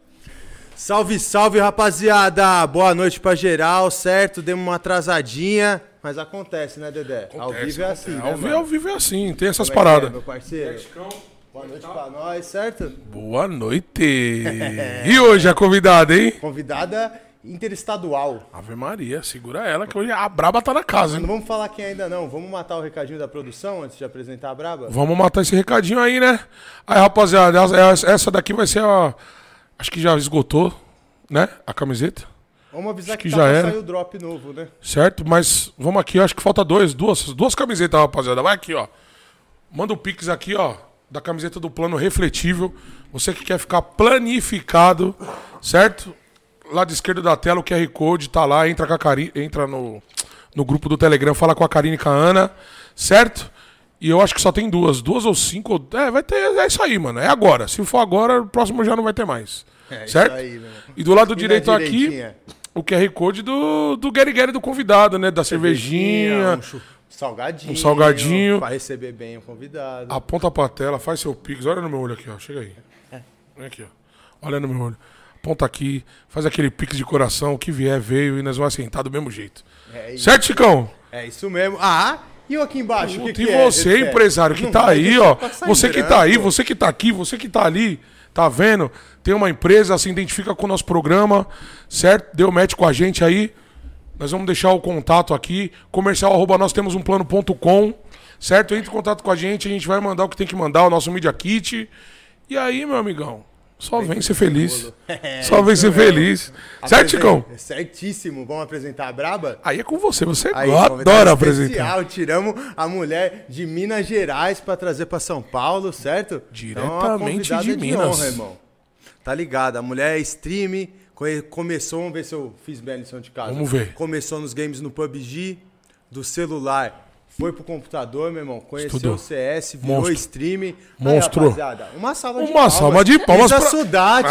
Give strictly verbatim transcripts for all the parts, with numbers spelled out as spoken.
Salve, salve, rapaziada! Boa noite pra geral, certo? Demos uma atrasadinha, mas acontece, né, Dedé? Acontece, ao vivo é acontece. assim, ao, né, vi, mano? ao vivo é assim, tem essas Como é que paradas. é, meu parceiro? Boa noite pra nós, certo? Boa noite! E hoje a convidada, hein? Convidada interestadual. Ave Maria, segura ela que hoje a Braba tá na casa, Não hein? vamos falar quem ainda não, vamos matar o recadinho da produção antes de apresentar a Braba? Vamos matar esse recadinho aí, né? Aí, rapaziada, essa- essa daqui vai ser a... Acho que já esgotou, né? A camiseta, Vamos avisar Acho que, que tá já pra era. sair o drop novo, né? certo? Mas vamos aqui, acho que falta dois, duas, duas camisetas, rapaziada. Vai aqui, ó. Manda o Pix aqui, ó, da camiseta do plano refletível. Você que quer ficar planificado, certo? Lado esquerdo da tela, o Q R Code tá lá, entra, com a Cari... entra no, no grupo do Telegram, fala com a Karine e com a Ana, certo? E eu acho que só tem duas, duas ou cinco, ou- é, vai ter, é isso aí, mano, é agora. Se for agora, o próximo já não vai ter mais, É certo? isso aí, meu. E do lado E na direito aqui, direitinha? o Q R Code do, do Gary Gary do convidado, né? Da cervejinha, Um chu- salgadinho. um salgadinho. Pra receber bem o convidado. aponta pra tela, faz seu Pix, olha no meu olho aqui, ó, chega aí. Vem aqui, ó, olha no meu olho. Aponta aqui, faz aquele Pix de coração, o que vier veio e nós vamos assentar do mesmo jeito. É isso. Certo, Chicão? É isso mesmo. Ah, e o aqui embaixo? O que, Puta, e que é? você, Dedé? empresário, que Não tá vai aí, deixar ó. passar em Você que branco. tá aí, você que tá aqui, você que tá ali, tá vendo? Tem uma empresa, se identifica com o nosso programa, certo? Deu match com a gente aí. Nós vamos deixar o contato aqui. Comercial arroba nós temos um plano ponto com, certo? Entre em contato com a gente, a gente vai mandar o que tem que mandar, o nosso Media Kit. E aí, meu amigão, só vem ser feliz. É, Só vem isso ser mesmo. feliz. Certo, Chicão? É certíssimo. Vamos apresentar a Braba? Aí é com você, você Aí, convidado adora apresentar. especial. Tiramos a mulher de Minas Gerais pra trazer pra São Paulo, certo? Diretamente Então, a convidada de é Minas. honra, irmão. Tá ligado? A mulher é stream. co- Começou, vamos ver se eu fiz bem a lição de casa. Vamos ver. Começou nos games no P U B G, do celular. Foi pro computador, meu irmão. Conheceu Estudou. o C S, virou Monstro. stream. Aí, Monstro. rapaziada, uma salva de Uma palmas. salva de palmas Isa pra- Sudati,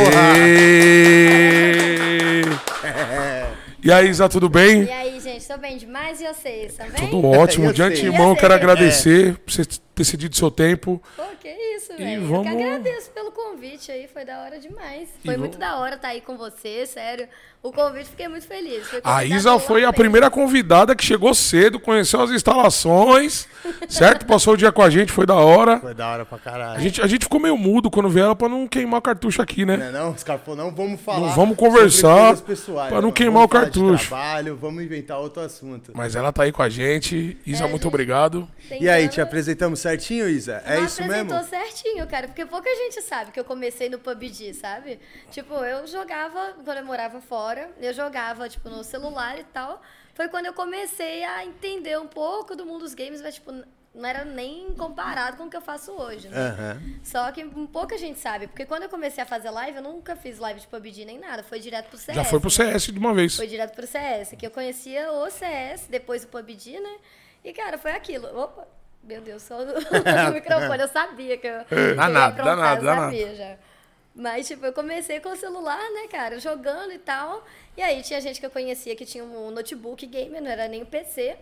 Aê! E aí, Isa, tudo bem? E aí, gente, tô bem demais e vocês, tá bem? Tudo ótimo. Eu De sei. antemão, Eu quero sei. agradecer por você ter cedido seu tempo. Pô, que isso, velho. vamos- Eu que agradeço pelo convite aí, foi da hora demais. Foi E muito vamos- da hora estar aí com você, sério. O convite, fiquei muito feliz. Fui A convidada Isa lá foi a mesmo. primeira convidada que chegou cedo, conheceu as instalações, certo? Passou o dia com a gente, foi da hora. Foi da hora pra caralho. A gente, a gente ficou meio mudo quando veio ela pra não queimar o cartucho aqui, né? Não, é não, os caras falaram, não vamos falar. Não vamos sobre conversar coisas pessoais, pra não mano. queimar Vamos o falar de cartucho. trabalho, vamos inventar outro assunto. Mas ela tá aí com a gente. Isa, É, muito gente. obrigado. Tentando- E aí, te apresentamos certinho, Isa? É Não isso mesmo? apresentou certinho, cara, porque pouca gente sabe que eu comecei no P U B G, sabe? Tipo, eu jogava, quando eu morava fora, eu jogava, tipo, no celular e tal. Foi quando eu comecei a entender um pouco do mundo dos games, mas, tipo, não era nem comparado com o que eu faço hoje, né? Aham. Só que pouca gente sabe, porque quando eu comecei a fazer live, eu nunca fiz live de P U B G nem nada, foi direto pro C S. Já foi pro né? C S de uma vez. Foi direto pro C S, que eu conhecia o C S, depois o P U B G, né? E, cara, foi aquilo. Opa, meu Deus, só do microfone, eu sabia que eu, que eu ia Dá nada, dá aprontar, nada, eu dá sabia já. Mas, tipo, eu comecei com o celular, né, cara, jogando e tal. E aí tinha gente que eu conhecia que tinha um notebook gamer, não era nem o P C.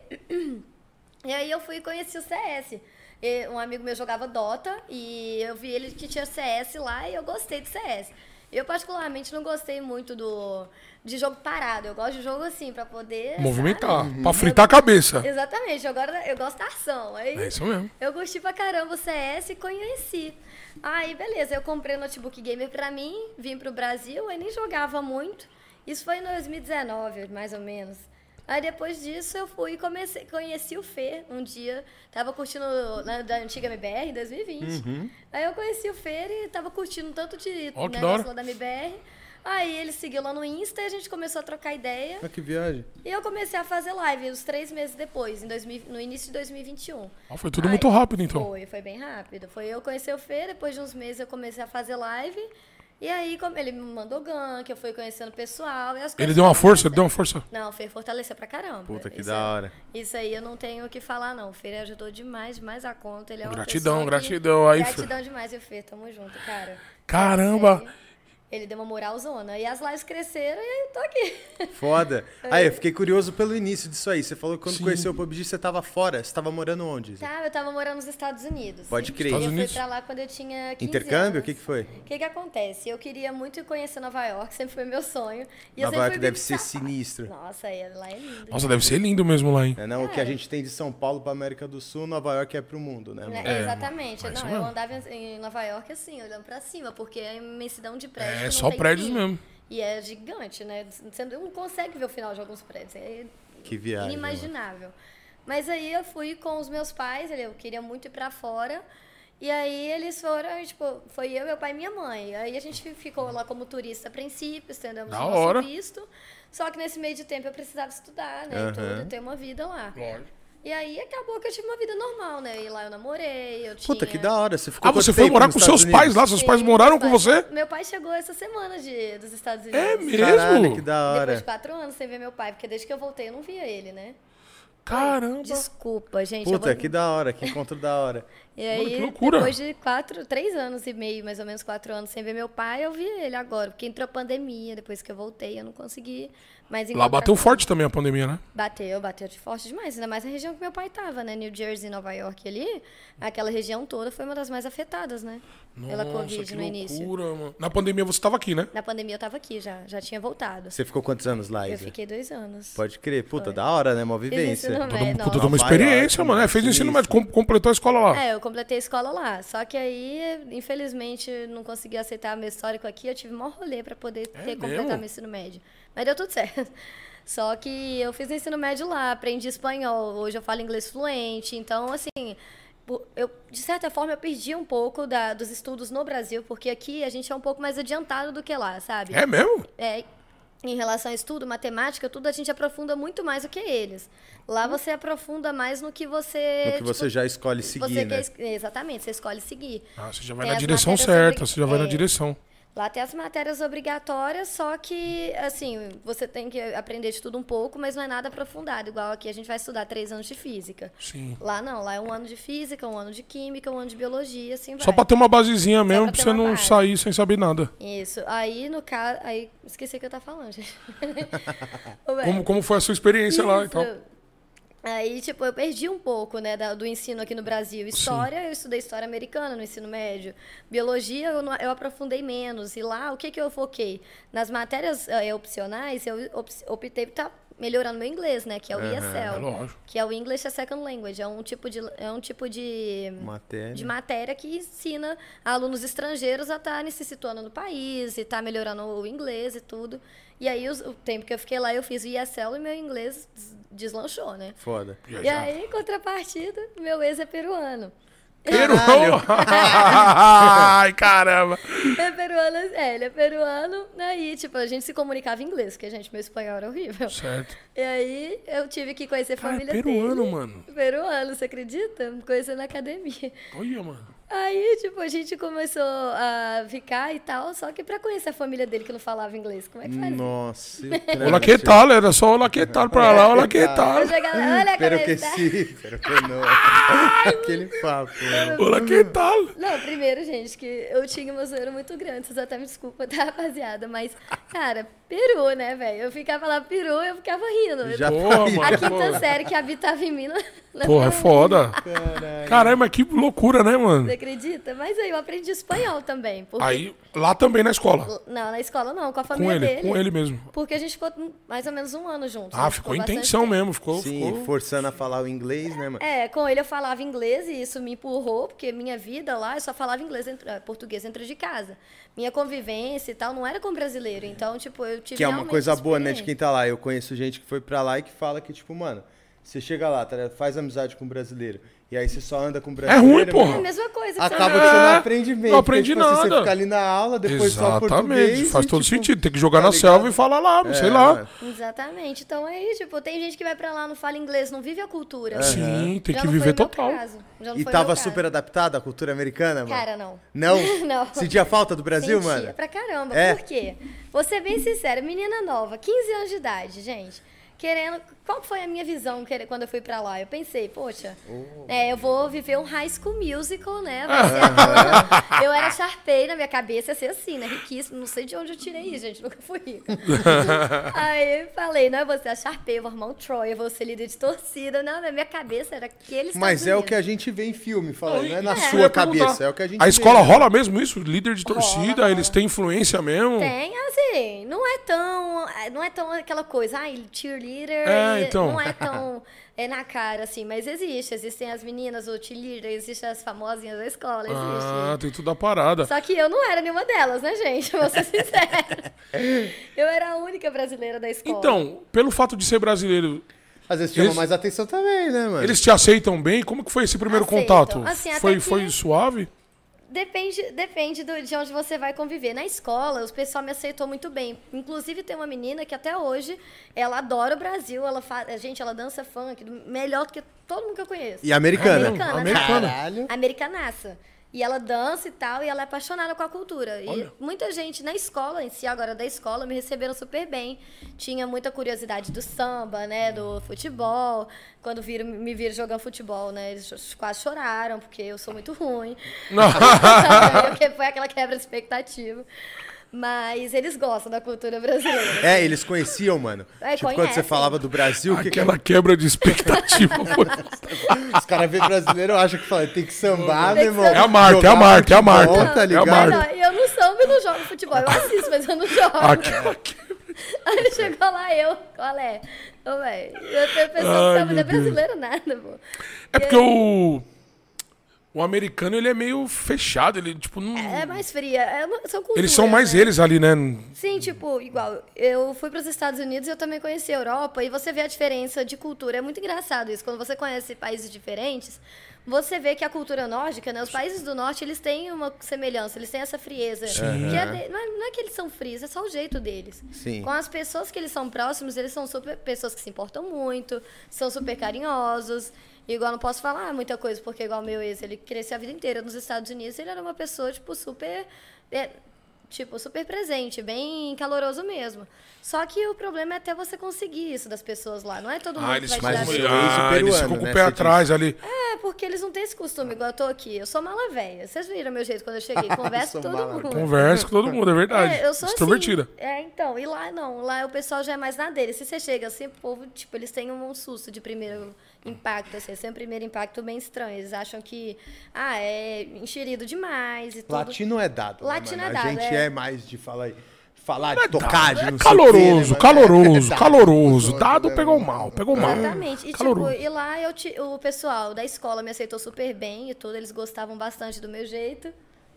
E aí eu fui e conheci o C S. E um amigo meu jogava Dota e eu vi ele que tinha C S lá e eu gostei do C S. Eu, particularmente, não gostei muito do, de jogo parado. Eu gosto de jogo assim, pra poder... Movimentar, sabe? pra fritar a cabeça. Exatamente. Agora eu gosto da ação. Aí, É isso mesmo. eu curti pra caramba o C S e conheci. Aí, beleza, eu comprei um notebook gamer pra mim, vim pro Brasil, eu nem jogava muito. Isso foi em dois mil e dezenove, mais ou menos. Aí, depois disso, eu fui e comecei, conheci o Fer um dia. Tava curtindo na, da antiga M B R, em dois mil e vinte. Aí, eu conheci o Fer e tava curtindo tanto de Ó, que da negócio hora. lá da M B R. Aí, ele seguiu lá no Insta e a gente começou a trocar ideia. Ah, que viagem. E eu comecei a fazer live uns três meses depois, em dois mil, no início de dois mil e vinte e um. Ah, foi tudo Aí, muito rápido, então. Foi, foi bem rápido. Foi eu conhecer o Fê, depois de uns meses eu comecei a fazer live. E aí, como ele me mandou gank, eu fui conhecendo o pessoal. E as Ele coisas deu uma foram força, ele deu uma força. Não, o Fê fortaleceu pra caramba. Puta, que Isso da é- hora. Isso aí eu não tenho o que falar, não. O Fê ajudou demais, demais a conta. Ele é uma Gratidão, pessoa que- gratidão aí, Fê. Gratidão demais, e o Fê. Tamo junto, cara. Caramba! Sério. Ele deu uma moralzona. E as lives cresceram e aí eu tô aqui. Foda. Aí, eu fiquei curioso pelo início disso aí. Você falou que quando Sim. conheceu o P U B G, você tava fora. Você tava morando onde? Tá, eu tava morando nos Estados Unidos. Pode crer. E eu Estados fui Unidos. pra lá quando eu tinha quinze Intercâmbio? anos. O que que foi? O que que acontece? Eu queria muito conhecer Nova York, sempre foi meu sonho. E eu Nova sempre York fui deve bem ser sa- sinistro. Nossa, é, lá é lindo. Nossa, deve ser lindo mesmo lá, hein? É, não, o que a Cara. gente tem de São Paulo pra América do Sul, Nova York é pro mundo, né? É, mano? É, exatamente. mano, é isso Não, eu mesmo. andava em Nova York assim, olhando pra cima, porque é imensidão de prédios. que É não só tem prédios fim. mesmo. E é gigante, né? Você não consegue ver o final de alguns prédios. É Que viagem. inimaginável. Mas aí eu fui com os meus pais, eu queria muito ir pra fora. E aí eles foram, tipo, foi eu, meu pai e minha mãe. Aí a gente ficou lá como turista a princípio, estendemos Da o nosso hora. visto. Só que nesse meio de tempo eu precisava estudar, né? Aham. E tudo, ter uma vida lá. Lógico. E aí acabou que eu tive uma vida normal, né? E lá eu namorei, eu tinha... Puta, que da hora. Você ficou Ah, você quanto foi tempo morar nos com seus Estados pais lá? Unidos? Seus pais Sim, moraram meus com pais- você? Meu pai chegou essa semana de, dos Estados Unidos. É mesmo? Caralho, que da Depois hora. de quatro anos sem ver meu pai, porque desde que eu voltei eu não via ele, né? Caramba. Desculpa, gente. eu Puta, vou- que da hora, que encontro da hora. E aí, que loucura. depois de quatro, três anos e meio, mais ou menos quatro anos sem ver meu pai, eu vi ele agora. Porque entrou a pandemia, depois que eu voltei, eu não consegui mais Lá encontrar bateu com forte também a pandemia, né? Bateu, bateu de forte demais. Ainda mais a região que meu pai tava, né? New Jersey, Nova York ali. Aquela região toda foi uma das mais afetadas, né? Pela Nossa, Covid que no início. loucura, mano. Na pandemia você tava aqui, né? Na pandemia eu tava aqui já, já tinha voltado. Você ficou quantos anos lá, Eu Isa? fiquei dois anos. Pode crer. Puta, Foi. da hora, né? Uma Fiz vivência. ensino Toda, médio, puta, nossa. toda uma Nova experiência, York, mano. É, mano, fez ensino sinistro. médio, com- completou a escola lá. É, eu completei a escola lá. Só que aí, infelizmente, não consegui aceitar meu histórico aqui. Eu tive maior rolê pra poder ter, mesmo? completar meu ensino médio. Mas deu tudo certo. Só que eu fiz ensino médio lá, aprendi espanhol. Hoje eu falo inglês fluente. Então, assim, po- eu, de certa forma, eu perdi um pouco da- dos estudos no Brasil, porque aqui a gente é um pouco mais adiantado do que lá, sabe? É mesmo? É, em relação a estudo, matemática, tudo a gente aprofunda muito mais do que eles. Lá você aprofunda mais no que você... No que você tipo, já escolhe seguir, você né? quer es- exatamente, você escolhe seguir. Ah, você já vai Tem na as direção matérias certa, obri- você já vai na é. direção. Lá tem as matérias obrigatórias, só que, assim, você tem que aprender de tudo um pouco, mas não é nada aprofundado. Igual aqui a gente vai estudar três anos de física. Sim. Lá não, lá é um ano de física, um ano de química, um ano de biologia, assim vai. Só pra ter uma basezinha mesmo, pra pra ter você uma não base. sair sem saber nada. Isso. Aí, no caso... Aí, esqueci o que eu tava falando, gente. Ô, velho. Como, como foi a sua experiência lá e Isso. tal? Aí, tipo, eu perdi um pouco, né, da- do ensino aqui no Brasil. História, eu estudei história americana no ensino médio. Biologia, eu, não- eu aprofundei menos. E lá, o que que eu foquei? Nas matérias eh, opcionais, eu op- optei por estar melhorando meu inglês, né, que é o E S É L. lógico. Que é o English as Second Language. É um tipo de, é um tipo de, Matéria. de matéria que ensina alunos estrangeiros a estarem se situando no país e estar melhorando o inglês e tudo. E aí, os- o tempo que eu fiquei lá, eu fiz o E S L e meu inglês des- deslanchou, né? Foda. E aí, em contrapartida, meu ex é peruano. Peru! Caralho. Ai, caramba! É peruano, é, ele é peruano. Aí, tipo, a gente se comunicava em inglês, porque, gente, meu espanhol era horrível. Certo. E aí, eu tive que conhecer a Cara, é família peruano, dele. mano. Peruano, você acredita? Conhecer na academia. Olha, mano. Aí, tipo, a gente começou a ficar e tal, só que pra conhecer a família dele que não falava inglês, como é que faz? Nossa. Olá, que tal? Era só olá, que tal pra lá, olá, que tal? Eu chegava lá, olha a Pero que cabeça. sim, pero que não. Aquele papo. né? Olá, que tal? Não, primeiro, gente, que eu tinha uma zoeira muito grande, vocês até me desculpa, tá, rapaziada? Mas, cara, peru, né, velho? Eu ficava lá, peru, eu ficava rindo. Já Porra, foi. mano. A quinta série que habitava em mim. Não, não Porra, é foi- foda. Caralho. Caralho, mas que loucura, né, mano? Você acredita? Mas aí eu aprendi espanhol também. Porque... Aí, lá também na escola. Não, na escola não, com a Com família ele, dele. com ele mesmo. Porque a gente ficou mais ou menos um ano juntos. Ah, né? ficou bastante intenção tempo. mesmo, ficou, Sim, ficou... forçando a falar o inglês, né, mano? É, com ele eu falava inglês e isso me empurrou, porque minha vida lá eu só falava inglês, dentro, eh, português dentro de casa. Minha convivência e tal não era com brasileiro, então, tipo, eu tive Que é uma realmente coisa boa, né, de experiência. quem tá lá. Eu conheço gente que foi pra lá e que fala que, tipo, mano, você chega lá, tá ligado? Faz amizade com brasileiro. E aí você só anda com brasileiro. ruim, né, porra. É a mano? mesma coisa. Acaba você que você não É, aprende mesmo. não aprendi porque, tipo, assim, nada. Você fica ali na aula, depois só português. Exatamente, faz e, todo tipo, sentido. Tem que jogar tá na ligado? selva e falar lá, sei É, lá. mano. Exatamente. Então aí, tipo, tem gente que vai pra lá, não fala inglês, não vive a cultura. Sim, tem Já que não viver foi o meu total. caso. Já não E foi tava meu caso. super adaptado à cultura americana, mano? Cara, não. Não? Não. Sentia falta do Brasil, Sentia mano? pra caramba. É? Por quê? Vou ser bem sincera, menina nova, quinze anos de idade, gente. querendo... Qual foi a minha visão quando eu fui pra lá? Eu pensei, poxa, oh, é, eu vou viver um High School Musical, né? Vai ser aquela... Eu era Sharpay na minha cabeça, ia ser assim, né? Riquíssimo. Não sei de onde eu tirei isso, gente. Nunca fui rica. Aí eu falei, não, eu vou ser a Sharpay, eu vou arrumar um Troy, eu vou ser líder de torcida. Não, na minha cabeça era aqueles. Mas é o que a gente vê em filme, falando, não é na é. sua cabeça, é o que a gente A vê, escola né? rola mesmo isso? Líder de torcida, rola, rola. eles têm influência mesmo? Tem, assim, não é tão, não é tão aquela coisa, ai, cheerleader, É, então. não é tão é na cara, assim, mas existe, existem as meninas, o cheerleader, existem as famosinhas da escola, existe. Ah, tem tudo a parada. Só que eu não era nenhuma delas, né, gente? Vou ser sincera. Eu era a única brasileira da escola. Então, pelo fato de ser brasileiro, Às vezes chama Eles- mais atenção também, né, mano? eles te aceitam bem? Como que foi esse primeiro Aceitam. contato? Assim, até foi, que- foi suave? Depende, depende do, de onde você vai conviver. Na escola, o pessoal me aceitou muito bem. Inclusive, tem uma menina que até hoje, ela adora o Brasil. Ela faz, gente, ela dança funk melhor do que todo mundo que eu conheço. E americana? Americana, Americana. Caralho. Americanaça. E ela dança e tal, e ela é apaixonada com a cultura. Olha. E muita gente na escola, em si, agora da escola, me receberam super bem. Tinha muita curiosidade do samba, né, do futebol. Quando viram, me viram jogando futebol, né, eles quase choraram, porque eu sou muito ruim. Porque foi aquela quebra de expectativa. Mas eles gostam da cultura brasileira. É, eles conheciam, mano. É, tipo, quando conhecem. você falava do Brasil, o que, que Aquela quebra de expectativa. foi- os caras veem brasileiro acham que fala, tem que sambar, Tem meu que irmão. sambar. É a marca, é a Jogar marca, é a marca. futebol, tá É a ligado? marca. Não, eu não samba e não jogo futebol. Eu assisto, mas eu não jogo. Aquela quebra. Aí chegou lá eu, qual é? Ô, velho, eu tenho pessoa Ai, que tá meu mulher Deus. brasileira nada, pô. É E porque aí- o. O americano, ele é meio fechado, ele, tipo, não... É mais fria, é uma, são culturas, Eles são mais né? eles ali, né? Sim, tipo, igual, eu fui para os Estados Unidos e eu também conheci a Europa e você vê a diferença de cultura. É muito engraçado isso. Quando você conhece países diferentes, você vê que a cultura nórdica, né? Os países do norte, eles têm uma semelhança, eles têm essa frieza. Que é de- não, é, não é que eles são frios, é só o jeito deles. Sim. Com as pessoas que eles são próximos, eles são super pessoas que se importam muito, são super carinhosos. Igual, não posso falar muita coisa, porque igual meu ex, ele cresceu a vida inteira nos Estados Unidos, ele era uma pessoa, tipo, super... é, tipo, super presente, bem caloroso mesmo. Só que o problema é até você conseguir isso das pessoas lá. Não é todo mundo Ah, que eles, vai te Mas dar isso beijo. aí, isso ah, eles peruano, ficam com né, o pé você atrás ali. É, porque eles não têm esse costume, igual eu tô aqui. Eu sou mala velha. Vocês viram meu jeito quando eu cheguei. Converso Sou com todo mala mundo. Conversa com todo mundo, é verdade. É, eu sou Extrovertida. assim. É, então. E lá não. Lá o pessoal já é mais na dele. Se você chega assim, o povo, tipo, eles têm um susto de primeiro impacto, assim. Esse é um primeiro impacto bem estranho. Eles acham que, ah, é enxerido demais e tudo. Latino é dado. né, Latino mano? é dado, A gente é. é mais de falar, falar de tocar, de É não caloroso, sei o quê, né, mano? caloroso, É, caloroso. dado, Dado né, pegou mano? mal, pegou mal. Exatamente. E, tipo, Caloroso. e lá eu ti- o pessoal da escola me aceitou super bem e tudo. Eles gostavam bastante do meu jeito.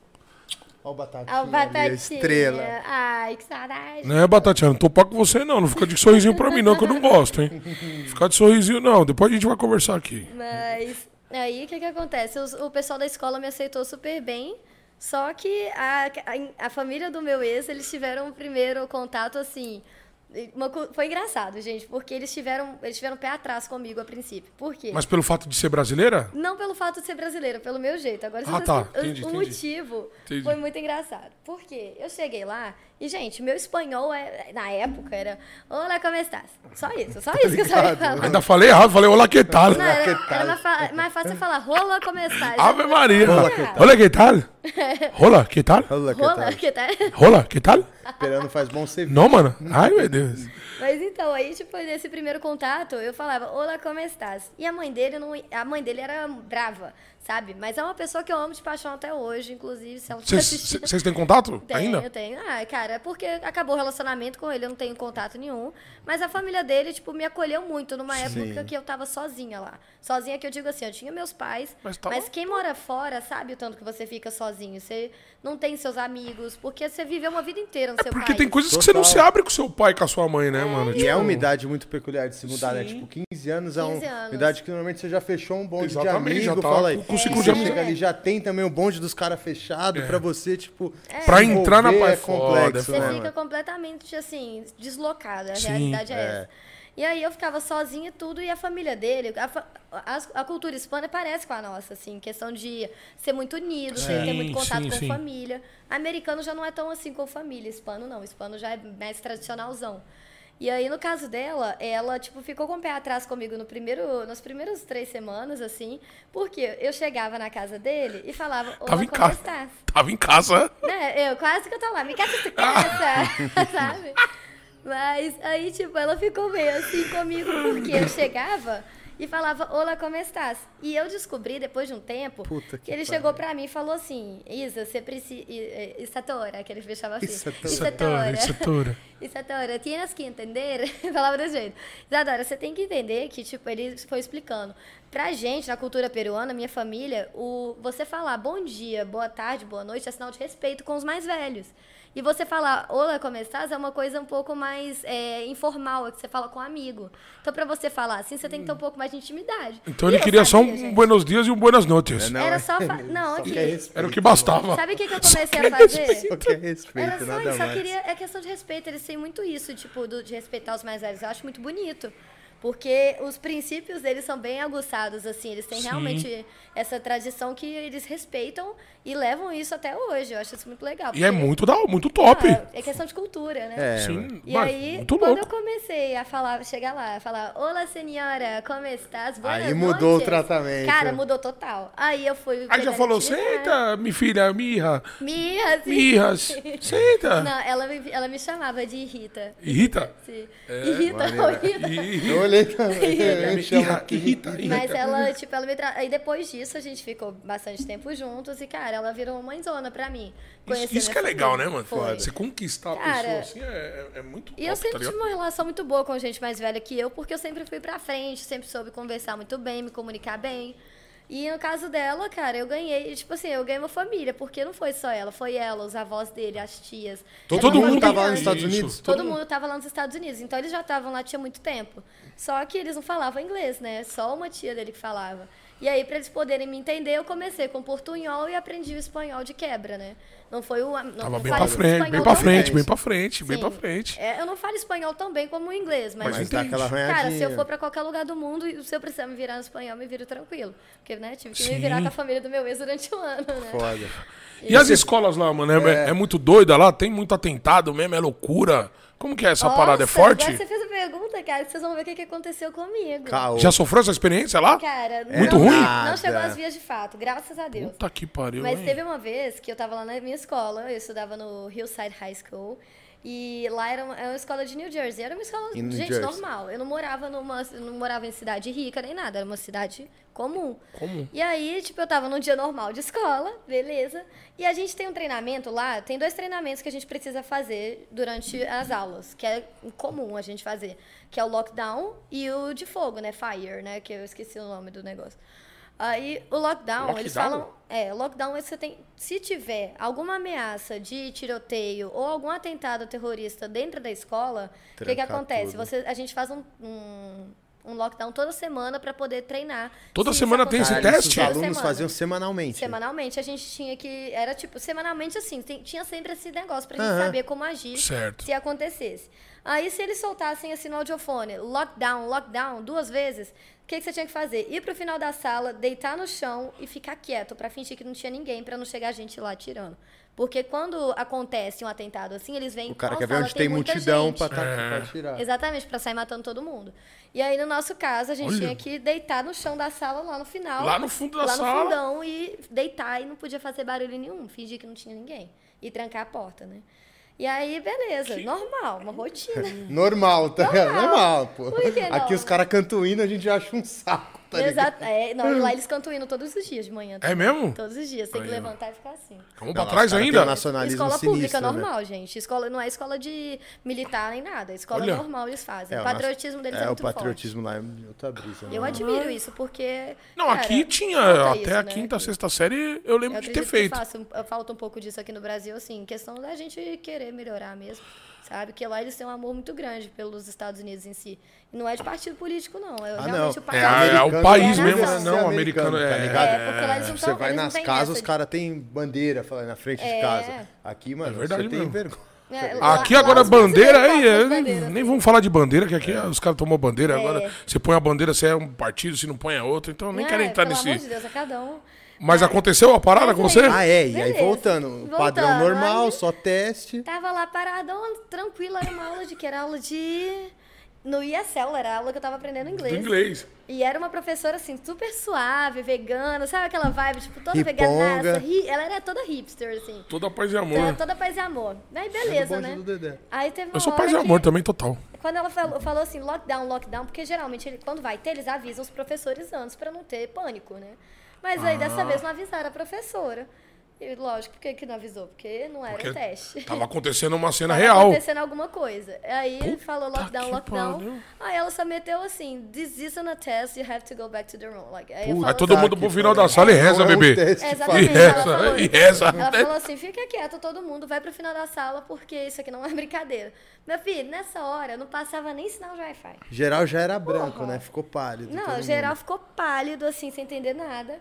Ó o batatinha, A ali, a batatinha. estrela. Ai, que saudade. Não é, Batatinha, não tô pá com você não. Não fica de sorrisinho pra mim não, que eu não gosto, hein. Ficar de sorrisinho não, depois a gente vai conversar aqui. Mas aí o que que acontece? Os- o pessoal da escola me aceitou super bem, só que a, a, a família do meu ex, eles tiveram o primeiro contato assim. uma co- foi engraçado, gente, porque eles tiveram, eles tiveram pé atrás comigo a princípio. Por quê? Mas pelo fato de ser brasileira? Não pelo fato de ser brasileira, pelo meu jeito. Agora, Ah, vocês tá. não- Entendi, o entendi. motivo Entendi. foi muito engraçado. Por quê? Eu cheguei lá e, gente, meu espanhol, é, na época, era Olá, como estás? Só isso, só isso que eu sabia falar. Ainda falei errado, falei olá, que tal? Não, era, que tal? era mais, fa- mais fácil você falar rola, como estás? Ave Maria. Olá, que tal? Olá, que tal? Olá, que tal? Olha que Rola, tá que tal? Olá, que tal? esperando faz bom ser Não, mano. Ai, meu Deus. Mas então, aí, tipo, nesse primeiro contato, eu falava, olá, como estás? E a mãe dele, não, a mãe dele era brava, sabe? Mas é uma pessoa que eu amo de paixão até hoje, inclusive, se ela for assistir... Vocês têm contato Tenho, ainda? eu tenho. Ah, cara, é porque acabou o relacionamento com ele, eu não tenho contato nenhum. Mas a família dele, tipo, me acolheu muito numa época que eu tava sozinha lá. Sozinha que eu digo assim, eu tinha meus pais, Mas mas, tava- quem mora fora sabe o tanto que você fica sozinho. Você não tem seus amigos, porque você viveu uma vida inteira no seu Porque país. tem coisas que você não Total. se abre com seu pai e com a sua mãe, né, mano? E é uma idade muito peculiar de se mudar, né? Sim. Tipo, quinze anos é um- quinze anos. uma idade que normalmente você já fechou um bonde Exatamente, de já amigo, tá fala aí. com- com E ciclo você de amizade. chega ali, já tem também o bonde dos caras fechado pra você, tipo... Pra se entrar na envolver pai é complexo, foda, Você né, fica mano? completamente, assim, deslocada. A Sim, realidade é, é. essa. E aí eu ficava sozinha e tudo, e a família dele, a, fa- a, a cultura hispana parece com a nossa, assim, questão de ser muito unido, ter- ter Sim, muito contato sim, com sim. família. Americano já não é tão assim com família, hispano não, hispano já é mais tradicionalzão. E aí, no caso dela, ela, tipo, ficou com o pé atrás comigo no primeiro, nas primeiras três semanas, assim, porque eu chegava na casa dele e falava, olá, Tava em como casa. estás? Tava em casa. Né? Eu quase que eu tô lá, me casa essa casa, sabe? Mas aí, tipo, ela ficou meio assim comigo, porque eu chegava e falava, olá, como estás? E eu descobri, depois de um tempo, Puta que, que ele pariu. chegou pra mim e falou assim, Isa, você precisa... Isatora, que ele fechava assim. Isatora. Isatora, Isatora. Isadora, tienes que entender, falava desse jeito. Isadora, você tem que entender que, tipo, ele foi explicando. Pra gente, na cultura peruana, minha família, o, você falar bom dia, boa tarde, boa noite é sinal de respeito com os mais velhos. E você falar, olá, como estás, é uma coisa um pouco mais é, informal, é que você fala com um amigo. Então, pra você falar assim, você tem que ter um pouco mais de intimidade. Então E ele eu queria só sabia, um gente. buenos dias e um buenas noites. É, não, Era é- só... Fa... Não, só aqui... quer respeito. Era o que bastava. Sabe o que, que eu Só comecei quer a fazer? Só quer Era respeito, só nada isso, só mais. queria, é questão de respeito, eles têm muito isso, tipo, do- de respeitar os mais velhos, eu acho muito bonito, porque os princípios deles são bem aguçados, assim, eles têm Sim. realmente essa tradição que eles respeitam e levam isso até hoje, eu acho isso muito legal. E é porque, muito, da, muito top. ah, é questão de cultura, né? É, Sim, E mas aí, muito quando louco. eu comecei a falar, chegar lá, falar, olá, senhora, como estás? Buenas Aí mudou o noites." tratamento. Cara, mudou total. Aí eu fui... Aí já pegando falou, intimidade. senta, minha filha, mirra, Mirra, sim. mirras, senta. Não, ela me, ela me chamava de Rita. Irrita? Sim. É, Irrita, maneiro. não, Rita. Eu olhei também. eu Irrita, chamo irrita, aqui. irrita, irrita. Mas ela, tipo, ela me tra... Aí depois disso a gente ficou bastante tempo juntos e, cara, ela virou uma mãezona pra mim. Isso, Conhecer isso minha que é legal, né, família. mano? Foi. Você conquistar a Cara, pessoa assim é, é, é muito top, E eu sempre tá tive ligado? uma relação muito boa com gente mais velha que eu, porque eu sempre fui pra frente, sempre soube conversar muito bem, me comunicar bem. E no caso dela, cara, eu ganhei, tipo assim, eu ganhei uma família, porque não foi só ela, foi ela, os avós dele, as tias. Todo, Era uma mundo família tava lá grande. nos Estados Isso. Unidos? Todo mundo tava lá nos Estados Unidos, então eles já estavam lá tinha muito tempo. Só que eles não falavam inglês, né? Só uma tia dele que falava. E aí, pra eles poderem me entender, eu comecei com portunhol e aprendi o espanhol de quebra, né? Não foi o. Não, Tava não bem falo pra frente, espanhol bem pra tão frente, bem. bem pra frente, bem Sim. pra frente. É, eu não falo espanhol tão bem como o inglês, mas, Mas Mas dá entende. aquela cara, arranhadinha. se eu for pra qualquer lugar do mundo, e se eu precisar me virar no espanhol, me viro tranquilo. Porque, né, tive que Sim. me virar com a família do meu ex durante um ano, né? Foda. E as escolas lá, mano, é, é muito doida lá? Tem muito atentado mesmo, é loucura? Como que é essa parada? É Nossa, forte? agora você fez a pergunta, cara, que vocês vão ver o que, que aconteceu comigo. Caô. Já sofreu essa experiência lá? Cara, Muito não, ruim? não chegou Nada. às vias de fato, graças a Deus. Puta que pariu, Mas hein? teve uma vez que eu tava lá na minha escola, eu estudava no Hillside High School, e lá era uma, era uma escola de New Jersey, era uma escola, Em New gente, Jersey. normal. Eu não morava numa, eu não morava em cidade rica nem nada, era uma cidade comum. Comum. E aí, tipo, eu tava num dia normal de escola, beleza, e a gente tem um treinamento lá, tem dois treinamentos que a gente precisa fazer durante as aulas, que é comum a gente fazer, que é o lockdown e o de fogo, né, fire, né, que eu esqueci o nome do negócio. Aí, o lockdown, Lockdown? eles falam... É, lockdown, você tem... Se tiver alguma ameaça de tiroteio ou algum atentado terrorista dentro da escola, o que que Trancar acontece? tudo. Você, a gente faz um, um, um lockdown toda semana para poder treinar. Toda se semana isso tem esse acontecer. Caralho, isso teste? os Toda alunos semana. faziam semanalmente. Semanalmente, a gente tinha que... Era tipo, semanalmente assim, tem- tinha sempre esse negócio pra gente Aham. saber como agir Certo. se acontecesse. Aí, se eles soltassem assim no audiofone, lockdown, lockdown, duas vezes, o que, que você tinha que fazer? Ir pro final da sala, deitar no chão e ficar quieto pra fingir que não tinha ninguém, pra não chegar gente lá atirando. Porque quando acontece um atentado assim, eles vêm O cara qual quer ver sala onde tem muita multidão gente. pra, tá, É. pra tirar. Exatamente, pra sair matando todo mundo. E aí, no nosso caso, a gente Olha. tinha que deitar no chão da sala lá no final. Lá no fundo da lá sala. no fundão e deitar e não podia fazer barulho nenhum, fingir que não tinha ninguém. E trancar a porta, né? E aí, beleza, normal, uma rotina. Normal, tá ligado? Normal, pô. Por que Aqui não? os caras cantam hino, a gente acha um saco, tá ligado? Exato. É, não, e lá eles cantam hino todos os dias de manhã. É mesmo? Todos os dias. Tem que Aí, ó. levantar e ficar assim. Vamos Não, pra trás os caras ainda? têm um nacionalismo Escola sinistro, pública né? normal, gente. Escola, não é escola de militar nem nada. Escola Olha. normal eles fazem. É, o o nas- patriotismo deles é, É, o muito patriotismo lá é outra brisa. forte. Eu né? admiro isso, porque. Não, cara, aqui tinha, falta até isso, a né, quinta, aqui. sexta série, eu lembro Eu de ter acredito feito. que faça, falta um pouco disso aqui no Brasil, assim, questão da gente querer melhorar mesmo, sabe? Que lá eles têm um amor muito grande pelos Estados Unidos em si. E não é de partido político, não. É Ah, realmente não. o país. É, a- é o Americano país é mesmo, nação. né? Não, o Americano, americano tá é. ligado? É, porque lá eles não Você tão, vai eles não nas têm casas, essa os de- caras têm bandeira falando na frente de É. casa. Aqui, mano, É verdade você tem mesmo. vergonha. É, lá- Aqui lá agora os bandeira, brasileiros aí, tocam é, as nem, bandeiras, nem assim. vamos falar de bandeira, que aqui os caras tomam bandeira É. agora. Você põe a bandeira, você é um partido, se não põe é outro, então nem Não, quero entrar pelo nesse. amor de Deus, é cada um. Mas aconteceu a parada Mas com aí- você? Ah, é. E aí Beleza. voltando. Voltando, Padrão normal, aí- só teste. Tava lá paradão, tranquila, era uma aula de que? Era aula de... No E S L, era a aula que eu tava aprendendo Do inglês. inglês. E era uma professora, assim, super suave, vegana, sabe aquela vibe, tipo, toda Hiponga. veganaça. Hi... Ela era toda hipster, assim. Toda paz e amor. Era toda paz e amor. Aí, beleza, É do né? bonde do Dedé. Aí teve uma Eu sou hora paz e que- amor também, total. Quando ela falou, falou assim, lockdown, lockdown, porque geralmente ele- quando vai ter, eles avisam os professores antes pra não ter pânico, né? Mas aí Ah. dessa vez não avisaram a professora. E lógico, por que que não avisou? Porque não era Porque um teste. Tava acontecendo uma cena Tava real. acontecendo alguma coisa. Aí Puta falou lockdown, que lockdown. pariu. Aí ela só meteu assim, this isn't a test, you have to go back to the room. Like, aí eu Aí falo todo assim, mundo pro que final pariu. da sala e reza, Não é um bebê. teste, É, fala. exatamente. E ela reza, falou, e reza. Ela falou assim, fica quieto todo mundo, vai pro final da sala, porque isso aqui não é brincadeira. Meu filho, nessa hora não passava nem sinal de Wi-Fi. Geral já era branco, Porra. né? Ficou pálido. Não, todo o geral mundo. ficou pálido, assim, sem entender nada.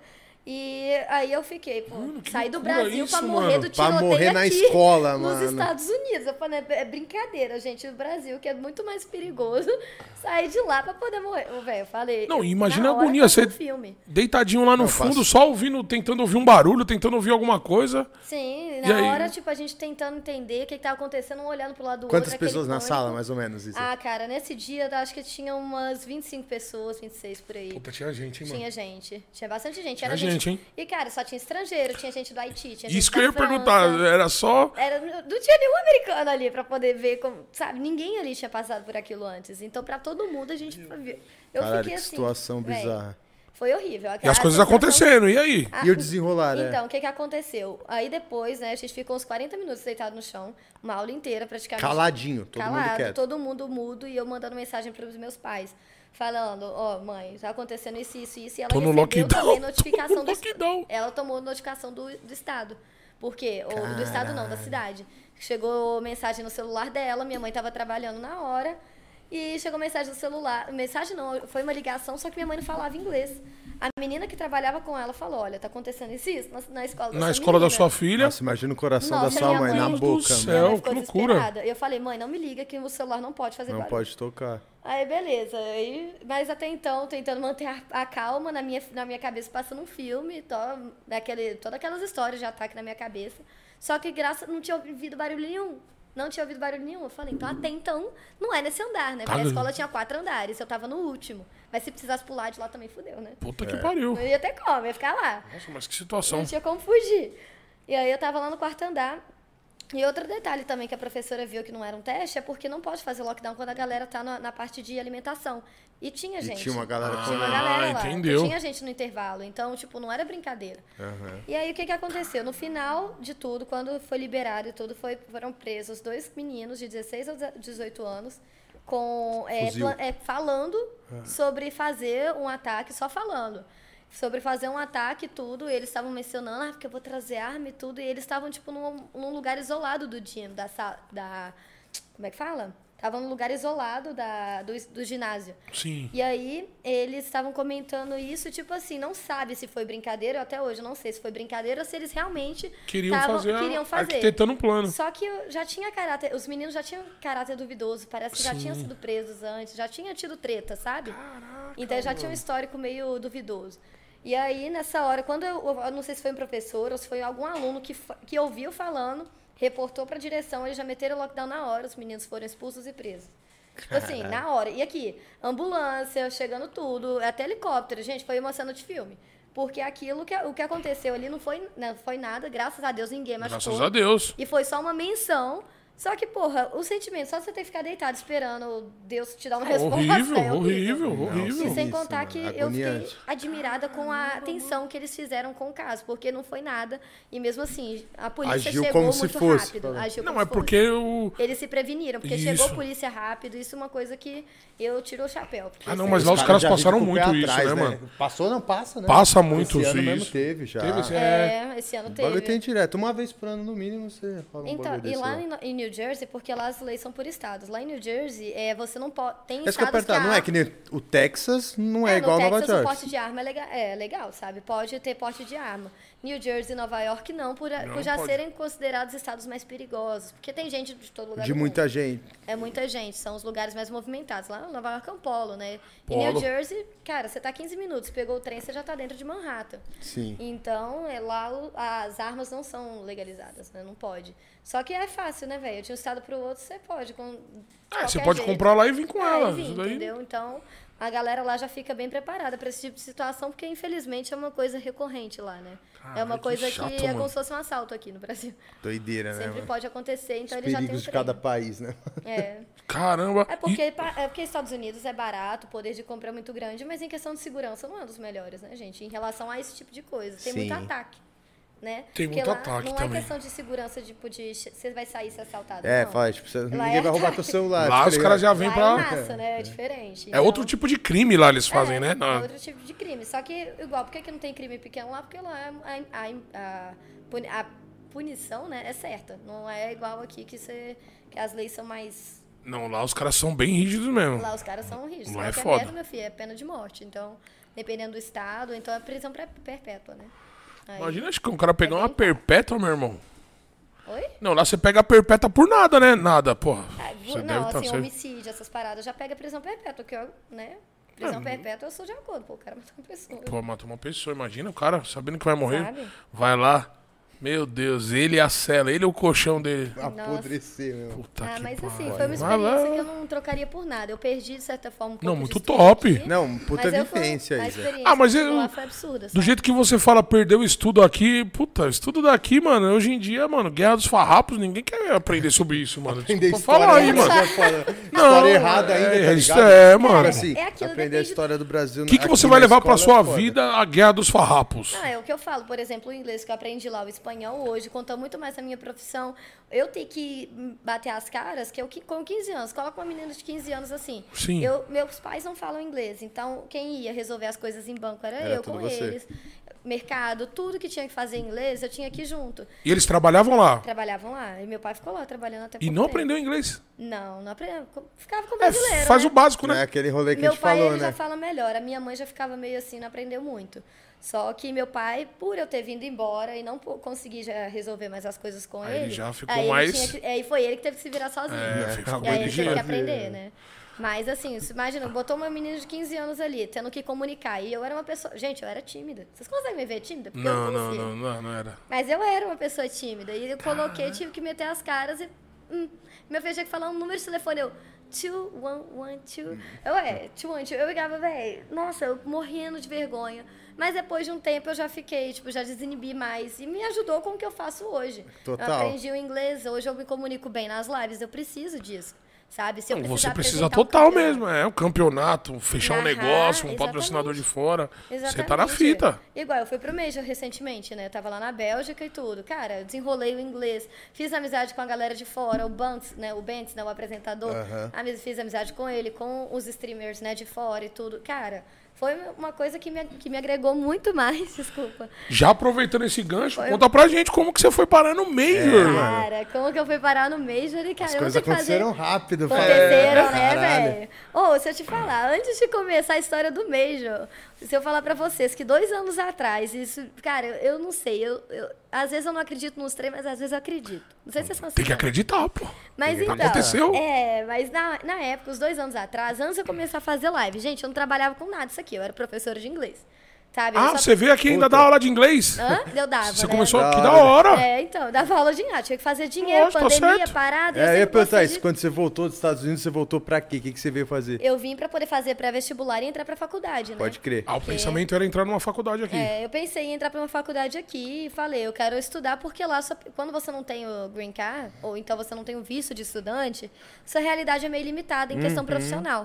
E aí eu fiquei, pô, que saí do loucura Brasil pra isso, morrer mano. do Pra tiroteio morrer na aqui, escola, nos mano. Estados Unidos. Eu falei, é brincadeira, gente. O Brasil, que é muito mais perigoso, sair de lá pra poder morrer. Ô, velho, eu falei... Não, imagina na a hora agonia, passou você- o filme. Deitadinho lá no Não, fundo, faço. só ouvindo, tentando ouvir um barulho, tentando ouvir alguma coisa. Sim, E na aí? hora, tipo, a gente tentando entender o que, que tava acontecendo, um olhando pro lado do Quantas outro. aquele pessoas na pânico. sala, mais ou menos? Isso? Ah, cara, nesse dia, eu acho que tinha umas vinte e cinco pessoas, vinte e seis por aí. Puta, tinha gente, hein, mano. Tinha gente. Tinha bastante gente. Tinha Era gente, hein? E, cara, só tinha estrangeiro, tinha gente do Haiti, tinha gente Isso da que eu ia França. perguntar, era só... Era, não tinha nenhum americano ali pra poder ver como, sabe? Ninguém ali tinha passado por aquilo antes. Então, pra todo mundo, a gente viu. Eu Caralho, fiquei que assim. situação véi, bizarra. Foi horrível. E as coisas acontecendo, e aí? Ah, E o desenrolar, né? Então, o que que aconteceu? Aí depois, né, a gente ficou uns quarenta minutos deitado no chão, uma aula inteira praticamente. Caladinho, todo mundo Calado, quieto. todo mundo mudo e eu mandando mensagem para os meus pais. Falando, ó, mãe, tá acontecendo isso, isso, isso. E ela Tô no recebeu lockdown, também tô notificação no do lockdown. Ela tomou notificação do, do estado. Por quê? Ou do estado não, da cidade. Chegou mensagem no celular dela, minha mãe tava trabalhando na hora. E chegou mensagem no celular. Mensagem não, foi uma ligação, só que minha mãe não falava inglês. A menina que trabalhava com ela falou: olha, tá acontecendo isso, isso na, na escola da Na sua escola da menina. sua filha. Nossa, imagina o coração Nossa, da sua minha mãe na mãe- boca, do céu. mano. Minha mãe que ficou loucura. desesperada. Eu falei, mãe, não me liga que o celular não pode fazer Não barulho. pode tocar. Aí, beleza. Aí, mas até então, tentando manter a, a calma, na minha, na minha cabeça passando um filme, to, daquele, todas aquelas histórias de ataque na minha cabeça. Só que, graças não tinha ouvido barulho nenhum. Não tinha ouvido barulho nenhum. Eu falei, então até então não é nesse andar, né? Porque a Tá. escola tinha quatro andares, eu tava no último. Mas se precisasse pular de lá também fudeu, né? Puta que pariu. Não ia ter como, ia ficar lá. Nossa, mas que situação. Não tinha como fugir. E aí eu tava lá no quarto andar. E outro detalhe também que a professora viu que não era um teste é porque não pode fazer lockdown quando a galera tá na, na parte de alimentação. E tinha E gente. tinha uma galera Tinha uma comendo. galera Ah, lá. entendeu. Tinha gente no intervalo. Então, tipo, não era brincadeira. Aham. E aí, o que que aconteceu? No final de tudo, quando foi liberado e tudo, foi, foram presos dois meninos de dezesseis a dezoito anos com, é, Fuzil. plan- é, falando sobre fazer um ataque, só falando. Sobre fazer um ataque e tudo. E eles estavam mencionando, ah, porque eu vou trazer arma e tudo. E eles estavam, tipo, num, num lugar isolado do gym, da, sa- da... Como é que fala? Estavam num lugar isolado da, do, do ginásio. Sim. E aí, eles estavam comentando isso, tipo assim, não sabe se foi brincadeira, eu até hoje não sei se foi brincadeira ou se eles realmente Queriam tavam- fazer, a- queriam fazer. arquitetando um plano. Só que eu já tinha caráter, os meninos já tinham caráter duvidoso, parece que já Sim. tinham sido presos antes, já tinha tido treta, sabe? Então já tinha um histórico meio duvidoso. E aí, nessa hora, quando eu, eu não sei se foi um professor ou se foi algum aluno que, fa- que ouviu falando, reportou pra direção, eles já meteram o lockdown na hora, os meninos foram expulsos e presos. Tipo assim, na hora. E aqui, ambulância, chegando tudo, até helicóptero. Gente, foi uma cena de filme. Porque aquilo que, o que aconteceu ali não foi, não foi nada, graças a Deus ninguém machucou. Graças a Deus. E foi só uma menção. Só que, porra, o sentimento, só você ter que ficar deitado esperando Deus te dar uma resposta. Horrível, é horrível, Não, horrível. E sem Isso, contar mano, que eu fiquei agoniante. admirada com a atenção que eles fizeram com o caso, porque não foi nada. E mesmo assim, a polícia Agiu chegou como se muito fosse, rápido. falando. Agiu Não, como é se fosse. porque o... Eles se preveniram, porque Isso. chegou a polícia rápido, isso é uma coisa que eu tiro o chapéu. porque Ah, não, isso mas aí- lá os caras já vivem passaram com o pé muito isso, atrás, né, mano? Passou, não passa, né? Passa muito Esse ano isso. mesmo teve já. Teve, esse- É, esse ano O bagulho teve. tem direto. Uma vez por ano, no mínimo, você fala um Então, bagulho e desse lá lá. em, em New Jersey, porque lá as leis são por estados. Lá em New Jersey, é, você não pode. Tem É isso que eu ia estados perguntar, não a- é que nem o Texas, não é, É, igual no Nova Texas, o Jersey. porte de arma é legal, é legal, sabe? Pode ter porte de arma. New Jersey e Nova York não, por, Não por já pode. serem considerados estados mais perigosos. Porque tem gente de todo lugar De do muita mundo. gente. É muita gente, são os lugares mais movimentados. Lá Nova York é um polo, né? E Polo. New Jersey, cara, você tá quinze minutos, pegou o trem, você já tá dentro de Manhattan. Sim. Então, é, lá o- as armas não são legalizadas, né? Não pode. Só que é fácil, né, velho? De um estado pro outro, você pode. Com, de É, você qualquer pode jeito. comprar lá e vir com É, ela. e vir, Isso daí. entendeu? Então, a galera lá já fica bem preparada para esse tipo de situação, porque infelizmente é uma coisa recorrente lá, né? é Caralho, uma que coisa que, chato, é mano. como se fosse um assalto aqui no Brasil. Doideira, né, Sempre mano? pode acontecer, então Os ele já tem um perigos de treino. cada país, né? É. Caramba. É porque, pa- é porque Estados Unidos é barato, o poder de compra é muito grande, mas em questão de segurança não é um dos melhores, né, gente? Em relação a esse tipo de coisa. Tem muito Sim. ataque, né? Tem Porque muito lá ataque não também. é questão de segurança, tipo, de che- você vai sair e ser assaltado. É, não. fala, tipo, você- Lá ninguém é vai roubar ataque. teu celular. Lá tá os caras já ligado? vêm Lá pra. é massa, né? É diferente. É Então- outro tipo de crime lá eles fazem, é, né? É Na- outro tipo de crime. Só que, igual, por que, que não tem crime pequeno lá? Porque lá a, a, a, puni- a punição, né, é certa. Não é igual aqui que, você, que as leis são mais... Não, lá os caras são bem rígidos mesmo. Lá os caras são rígidos. Lá é Qualquer foda. merda, meu filho, é pena de morte. Então, dependendo do estado, então é prisão pré- perpétua, né? Aí- Imagina, acho que um cara pegar É uma bem- perpétua, meu irmão. Oi? Não, lá você pega a perpétua por nada, né? Nada, porra. Ah, Você não, deve tá assim, certo. homicídio, essas paradas, já pega prisão perpétua, que eu, né? Prisão É, perpétua eu sou de acordo, pô, o cara matou uma pessoa. Pô, matou uma pessoa, imagina o cara sabendo que vai morrer. Sabe? Vai lá. Meu Deus, ele e a cela, ele e o colchão dele. Apodrecer, meu. Puta Ah, que mas assim, pariu. foi uma Vai lá. experiência que eu não trocaria por nada. Eu perdi, de certa forma, um pouco Não, de muito estudo top. aqui, Não, puta mas eu fui- vivência a aí, Zé. experiência Ah, mas que eu- lá foi absurda, Do sabe? jeito que você fala, perdeu o estudo aqui, puta, o estudo daqui, mano, hoje em dia, mano, Guerra dos Farrapos, ninguém quer aprender sobre isso, mano. Aprender Desculpa falar aí, história, mano. é foda. Não, História errada ainda, é, tá isso ligado? é, mano. Cara, assim, É aquilo, aprender a depende- história do Brasil... O que, que aqui você na vai levar pra escola sua é foda. vida a Guerra dos Farrapos? Ah, é o que eu falo, por exemplo, o inglês que eu aprendi lá, o espanhol hoje, conta muito mais a minha profissão. Eu tenho que bater as caras, que eu que- com quinze anos, coloca uma menina de quinze anos assim. Sim. Eu, meus pais não falam inglês, então quem ia resolver as coisas em banco era, Era eu tudo com você. eles. Mercado, tudo que tinha que fazer em inglês, eu tinha que ir junto. E eles trabalhavam lá. Trabalhavam lá, e meu pai ficou lá trabalhando até E pouco não tempo. aprendeu inglês. Não, não aprendeu. Ficava com É, brasileiro, faz né? o básico, Não é né? aquele rolê que a Meu gente pai, falou, ele né? já fala melhor. A minha mãe já ficava meio assim, não aprendeu muito. Só que meu pai, por eu ter vindo embora e não po- conseguir já resolver mais as coisas com Aí ele ele... já ficou aí ele mais- tinha que- aí foi ele que teve que se virar sozinho. É, ficou e aí ele teve ligeiro. que aprender, né? Mas assim, você imagina, botou uma menina de quinze anos ali, tendo que comunicar. E eu era uma pessoa... Gente, eu era tímida. Vocês conseguem me ver tímida? Porque eu Não, não, conseguia. não, não, não era. Mas eu era uma pessoa tímida. E eu coloquei, tive que meter as caras e. Hum, meu filho tinha que falar um número de telefone. Eu. Two, one, one, two. Eu é, two, one, two. Eu ligava, velho. Nossa, eu morrendo de vergonha. Mas depois de um tempo eu já fiquei, tipo, já desinibi mais. E me ajudou com o que eu faço hoje. Total. Eu aprendi o inglês, hoje eu me comunico bem nas lives. Eu preciso disso. Sabe? Se eu Não, precisar você precisa apresentar um total campeão- mesmo, é. Um campeonato, fechar um Narrar, negócio, um exatamente. patrocinador de fora. Você Exatamente. tá na fita. Igual, eu fui pro Major recentemente, né? Eu tava lá na Bélgica e tudo. Cara, eu desenrolei o inglês, fiz amizade com a galera de fora, o Banks, né? O Banks, né? O apresentador. Aham. Ami- Fiz amizade com ele, com os streamers, né? De fora e tudo. Cara, foi uma coisa que me, que me agregou muito mais, desculpa. Já aproveitando esse gancho, Foi- conta pra gente como que você foi parar no Major, mano. Cara, como que eu fui parar no Major e, cara, As eu não coisas sei fazer... aconteceram rápido, velho. Aconteceram, né, Caralho. velho? Ô, se eu te falar, antes de começar a história do Major, se eu falar pra vocês que dois anos atrás, isso, cara, eu, eu não sei, eu, eu- às vezes eu não acredito nos trem, mas às vezes eu acredito. Não sei se vocês são assim. Tem que não. acreditar, pô. Mas então, Aconteceu. é, mas na, na época, os dois anos atrás, antes de eu começar a fazer live, gente, eu não trabalhava com nada disso aqui, eu era professora de inglês, sabe? Eu Ah, só- você veio aqui ainda Puta. dar aula de inglês? Hã? Eu dava, Você né? começou Da aqui da hora. hora. É, então, eu dava aula de inglês, tinha que fazer dinheiro, Nossa, tá pandemia, certo. parada, e É, eu ia sempre perguntar gostei isso. de- Quando você voltou dos Estados Unidos, você voltou pra quê? O que, que você veio fazer? Eu vim pra poder fazer pré-vestibular e entrar pra faculdade, né? Pode crer. Ah, o pensamento era entrar numa faculdade aqui. É, eu pensei em entrar pra uma faculdade aqui e falei, eu quero estudar porque lá, só, quando você não tem o green card, ou então você não tem o visto de estudante, sua realidade é meio limitada em Uhum. questão profissional.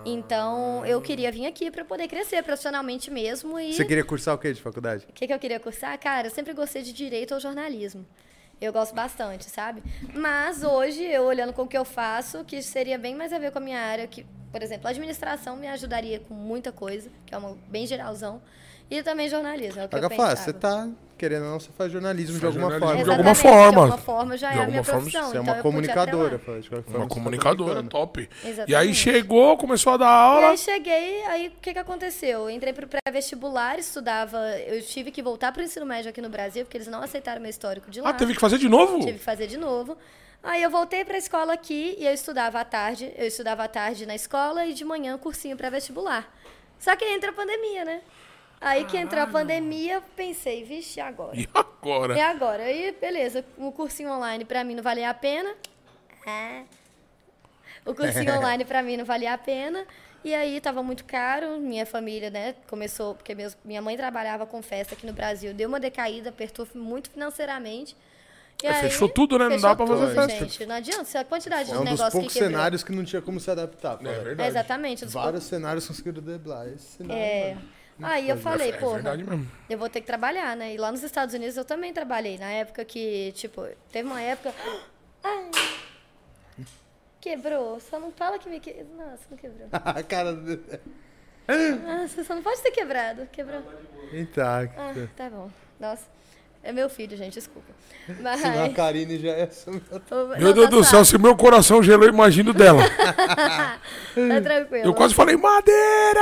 Então, eu queria vir aqui pra poder crescer profissionalmente mesmo e... Você queria cursar o quê de faculdade? O que, que eu queria cursar? Cara, eu sempre gostei de direito ou jornalismo. Eu gosto bastante, sabe? Mas hoje, eu olhando com o que eu faço, que seria bem mais a ver com a minha área, que por exemplo, a administração me ajudaria com muita coisa, que é uma bem geralzão. E também jornalismo, é o que Paga eu pensava. fácil, você tá querendo ou não, você faz jornalismo de Faz alguma jornalismo forma. de alguma Exatamente, forma. De alguma forma já De é a minha alguma forma, profissão. Você é então uma eu podia comunicadora, atrelar. faz de qualquer forma, Uma você tá comunicadora, comunicando. top. Exatamente. E aí chegou, começou a dar E aula. aí cheguei, aí o que que aconteceu? Eu entrei pro pré-vestibular, estudava, eu tive que voltar pro ensino médio aqui no Brasil, porque eles não aceitaram meu histórico de lá. Ah, teve que fazer de novo? Tive que fazer de novo. Aí eu voltei pra escola aqui e eu estudava à tarde, eu estudava à tarde na escola e de manhã cursinho pré-vestibular. Só que entra a pandemia, né? Aí que entrou a pandemia, eu pensei, vixe, e agora? E agora? E agora? Aí, beleza, o cursinho online pra mim não valia a pena. É. O cursinho online pra mim não valia a pena. E aí tava muito caro, minha família, né, começou, porque meus, minha mãe trabalhava com festa aqui no Brasil, deu uma decaída, apertou muito financeiramente. E É, aí, fechou tudo, né? Não fechou dá pra fazer tudo, festa. gente. Não adianta, a quantidade É de um dos negócio poucos que quebrou. cenários que não tinha como se adaptar. É É verdade. É, exatamente. dos Vários cenários conseguiram driblar. Esse cenário, É. mano. Aí eu falei, É porra, verdade mesmo. eu vou ter que trabalhar, né? E lá nos Estados Unidos eu também trabalhei. Na época que, tipo, teve uma época. Ai, quebrou. Só não fala que me quebrou. Nossa, não quebrou. A cara do... Nossa, só não pode ter quebrado. Quebrou. Eita, Ah, tá bom. Nossa. É meu filho, gente, desculpa. Mas. senão a Karine já é... Meu Deus do céu, se meu coração gelou, eu imagino dela. Tá tranquilo. Eu quase falei, madeira!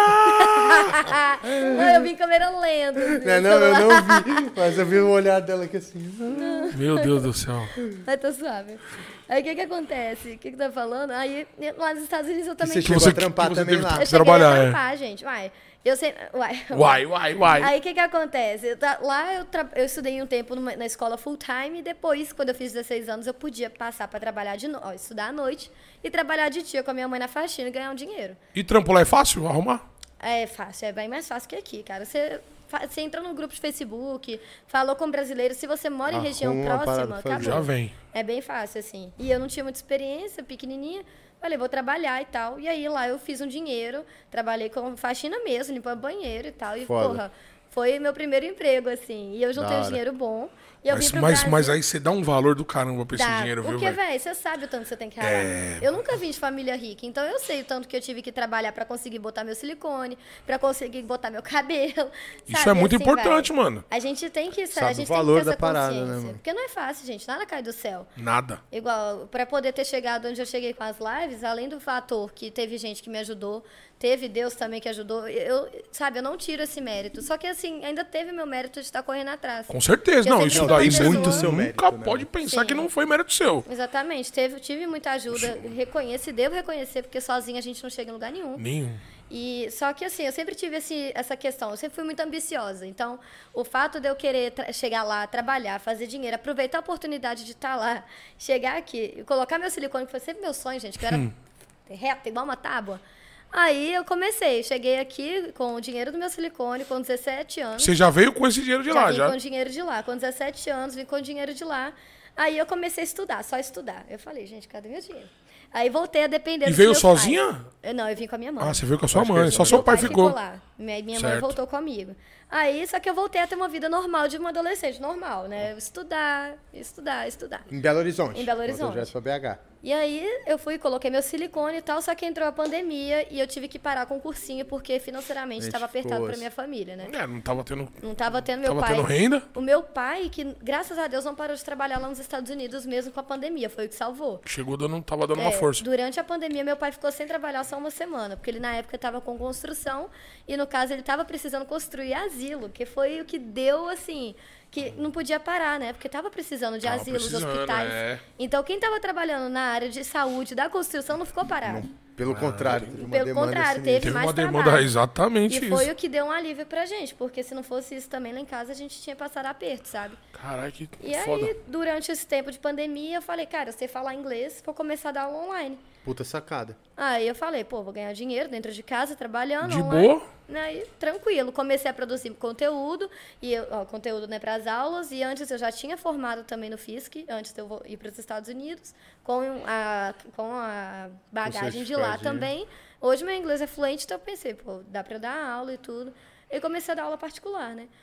Não, eu vim câmera lenta. assim, Não, não, eu não vi. Mas eu vi o olhar dela aqui assim. Meu Deus do céu. Mas tá suave. Aí o que que acontece? O que que tá falando? Aí lá nos Estados Unidos eu também... você Que chegou você- a trampar que você também teve lá. que Eu cheguei trabalhar, a é. trampar, gente. Uai, eu sei... Uai, Uai, uai, uai. Aí o que que acontece? Eu tá- lá eu, tra- eu estudei um tempo numa- na escola full time e depois, quando eu fiz dezesseis anos, eu podia passar pra trabalhar de noite, estudar à noite e trabalhar de dia com a minha mãe na faxina e ganhar um dinheiro. E trampo lá é fácil arrumar? É fácil, é bem mais fácil que aqui, cara. Você, fa- você entra no grupo de Facebook, falou com brasileiros, se você mora em Arruma região uma parada próxima, pra fazer. acabou. Já vem. É bem fácil, assim. E eu não tinha muita experiência, pequenininha. Falei, vou trabalhar e tal. E aí lá eu fiz um dinheiro, trabalhei com faxina mesmo, limpando banheiro e tal. E, Foda. porra, foi meu primeiro emprego, assim. E eu juntei Da um hora. dinheiro bom. E eu Mas, vim pro mas, Brasil. mas aí você dá um valor do caramba pra esse Dá. dinheiro, viu, Porque, velho? velho, você sabe o tanto que você tem que ralar. É. Eu nunca vim de família rica, então eu sei o tanto que eu tive que trabalhar pra conseguir botar meu silicone, pra conseguir botar meu cabelo. Isso sabe? é muito Assim, importante, velho, mano. A gente tem que, Sabe a o gente valor tem que ter da essa parada, né, consciência. mano? Porque não é fácil, gente. Nada cai do céu. Nada. Igual, pra poder ter chegado onde eu cheguei com as lives, além do fator que teve gente que me ajudou, teve Deus também que ajudou, eu, sabe, eu não tiro esse mérito. Só que, assim, ainda teve meu mérito de estar correndo atrás. Com certeza. Eu Não, sempre isso fui daí uma você pessoa- muito seu nunca mérito, né, pode pensar Sim. que não foi mérito seu. Exatamente. Teve, tive muita ajuda, reconheço e devo reconhecer, porque sozinha a gente não chega em lugar nenhum. Nenhum. E, só que assim, eu sempre tive esse, essa questão, eu sempre fui muito ambiciosa. Então, o fato de eu querer tra- chegar lá, trabalhar, fazer dinheiro, aproveitar a oportunidade de estar lá, chegar aqui e colocar meu silicone, que foi sempre meu sonho, gente, que eu era Hum. reta, igual uma tábua. Aí eu comecei, cheguei aqui com o dinheiro do meu silicone, com dezessete anos. Você já veio com esse dinheiro de já lá, vim já? com dinheiro de lá. Com dezessete anos, vim com dinheiro de lá. Aí eu comecei a estudar, só estudar. Eu falei, gente, cadê meu dinheiro? Aí voltei a depender E dos veio meus sozinha? pais. Eu, não, eu vim com a minha mãe. Ah, você veio com a sua Acho que mãe. é Só só. seu Meu pai ficou. lá. Minha, minha mãe Certo. voltou comigo. Aí, só que eu voltei a ter uma vida normal de uma adolescente normal, né? Estudar, estudar, estudar. Em Belo Horizonte. Em Belo Horizonte. Já pra B H. E aí eu fui, coloquei meu silicone e tal, só que entrou a pandemia e eu tive que parar com o cursinho porque financeiramente Gente, estava apertado ficou para assim. minha família, né? É, não tava tendo. Não tava tendo meu Tava pai. tendo renda? O meu pai, que graças a Deus não parou de trabalhar lá nos Estados Unidos mesmo com a pandemia, foi o que salvou. Chegou dando, tava dando uma É, força. Durante a pandemia, meu pai ficou sem trabalhar só uma semana, porque ele na época estava com construção e, no caso, ele estava precisando construir asilo, que foi o que deu, assim, que não podia parar, né? Porque estava precisando de Tava asilos, precisando, hospitais. é. Então, quem estava trabalhando na área de saúde, da construção, não ficou parado. Pelo contrário, teve uma Pelo demanda contrário, sinistra. teve Teve mais uma demanda, trabalho. exatamente E isso. foi o que deu um alívio pra gente, porque se não fosse isso também lá em casa, a gente tinha passado aperto, sabe? Caralho, que E foda. aí, durante esse tempo de pandemia, eu falei, cara, eu sei falar inglês, vou começar a dar aula online. Puta sacada. Aí eu falei, pô, vou ganhar dinheiro dentro de casa, trabalhando De online. boa? Aí, tranquilo. Comecei a produzir conteúdo, e eu- ó, conteúdo né, para as aulas, e antes eu já tinha formado também no F I S C, antes de eu vo- ir para os Estados Unidos, com a, com a bagagem de lá certificadinho. também. Hoje meu inglês é fluente, então eu pensei, pô, dá para dar aula e tudo. E comecei a dar aula particular, né?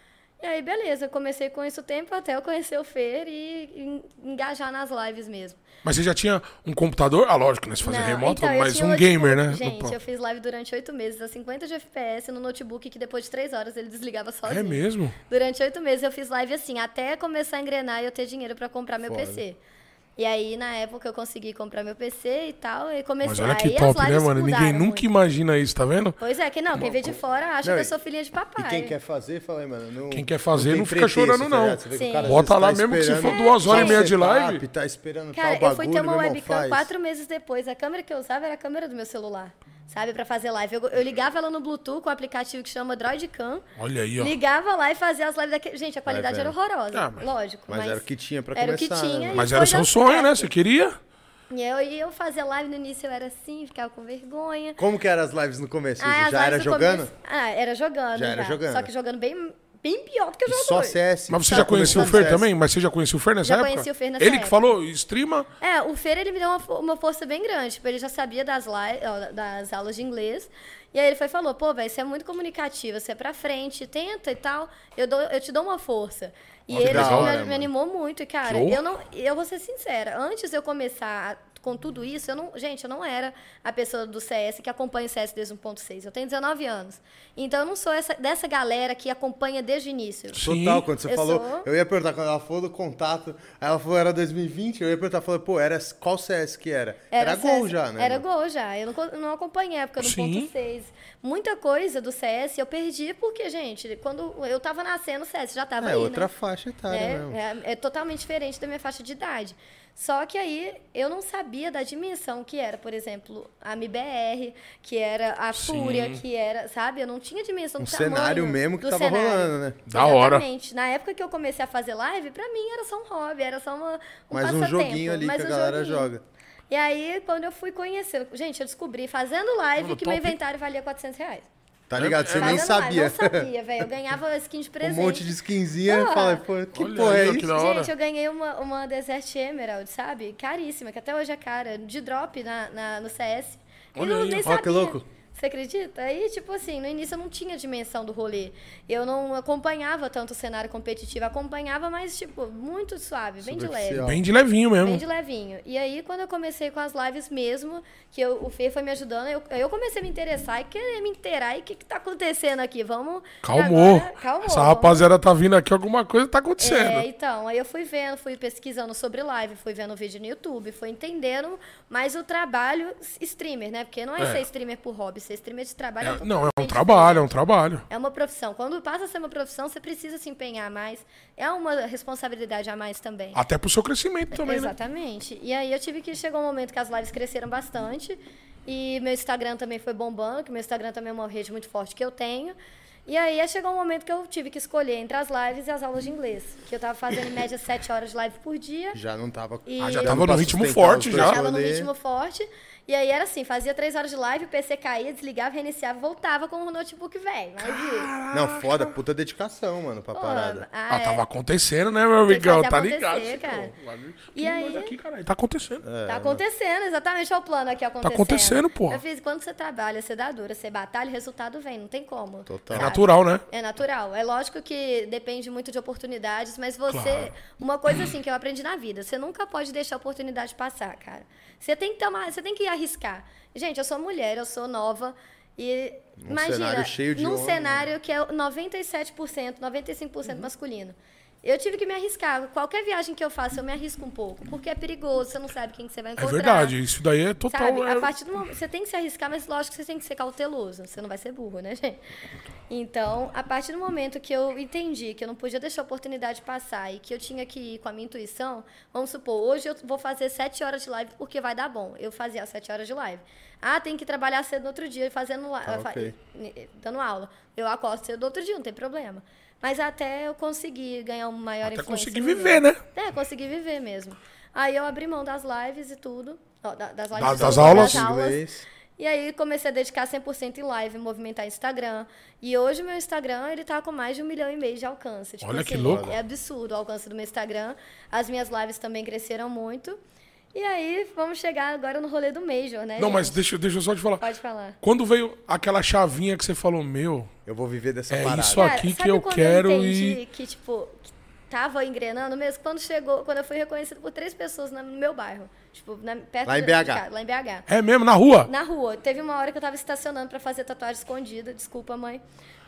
E aí, beleza, eu comecei com isso o tempo até eu conhecer o Fer e engajar nas lives mesmo. Mas você já tinha um computador? Ah, lógico, né? Você fazia Não, remoto, então, eu mas tinha um notebook. gamer, né? Gente, Opa. eu fiz live durante oito meses a cinquenta de F P S no notebook que depois de três horas ele desligava sozinho. É mesmo? Durante oito meses eu fiz live assim, até começar a engrenar e eu ter dinheiro pra comprar meu Foda. P C. E aí, na época, eu consegui comprar meu P C e tal, e comecei... Mas olha que aí top, as né, lives mano? Ninguém mudaram nunca muito. imagina isso, tá vendo? Pois é, que não, quem vê de fora acha Não, que e- eu sou filhinha de papai. E quem quer fazer, fala aí, mano. Não, Quem quer fazer tem não fica pretexto, chorando, tá não. ligado? Você vê que o Sim. cara, às Bota vezes, lá tá mesmo que se esperando for duas horas e meia de setup, live. Tá esperando Cara, tal eu fui ter bagulho, uma meu irmão, webcam faz. quatro meses depois. A câmera que eu usava era a câmera do meu celular, sabe? Pra fazer live. Eu, eu ligava ela no Bluetooth com um aplicativo que chama Droidcam. Olha aí, ó. Ligava lá e fazia as lives daquele... Gente, a qualidade vendo. era horrorosa, Ah, mas- lógico. Mas era o que tinha pra era o que começar, tinha né? e Mas foi era o seu dando sonho, certo. né? Você queria? E eu ia fazer live no início, eu era assim, ficava com vergonha. Como que eram as lives no começo? Ah, as já era lives no jogando? começo- Ah, era jogando Já era jogando. Só que jogando bem, bem pior do que eu E jogo só hoje. C S? Mas você Só já conhecia o começou Fer C S? também? Mas você já conhecia o Fer nessa Já época? conheci o Fer nessa Ele que época. falou, streama. É, o Fer, ele me deu uma, fo- uma força bem grande. Tipo, ele já sabia das, live, ó, das aulas de inglês. E aí ele foi e falou, pô, velho, você é muito comunicativa, você é pra frente, tenta e tal. Eu, dou, eu te dou uma força. E Ó, que ele da me, hora, me mano. animou muito. E, cara, Que honra. eu não. Eu vou ser sincera, antes de eu começar a- com tudo isso, eu não. Gente, eu não era a pessoa do C S que acompanha o C S desde um ponto seis. Eu tenho dezenove anos. Então eu não sou essa, dessa galera que acompanha desde o início. Sim. Total, quando você Eu falou, sou- eu ia perguntar, quando ela falou do contato, aí ela falou, era dois mil e vinte, eu ia perguntar, falei, pô, era qual C S que era? Era, C S Gol já, né? Era mano? Gol já. Eu não, co- não acompanhei a época do Sim. ponto seis. Muita coisa do C S eu perdi porque, gente, quando eu tava nascendo, o C S já tava É aí, outra né? faixa etária É, mesmo. é, é totalmente diferente da minha faixa de idade. Só que aí eu não sabia da dimensão que era, por exemplo, a M B R, que era a Sim. Fúria, que era, sabe? Eu não tinha dimensão Um do tamanho cenário mesmo que do tava cenário. rolando, né? Da hora. Exatamente. Na época que eu comecei a fazer live, pra mim era só um hobby, era só uma, um Mais um passatempo. joguinho ali mais que a um galera joguinho. joga. E aí, quando eu fui conhecer, gente, eu descobri fazendo live Mano, que meu top. inventário valia quatrocentos reais. Tá ligado? Você nem Fazendo sabia. live, não sabia, velho. Eu ganhava skin de Um presente. monte de skinzinha, eu Porra. falei, pô, que Olha porra aí, é ó, que isso? da hora. Gente, eu ganhei uma, uma Desert Emerald, sabe? Caríssima, que até hoje é cara. De drop na, na- no C S. E Olha não, aí, nem ó, que sabia. louco. Você acredita? Aí, tipo assim, no início eu não tinha dimensão do rolê. Eu não acompanhava tanto o cenário competitivo. Acompanhava, mas, tipo, muito suave, bem de leve. Superficial. Bem de levinho mesmo. Bem de levinho. E aí, quando eu comecei com as lives mesmo, que eu- o Fê foi me ajudando, eu, eu comecei a me interessar e querer me inteirar. E o que, que tá acontecendo aqui? Vamos. Calmou. Agora, calmou. Essa vamos- rapaziada tá vindo aqui, alguma coisa tá acontecendo. É, então, aí eu fui vendo, fui pesquisando sobre live, fui vendo vídeo no YouTube, fui entendendo mais o trabalho streamer, né? Porque não é, É. ser streamer por hobby, ser streamer de trabalho É, é, não, é um totalmente trabalho, é um diferente. trabalho. É uma profissão. Quando passa a ser uma profissão, você precisa se empenhar mais. É uma responsabilidade a mais também. Até pro seu crescimento também, né? Exatamente. E aí eu tive que chegar um momento que as lives cresceram bastante. E meu Instagram também foi bombando, que meu Instagram também é uma rede muito forte que eu tenho. E aí chegou um momento que eu tive que escolher entre as lives e as aulas de inglês. Que eu tava fazendo em média sete horas de live por dia. Já não tava... E- Ah, já dando tava no pra ritmo sustentar forte os já. dois Tava no rolê. ritmo forte. E aí era assim, fazia três horas de live, o P C caía, desligava, reiniciava, voltava com o notebook velho. Mas e- Não, foda, puta dedicação, mano, pra Pô, parada. Ah, é, tava acontecendo, né, meu Tem que amigão? fazer Tá acontecer, ligado? cara. Pô, bagulho- E que aí- doido aqui, caralho. Tá acontecendo. Tá acontecendo, exatamente, olha o plano aqui acontecendo. acontecendo, porra. Eu fiz, quando você trabalha, você dá dura, você batalha, o resultado vem, não tem como. Total. É sabe? natural, né? É natural. É lógico que depende muito de oportunidades, mas você... Claro. Uma coisa assim que eu aprendi na vida, você nunca pode deixar a oportunidade passar, cara. Você tem que tomar, você tem que arriscar. Gente, eu sou mulher, eu sou nova e Num imagina, cenário cheio de num homem, cenário que é noventa e sete por cento, noventa e cinco por cento masculino. Eu tive que me arriscar. Qualquer viagem que eu faço, eu me arrisco um pouco, porque é perigoso, você não sabe quem que você vai É encontrar. verdade. Isso daí é total. Sabe? é- A partir do momento, você tem que se arriscar, mas lógico que você tem que ser cauteloso. Você não vai ser burro, né, gente? Então, a partir do momento que eu entendi que eu não podia deixar a oportunidade passar e que eu tinha que ir com a minha intuição, vamos supor, hoje eu vou fazer sete horas de live porque vai dar bom. Eu fazia as sete horas de live. Ah, tem que trabalhar cedo no outro dia fazendo la- Ah, fa- ok. dando aula. Eu acordo cedo no outro dia, não tem problema. Mas até eu conseguir ganhar uma maior Até influência. conseguir no viver, meio. né? É, conseguir viver mesmo. Aí eu abri mão das lives e tudo. Ó, da- das lives, Das- das desculpa, aulas? das aulas. Inglês. E aí comecei a dedicar cem por cento em live, movimentar Instagram. E hoje meu Instagram, ele tá com mais de um milhão e meio de alcance. Tipo Olha que assim, louco. É absurdo o alcance do meu Instagram. As minhas lives também cresceram muito. E aí vamos chegar agora no rolê do Major, né, Não, gente? mas deixa, deixa eu só te falar. Pode falar. Quando veio aquela chavinha que você falou, meu, eu vou viver dessa É parada. isso aqui Cara, que eu sabe quando quero eu entendi e- que, tipo, que tava engrenando mesmo? Quando chegou, quando eu fui reconhecido por três pessoas na- no meu bairro. Tipo, na, perto Lá em de B H. casa, lá em B H. É mesmo, na rua? Na rua. Teve uma hora que eu tava estacionando pra fazer tatuagem escondida. Desculpa, mãe.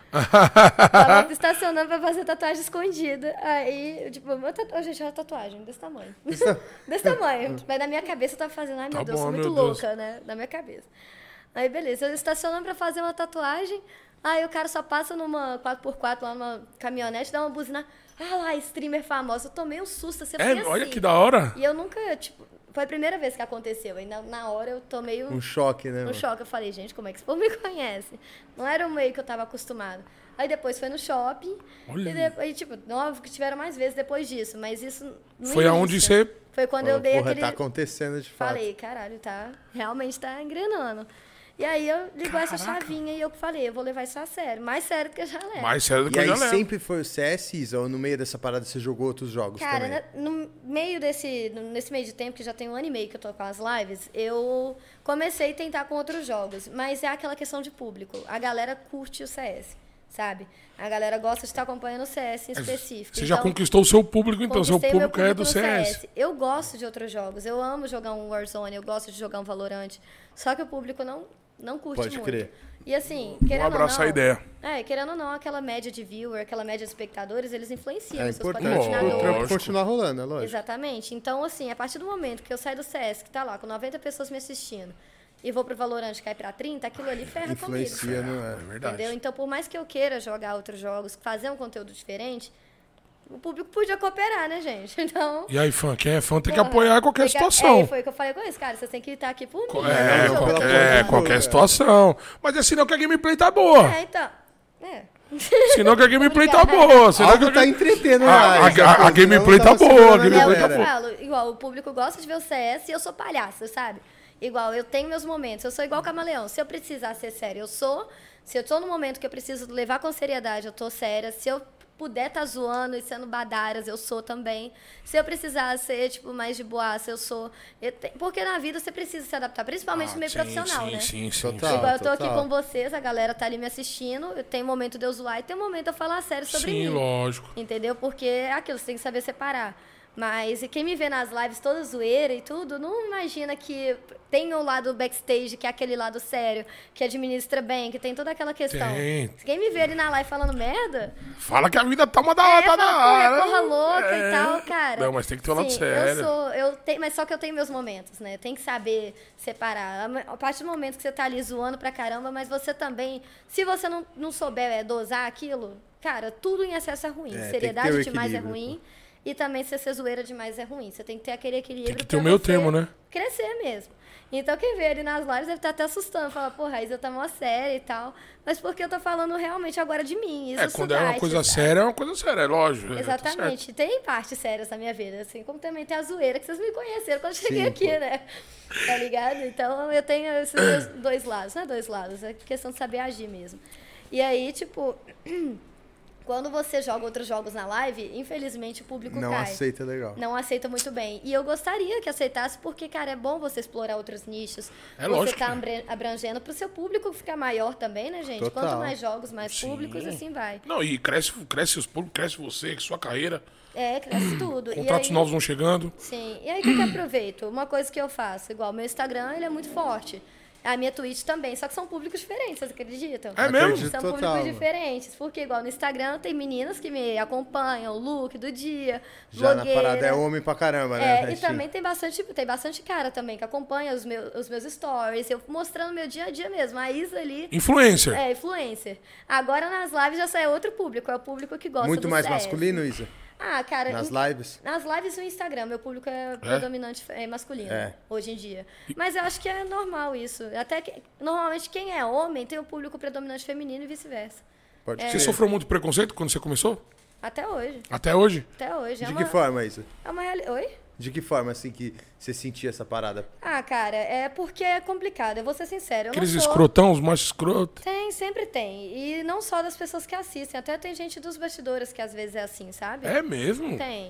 Tava estacionando pra fazer tatuagem escondida. Aí, tipo, meu tatuagem, gente, era tatuagem desse tamanho. Desse tamanho. Mas na minha cabeça eu tava fazendo, ai meu Tá Deus, bom, sou muito meu Deus. louca, né? Na minha cabeça. Aí, beleza, eu estacionando pra fazer uma tatuagem. Aí o cara só passa numa quatro por quatro lá numa caminhonete, dá uma buzina. Ah lá, streamer famosa. Eu tomei um susto, você É, foi assim. olha que da hora. E eu nunca, tipo, foi a primeira vez que aconteceu. Aí na, na hora eu tomei um, Um choque, né? um mano? choque. Eu falei, gente, como é que esse povo me conhece? Não era o meio que eu tava acostumada. Aí depois foi no shopping. Olha. E, depois, e, tipo, óbvio que tiveram mais vezes depois disso. Mas isso. no Foi aonde início. você... Foi quando eu dei Porra, aquele. tá acontecendo de fato. Falei, caralho, tá. Realmente tá engrenando. E aí eu ligou essa chavinha e eu falei, eu vou levar isso a sério. Mais sério do que eu já levo. Mais sério do que E eu já aí levo. sempre foi o C S, Isa, ou no meio dessa parada você jogou outros jogos Cara, também? né, no meio desse, no- nesse meio de tempo, que já tem um ano e meio que eu tô com as lives, eu comecei a tentar com outros jogos. Mas é aquela questão de público. A galera curte o C S, sabe? A galera gosta de estar acompanhando o C S em específico. Você já Então, conquistou o seu público, então. Seu conquistei o meu público é do no C S. Eu gosto de outros jogos. Eu amo jogar um Warzone, eu gosto de jogar um Valorant. Só que o público não, não curte Pode muito. crer. E assim, querendo ou abraçar não... a ideia. É, querendo ou não, aquela média de viewer, aquela média de espectadores, eles influenciam É os seus importante patrocinadores. pro trampo Lógico. continuar rolando, é lógico. Exatamente. Então, assim, a partir do momento que eu saio do C S, que tá lá com noventa pessoas me assistindo, e vou pro Valorant que cai pra trinta, aquilo ali ferra Influencia, comigo. não é? É verdade. Entendeu? Então, por mais que eu queira jogar outros jogos, fazer um conteúdo diferente, o público podia cooperar, né, gente? Então... E aí, fã? Quem é fã tem que porra, apoiar qualquer tem que- situação. É, foi o que eu falei com eles, cara, vocês têm que estar aqui por mim. É, Não, né? pelo amor de qualquer, Deus, qualquer é. situação. Mas é sinal que a gameplay tá boa. É, então... É. Sinal que a gameplay tá boa. Sinal que Algo a tá game- entretendo, A- né? a- a- a gameplay tá boa, a É gameplay o que tá eu boa. falo. Igual, o público gosta de ver o C S e eu sou palhaça, sabe? Igual, eu tenho meus momentos. Eu sou igual camaleão. Se eu precisar ser séria, eu sou. Se eu tô no momento que eu preciso levar com seriedade, eu tô séria. Se eu puder estar tá zoando e sendo badaras, eu sou também. Se eu precisar ser, tipo, mais de boaça, eu sou. Eu te- Porque na vida você precisa se adaptar, principalmente no meio sim, profissional, sim, né? Sim, sim, Total. Igual eu tô total. aqui com vocês, a galera tá ali me assistindo. Eu tenho momento de eu zoar e tem momento de eu falar sério sobre Sim, mim. lógico. Entendeu? Porque é aquilo, você tem que saber separar. Mas e quem me vê nas lives toda zoeira e tudo, não imagina que tem o lado backstage, que é aquele lado sério, que administra bem, que tem toda aquela questão. Tem. Quem me vê ali na live falando merda, Fala que a vida tá uma da é, tá da fala, porra, hora. porra louca É. e tal, cara. Não, mas tem que ter um lado Sim, sério. Eu sou, eu tenho, mas só que eu tenho meus momentos, né? Tem que saber separar. A partir do momento que você tá ali zoando pra caramba, mas você também, se você não, não souber é, dosar aquilo, cara, tudo em excesso é ruim. É, tem que Seriedade ter o demais é equilíbrio, ruim. E também se ser zoeira demais é ruim. Você tem que ter aquele equilíbrio. Tem que ter pra o meio você termo, né? Crescer mesmo. Então quem vê ali nas lives deve estar até assustando. Fala, porra, a Isa tá mó séria e tal. Mas porque eu tô falando realmente agora de mim. Isso É, quando é uma subarte, coisa sabe? séria, é uma coisa séria, é lógico. é, tá certo. Exatamente. Tem partes sérias na minha vida, assim, como também tem a zoeira que vocês me conheceram quando eu cheguei Sim, aqui, pô. né? Tá ligado? Então eu tenho esses dois, dois lados, não é dois lados, é questão de saber agir mesmo. E aí, tipo, quando você joga outros jogos na live, infelizmente o público Não cai. aceita legal. Não aceita muito bem. E eu gostaria que aceitasse, porque, cara, é bom você explorar outros nichos. É você lógico. tá abra- abrangendo pro seu público ficar maior também, né, gente? Total. Quanto mais jogos, mais Sim. públicos, assim vai. Não, e cresce, cresce os públicos, cresce você, sua carreira. É, cresce tudo. E Contratos aí- novos vão chegando. Sim. E aí, o que, que eu aproveito? Uma coisa que eu faço, igual, meu Instagram, ele é muito forte. A minha Twitch também, só que são públicos diferentes, vocês acreditam? É mesmo? Acredito São total, públicos mano. diferentes. Porque, igual, no Instagram tem meninas que me acompanham, o look do dia, Já na blogueira. parada é homem pra caramba, né? É, e Restinho? também tem bastante, tem bastante cara também que acompanha os meus, os meus stories, eu mostrando meu dia a dia mesmo. A Isa ali Influencer. é influencer. Agora nas lives já sai outro público, é o público que gosta Muito do mais C S. masculino, Isa? Ah, cara, Nas em- lives? nas lives no Instagram, meu público é, predominante é masculino, É. hoje em dia. Mas eu acho que é normal isso. Até que, normalmente, quem é homem tem o público predominante feminino e vice-versa. Pode É. Você crer. sofreu muito preconceito quando você começou? Até hoje. Até hoje? Até hoje. É De uma, que forma, Isa? É uma reali- Oi? De que forma, assim, que você sentia essa parada? Ah, cara, é porque é complicado. Eu vou ser sincera. Eu Aqueles não sou... escrotão, os machos escrotos. Tem, sempre tem. E não só das pessoas que assistem. Até tem gente dos bastidores que às vezes é assim, sabe? É mesmo? Tem.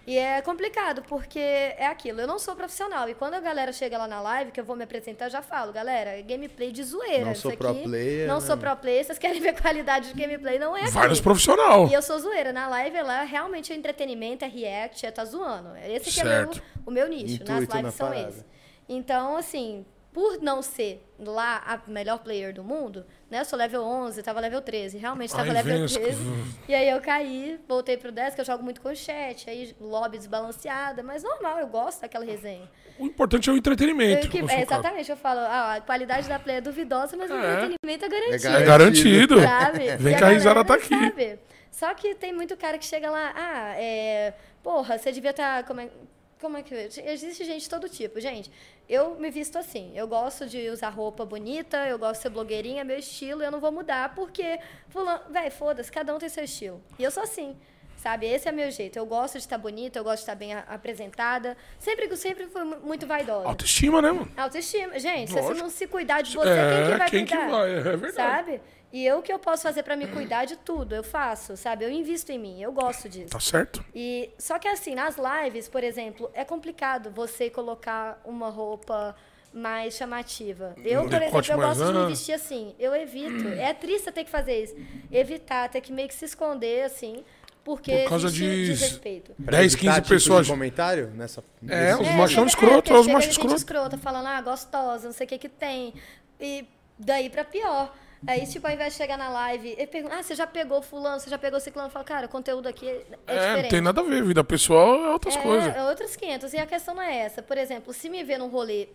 E é complicado, porque é aquilo, eu não sou profissional. E quando a galera chega lá na live, que eu vou me apresentar, eu já falo, galera, gameplay de zoeira. Não isso sou aqui, pro player, Não né? sou pro player, vocês querem ver qualidade de gameplay, não é aqui. Vai nos profissional. E eu sou zoeira. Na live, ela realmente é entretenimento, é react, é tá zoando. Esse que é meu, Certo. o meu nicho, Intuito nas lives na são parada. esses. Então, assim, por não ser lá a melhor player do mundo, né? Eu sou level onze, tava level treze. Realmente tava Aí level vem as- treze. E aí eu caí, voltei pro dez, que eu jogo muito com chat, aí lobby desbalanceada, mas normal, eu gosto daquela resenha. O importante é o entretenimento. Eu que- no seu é, caso. exatamente, eu falo, ah, a qualidade da play é duvidosa, mas o É. entretenimento é garantido. É garantido. Sabe? Vem E que a risada galera tá aqui. sabe. Só que tem muito cara que chega lá, ah, é, porra, você devia estar, como é, como é que, existe gente de todo tipo, gente, eu me visto assim, eu gosto de usar roupa bonita, eu gosto de ser blogueirinha, é meu estilo, eu não vou mudar, porque, fulano, véi, foda-se, cada um tem seu estilo, e eu sou assim. Sabe, esse é meu jeito. Eu gosto de estar bonita, eu gosto de estar bem a- apresentada. Sempre que sempre fui mu- muito vaidosa. Autoestima, né, mano? Autoestima. Gente, se você Lógico. não se cuidar de você, É, quem que vai quem que cuidar? vai? É verdade. Sabe? E eu o que eu posso fazer pra me cuidar de tudo, eu faço, sabe? Eu invisto em mim, eu gosto disso. Tá certo? E só que assim, nas lives, por exemplo, é complicado você colocar uma roupa mais chamativa. Eu, Um por exemplo, decote eu mais- gosto de ah. me vestir assim. Eu evito. É triste eu ter que fazer isso. Evitar, ter que meio que se esconder assim, porque Por causa existe de desrespeito. dez, Evitar quinze tipo pessoas. De comentário nessa. É, nesse- os É, machão chega- escroto, é, os chega machos gente escroto. escrota falando, ah, gostosa, não sei o que que tem. E daí pra pior. Aí, tipo, ao invés de chegar na live, ele pergunta, ah, você já pegou fulano, você já pegou ciclano? Eu falo, cara, o conteúdo aqui é, é É, diferente. não tem nada a ver. Vida pessoal é outras É, coisas. é outros quinhentos. E a questão não é essa. Por exemplo, se me vê num rolê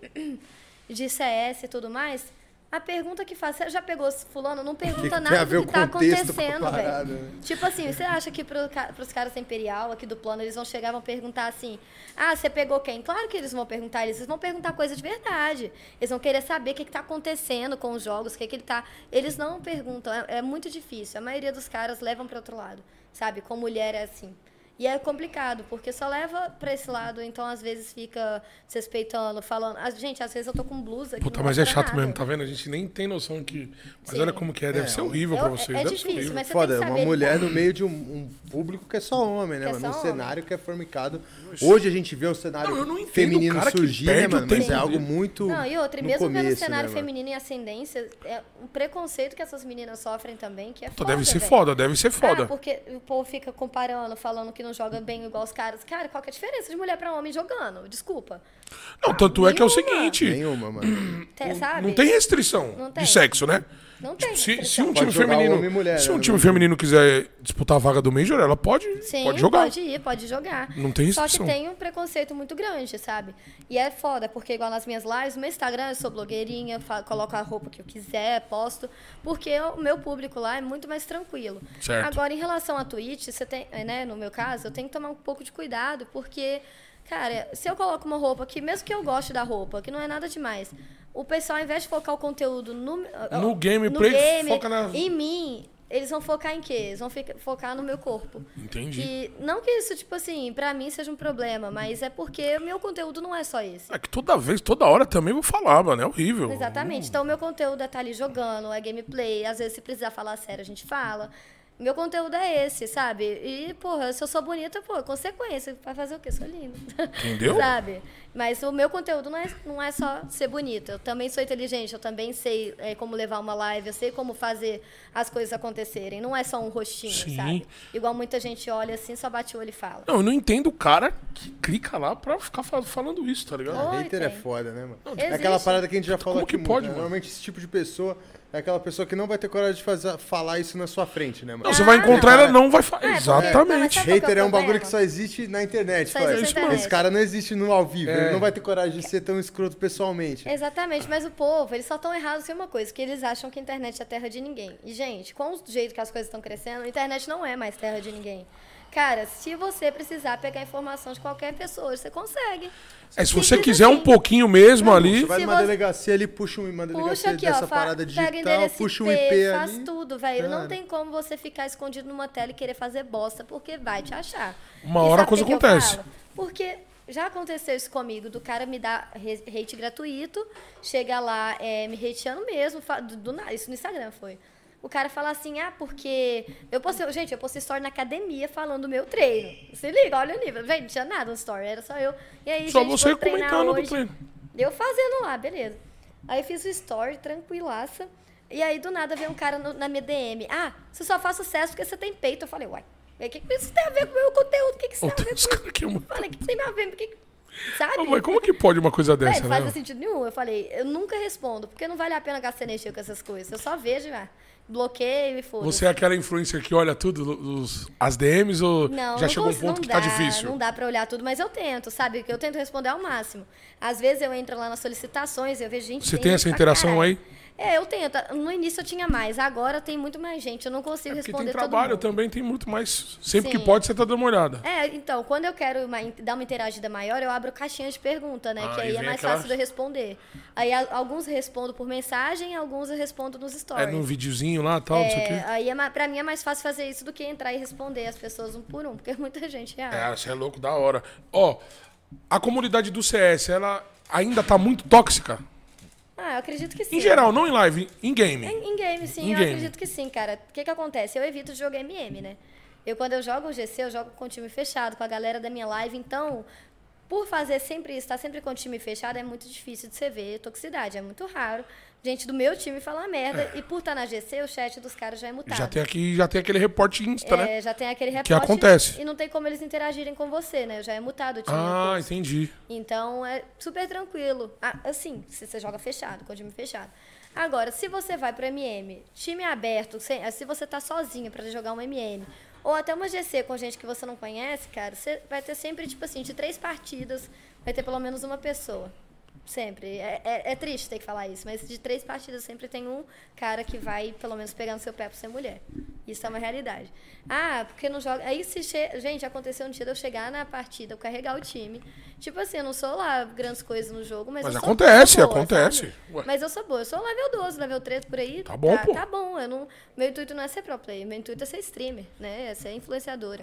de C S e tudo mais, a pergunta que faz, você já pegou esse fulano? Não pergunta Que tem nada a ver do o que tá contexto com a acontecendo, parada, velho. né? Tipo assim, você acha que pro, ca- pros caras da Imperial, aqui do plano, eles vão chegar e vão perguntar assim, ah, você pegou quem? Claro que eles vão perguntar, eles vão perguntar coisa de verdade. Eles vão querer saber o que, que tá acontecendo com os jogos, o que, que ele tá... Eles não perguntam, é, é muito difícil. A maioria dos caras levam para outro lado, sabe? Com mulher é assim. E é complicado, porque só leva pra esse lado, então às vezes fica desrespeitando, falando. Ah, gente, às vezes eu tô com blusa que Puta, não mas é mostra chato nada. mesmo, tá vendo? A gente nem tem noção que. Mas Sim. olha como que é, deve É, ser horrível é- pra é vocês. deve ser difícil, horrível. mas você Foda, tem que uma saber mulher lidar. no meio de um, um público que é só homem, né, Que é mano? Um só homem. cenário que é formicado. Hoje a gente vê um cenário Não, eu não entendo feminino o cara que surgir, né, perde o mano? Mas tempo é algo dele. muito. Não, e outra, e no mesmo vendo começo, o cenário né, mano? feminino em ascendência, é um preconceito que essas meninas sofrem também, que é Puta, foda, deve ser velho. foda, deve ser Ah, foda. porque o povo fica comparando, falando que não joga bem igual os caras. Cara, qual que é a diferença de mulher pra homem jogando? Desculpa. Não, tanto é que é o nenhuma. seguinte: Nenhuma, mano. Te- sabe? não tem restrição Não tem. de sexo, né? Não tem Se, se restrição. um Pode time jogar feminino. homem e mulher, se né, um no time mesmo feminino quiser disputar a vaga do Major, ela pode, Sim, pode jogar. pode ir, pode jogar. Não tem Só que restrição. tem um preconceito muito grande, sabe? E é foda, porque igual nas minhas lives, no meu Instagram eu sou blogueirinha, fa- coloco a roupa que eu quiser, posto, porque o meu público lá é muito mais tranquilo. Certo. Agora, em relação à Twitch, você tem, né, no meu caso, eu tenho que tomar um pouco de cuidado, porque, cara, se eu coloco uma roupa que, mesmo que eu goste da roupa, que não é nada demais, o pessoal, ao invés de focar o conteúdo no, No gameplay, game, foca na- em mim, eles vão focar em quê? Eles vão fica- focar no meu corpo. Entendi. E não que isso, tipo assim, pra mim seja um problema, mas é porque o meu conteúdo não é só esse. É que toda vez, toda hora também vou falar, mano. É horrível. Exatamente. Então, o meu conteúdo é estar ali jogando, é gameplay. Às vezes, se precisar falar sério, a gente fala. Meu conteúdo é esse, sabe? E, porra, se eu sou bonita, pô, consequência. Vai fazer o quê? Sou linda. Entendeu? Sabe? Mas o meu conteúdo não é, não é só ser bonita. Eu também sou inteligente, eu também sei é, como levar uma live, eu sei como fazer as coisas acontecerem. Não é só um rostinho, Sim. sabe? Igual muita gente olha assim, só bate o olho e fala. Não, eu não entendo o cara que clica lá pra ficar fa- falando isso, tá ligado? Oi, Hater é tem. foda, né, mano? Existe. É aquela parada que a gente já falou Como aqui que pode, muito, né? mano? Normalmente esse tipo de pessoa é aquela pessoa que não vai ter coragem de fazer, falar isso na sua frente, né, mano? Não, você vai Ah, encontrar, não. ela não vai falar. É, porque- Exatamente. Não, mas sabe qual Hater que é é o um bagulho problema? que só existe na internet. Só fala. existe na internet. Esse cara não existe no ao vivo, É. ele não vai ter coragem de ser tão escroto pessoalmente. Exatamente, mas o povo, eles só estão errados em uma coisa, que eles acham que a internet é terra de ninguém. E, gente, com o jeito que as coisas estão crescendo, a internet não é mais terra de ninguém. Cara, se você precisar pegar informação de qualquer pessoa, você consegue. É, se Simples você quiser assim. um pouquinho mesmo ali. Você vai Se numa você- delegacia ali, puxa uma Puxa delegacia aqui, ó, dessa fa- parada pega digital, endereço puxa I um I P faz ali. tudo, velho. Não Cara. tem como você ficar escondido numa tela e querer fazer bosta, porque vai te achar. Uma E hora sabe a coisa por que que eu acontece. falo? Porque já aconteceu isso comigo, do cara me dar re- hate gratuito, chega lá é, me hateando mesmo, fa- do, do nada, isso no Instagram foi. o cara fala assim, ah, porque... Eu postei, gente, eu postei story na academia falando do meu treino. Se liga, olha o nível. Gente, não tinha nada no story, era só eu. E aí, Só gente, você vou treinar comentando do hoje. treino. Eu fazendo lá, beleza. Aí fiz o story, tranquilaça. E aí, do nada, veio um cara no, na minha D M. Ah, você só faz sucesso porque você tem peito. Eu falei, uai, o que, que isso tem a ver com o meu conteúdo? O que, que isso Ô, tem a tem ver uns com caras que é muito- Eu falei, o que que tem a ver? Porque, sabe? Ô, mãe, como que pode uma coisa Véi, dessa, não faz né? sentido nenhum. Eu falei, eu nunca respondo, porque não vale a pena gastar energia com essas coisas. Eu só vejo, ah, bloqueio e foda-se. Você é aquela influencer que olha tudo, os, as D Ms, ou Não, já não chegou um consigo, ponto não que dá, tá difícil? Não dá pra olhar tudo, mas eu tento, sabe? Que eu tento responder ao máximo. Às vezes eu entro lá nas solicitações, eu vejo gente... Você tem essa pra interação caralho. aí? É, eu tento. No início eu tinha mais, agora tem muito mais gente. Eu não consigo É porque responder tem trabalho todo mundo. também, tem muito mais. Sempre Sim. que pode, você tá dando uma olhada. É, então, quando eu quero uma- dar uma interagida maior, eu abro caixinha de pergunta, né? Ah, que e aí é vem mais aquela- fácil de eu responder. Aí a- alguns eu respondo por mensagem, alguns eu respondo nos stories. É num videozinho lá, tal, não sei o É, quê. aí é, ma- pra mim é mais fácil fazer isso do que entrar e responder as pessoas um por um, porque muita gente reage. É, você é louco, da hora. Ó, a comunidade do C S, ela ainda tá muito tóxica? Ah, eu acredito que sim. Em geral, não em live, em game. Em, em game, sim, Em eu game. acredito que sim, cara. O que que acontece? Eu evito jogar M M, né? Eu, quando eu jogo o G C, eu jogo com o time fechado, com a galera da minha live. Então, por fazer sempre isso, estar sempre com o time fechado, é muito difícil de você ver toxicidade. É muito raro gente do meu time falar merda. E por estar na G C, o chat dos caras já é mutado. Já tem aqui, já tem aquele reporte Insta, né? É, já tem aquele reporte. Que acontece. E não tem como eles interagirem com você, né? Já é mutado o time. Ah, depois. entendi. Então é super tranquilo. Ah, assim, se você joga fechado, com o time fechado. Agora, se você vai pro M M, time aberto, se, se você tá sozinho pra jogar um M M, ou até uma G C com gente que você não conhece, cara, você vai ter sempre, tipo assim, de três partidas, vai ter pelo menos uma pessoa. Sempre. É, é, é triste ter que falar isso, mas de três partidas sempre tem um cara que vai, pelo menos, pegar no seu pé por ser mulher. Isso é uma realidade. Ah, porque não joga. Aí se. Che... Gente, aconteceu um dia de eu chegar na partida, eu carregar o time. Tipo assim, eu não sou lá grandes coisas no jogo, mas. Mas eu sou, acontece, eu sou boa, acontece. sabe? Ué. Mas eu sou boa. Eu sou level doze, level treze por aí. Tá bom, tá, pô. Tá bom. Eu não... Meu intuito não é ser pro player, meu intuito é ser streamer, né? É ser influenciadora.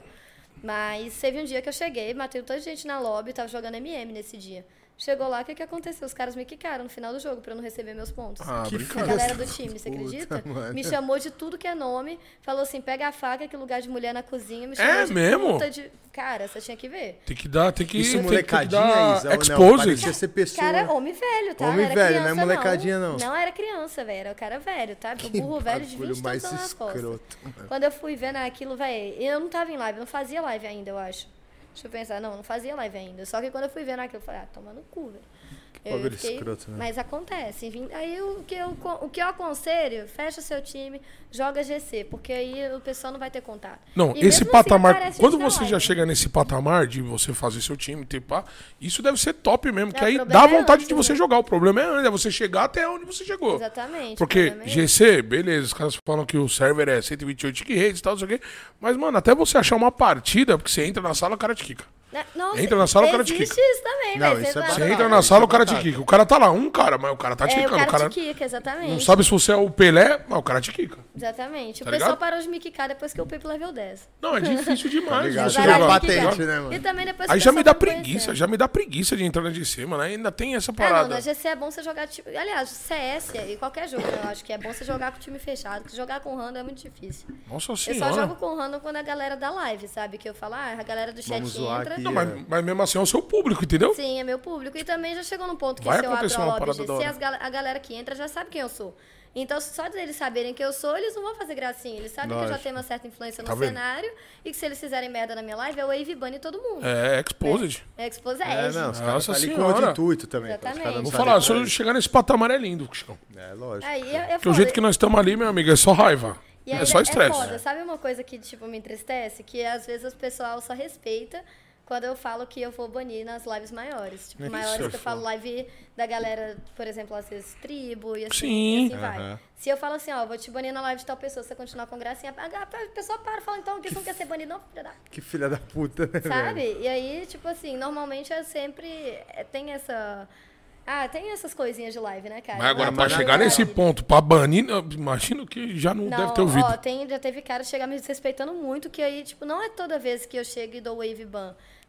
Mas teve um dia que eu cheguei, matei toda a gente na lobby, tava jogando M M nesse dia. Chegou lá, o que, que aconteceu? Os caras me quicaram no final do jogo pra eu não receber meus pontos. Ah, Que A brincadeira. galera do time, você Puta, acredita? mano. Me chamou de tudo que é nome, falou assim, pega a faca, que lugar de mulher na cozinha, me chamou É de mesmo? puta de... Cara, você tinha que ver. Tem que dar, tem que, Isso tem, tem que molecadinha, dar Isa, ou não? exposed. Parecia ser pessoa. Cara, homem velho, tá? Homem não era velho, criança, não é molecadinha, não. Não era criança, velho, era o cara velho, tá? O Que burro velho de bagulho vinte mais tantos nas costas. escroto, mano. Quando eu fui vendo aquilo, velho, eu não tava em live, eu não fazia live ainda, eu acho. Deixa eu pensar, não, não fazia live ainda. Só que quando eu fui vendo aquilo, eu falei, ah, toma no cu, velho. Eu Bagulho fiquei- escroto, né? Mas acontece. enfim. Aí o que, eu, o que eu aconselho, fecha o seu time, joga G C, porque aí o pessoal não vai ter contato. Não, E esse mesmo patamar. assim, aparece Quando gente na você já live. chega nesse patamar de você fazer seu time, ter pá, isso deve ser top mesmo. Que É, o aí problema dá é vontade antes, de você né? jogar. O problema é antes, é você chegar até onde você chegou. Exatamente. o Porque problema é G C, beleza, os caras falam que o server é cento e vinte e oito gigahertz e tal, não sei o quê. Mas, mano, até você achar uma partida, porque você entra na sala, o cara te quica. Né? Nossa, Entra na sala, o cara te existe quica. isso também, Não, velho. isso é tá- Você Batata. entra na isso sala, é o cara te batata. quica. O cara tá lá, um cara, mas o cara tá te É, o quicando. cara, O cara te quica, exatamente. não sabe se você é o Pelé, mas o cara te quica. Exatamente. Tá o pessoal ligado? parou de me quicar depois que eu fui pro level dez. Não, é difícil Tá demais. ligado? você Vai Tirar lá jogar. me quicar. patente, né, mano? E também depois Aí que já o me dá pessoal foi preguiça, conhecendo. já me dá preguiça de entrar na G C, mano. Ainda tem essa Ah, não, parada. na G C é bom você jogar, tipo, aliás, C S e qualquer jogo, eu acho que é bom você jogar com o time fechado, porque jogar com random é muito difícil. Nossa Eu só senhora. jogo com random quando a galera da live, sabe? Que eu falo, ah, a galera do chat Vamos zoar entra. aqui. Não, mas, mas mesmo assim é o seu público, entendeu? Sim, é meu público. E também já chegou num ponto que Vai se eu abro acontecer a uma lobby parada G da C, hora. as gal- a galera que entra já sabe quem eu sou. Então, só deles saberem quem eu sou, eles não vão fazer gracinha. Eles sabem que eu já Lógico. tenho uma certa influência no Tá vendo? cenário e que se eles fizerem merda na minha live, é o wave ban e todo mundo. É, exposed. É expose É, edge. não, os caras Nossa tá ali com senhora. outro intuito também. pô, os Exatamente. caras não Vou sabem falar, se qual eu chegar nesse patamar é lindo, Chico. é. É, lógico. Aí é, é Porque o foda. jeito que nós estamos ali, meu amigo, é só raiva. E É ainda só estresse. É foda. Sabe uma coisa que, tipo, me entristece? Que às vezes o pessoal só respeita quando eu falo que eu vou banir nas lives maiores. Tipo, Isso maiores é que eu falo live da galera, por exemplo, às vezes tribo e assim, Sim. e assim vai. Aham. Se eu falo assim, ó, vou te banir na live de tal pessoa, se você continuar com gracinha, a a pessoa para e fala, então, que você não quer ser banido, não, filha da... Que filha da puta, né, Sabe? velho? E aí, tipo assim, normalmente é sempre... é, tem essa... Ah, tem essas coisinhas de live, né, cara? Mas agora, Não, pra não, chegar não, nesse não. ponto, pra banir, eu imagino que já não, Não, deve ter ouvido. ó, tem, já teve cara chegar me desrespeitando muito, que aí, tipo, não é toda vez que eu chego e dou wave ban.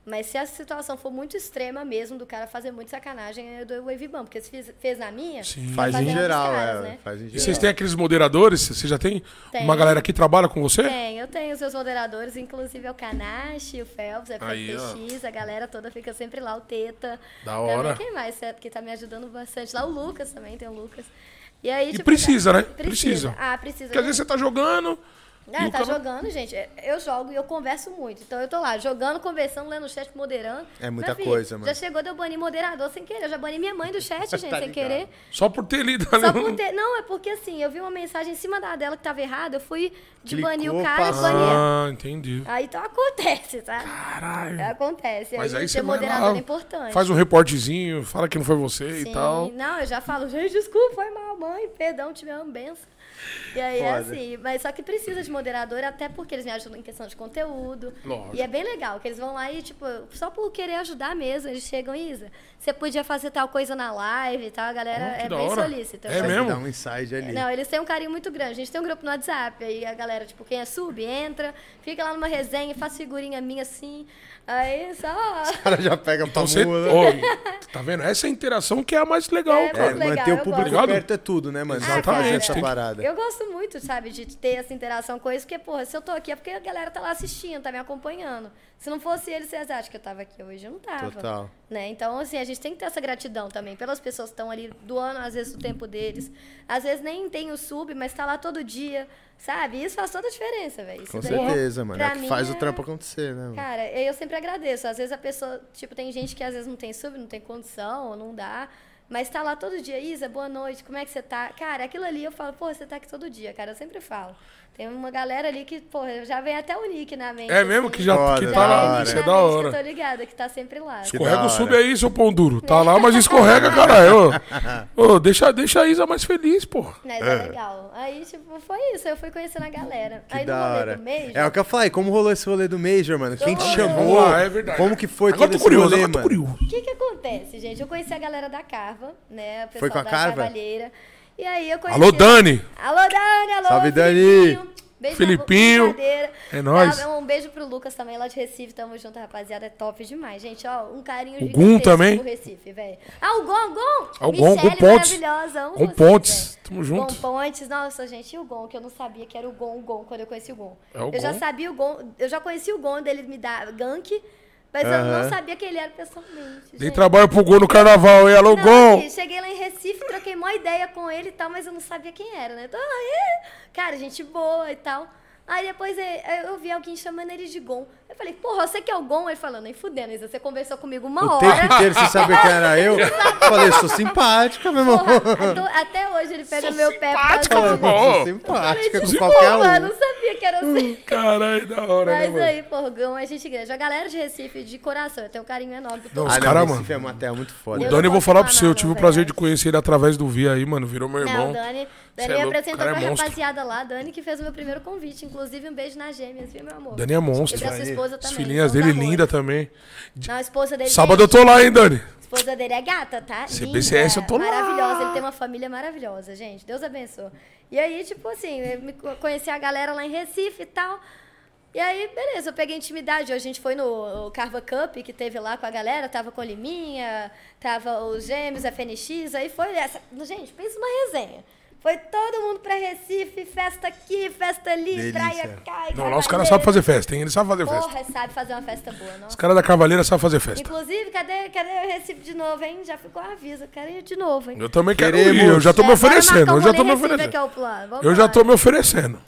Mas se a situação for muito extrema mesmo, do cara fazer muito sacanagem, eu dou o wave ban. Porque se fez, fez na minha, Sim. Faz vai em fazer na dos geral, caras, é. né? Faz em E geral. vocês têm aqueles moderadores? Você já tem Tem. uma galera que trabalha com você? Tem, eu tenho os meus moderadores, inclusive é o Kanashi, o Phelps, é Aí, o P X, a galera toda fica sempre lá, o Teta. Da hora. Também, quem mais é, que tá me ajudando bastante lá? O Lucas também, tem o Lucas. E aí, E tipo, precisa, né? Precisa. Precisa. Ah, precisa. Porque às vezes você tá jogando... Ah, e o tá cara- jogando, gente. Eu jogo e eu converso muito. Então eu tô lá, jogando, conversando, lendo o chat, moderando. É muita Minha filha, coisa, mano. Já chegou de eu banir moderador sem querer. Eu já bani minha mãe do chat, gente, Tá sem ligado. querer. Só por ter lido Só ali. por ter... Não, é porque assim, eu vi uma mensagem em cima da dela que tava errada, eu fui de Clicou, banir o cara e passou. banir. Ah, entendi. Aí então acontece, tá? Caralho. Acontece. Mas aí aí você ser vai moderador lá, é importante. faz um reportezinho, fala que não foi você Sim. e tal. Não, eu já falo, gente, desculpa, foi mal, mãe, perdão, te amo, benção. E aí é Foda. assim, mas só que precisa de moderador, até porque eles me ajudam em questão de conteúdo. Lógico. E é bem legal, que eles vão lá e, tipo, só por querer ajudar mesmo, eles chegam, Isa, você podia fazer tal coisa na live e tal, a galera Oh, que é da bem hora. solícita. É Então, mesmo? Dá um inside ali. Não, eles têm um carinho muito grande. A gente tem um grupo no WhatsApp, aí a galera, tipo, quem é sub, entra, fica lá numa resenha, faz figurinha minha assim, aí só... O cara já pega pra Então você. mula. Ó, tá vendo? Essa é a interação que é a mais legal, É, cara. É, legal, manter eu o público gosto. perto é tudo, né, mano? Exatamente, Fazer cara, essa tem que- parada. Eu gosto muito, sabe, de ter essa interação com eles, porque, porra, se eu tô aqui é porque a galera tá lá assistindo, tá me acompanhando. Se não fosse eles, vocês acham que eu tava aqui hoje? Eu não tava. Total. Né? Então, assim, a gente tem que ter essa gratidão também pelas pessoas que estão ali doando, às vezes, o tempo deles. Às vezes nem tem o sub, mas tá lá todo dia, sabe? Isso faz toda a diferença, velho. Isso Com daí, certeza, mano. É pra que mim, faz o é- trampo acontecer, né, mano? Cara, eu sempre agradeço. Às vezes a pessoa, tipo, tem gente que às vezes não tem sub, não tem condição, ou não dá. Mas tá lá todo dia, Isa, boa noite, como é que você tá? Cara, aquilo ali eu falo, pô, você tá aqui todo dia, cara, eu sempre falo. Tem uma galera ali que, pô, já vem até o nick na mente. É mesmo assim. que já Foda, que da tá Já lá. vem o hora. nick Isso é na da mente, hora. que eu tô ligada, que tá sempre lá. Escorrega da o sub hora. aí, seu pão duro. Tá lá, mas escorrega, caralho. Ô, ô, deixa, deixa a Isa mais feliz, pô. Mas é legal. Aí, tipo, foi isso, eu fui conhecendo a galera. Que aí da no rolê hora. do Major, É o que eu falei, como rolou esse rolê do Major, mano? Quem te Vamos chamou? lá, é verdade. Como que foi Agora todo tô esse curioso, rolê, agora tô mano? curioso. O que que acontece, gente? Eu conheci a galera da Carva, né? O pessoal Foi com a da Carva? Carvalheira. E aí eu conheci... Alô, Dani. Alô, Dani! Alô, Salve, Dani! Filipinho. Beijo Filipinho. na brincadeira. É nóis. Tá, um beijo pro Lucas também, lá de Recife. Tamo junto, rapaziada. É top demais, gente. Ó, um carinho O gigantesco Gum também. pro Recife, velho. Ah, o Gon, o Gon! Ah, o Gon, Michele, Gon Pontes. maravilhosa. Amo Gon vocês, Pontes. velho. Tamo junto. Gon Pontes. Nossa, gente, e o Gon, que eu não sabia que era o Gon, o Gon, quando eu conheci o Gon. É o eu já Gon. sabia o Gon, eu já conheci o Gon dele me dar gank, mas eu Aham. não sabia que ele era pessoalmente. Dei gente. trabalho pro Gol no carnaval, hein? Alô, Não, Gol. aqui, cheguei lá em Recife, troquei uma ideia com ele e tal, mas eu não sabia quem era, né? Então, aí, cara, gente boa e tal. Aí depois é, eu vi alguém chamando ele de Gon. Eu falei, porra, você que é o Gon? Ele falou, nem fudendo, Isa, você conversou comigo uma O hora. tempo inteiro você sabia quem era eu? Falei, sou simpática, meu irmão. Porra, até, até hoje ele pega meu pé por causa simpática, do meu Gon. irmão. Sou Ó. simpática com Tipo, qualquer porra, eu não um. sabia que era assim. Caralho, da hora, né, Mas mano? aí, porra, o Gon é gente grande. A galera de Recife, de coração, eu tenho um carinho enorme por Não, todos. os Ah, cara, não, mano. Recife é uma terra muito O foda. Eu Dani, eu não vou posso falar pra falar você, eu nada, tive o velho. prazer de conhecer ele através do Via aí, mano. Virou meu Não, irmão. o Dani, Cê Dani é me louco, apresentou cara é pra monstro. rapaziada lá, Dani que fez o meu primeiro convite. Inclusive, um beijo nas gêmeas, viu, meu amor? Dani é monstro. E pra sua esposa As também. filhinhas são dele os amores. linda também. Não, a esposa dele. Sábado eu gente, tô lá, hein, Dani? A esposa dele é gata, tá? C Linda, B C S eu tô lá. maravilhosa. Ele tem uma família maravilhosa, gente. Deus abençoe. E aí, tipo assim, eu me conheci a galera lá em Recife e tal. E aí, beleza, eu peguei intimidade. Hoje a gente foi no Carva Cup, que teve lá com a galera. Tava com a Liminha, tava os gêmeos, a F N X. Aí foi essa. Gente, pensa uma resenha. Foi todo mundo pra Recife, festa aqui, festa ali, Delícia. praia cá. e Não, lá os caras Carvalheira. sabem fazer festa, hein? Eles sabem fazer festa. Porra, sabe fazer uma festa boa, Os nossa. caras da Cavaleira sabem fazer festa. Inclusive, cadê, cadê o Recife de novo, hein? Já ficou um aviso, eu quero ir de novo, hein? Eu também quero Queremos. ir, eu já tô me É, bora marcar oferecendo, um eu já rolê tô me Recife oferecendo. aqui ao plano, vamos Eu já lá. tô me oferecendo.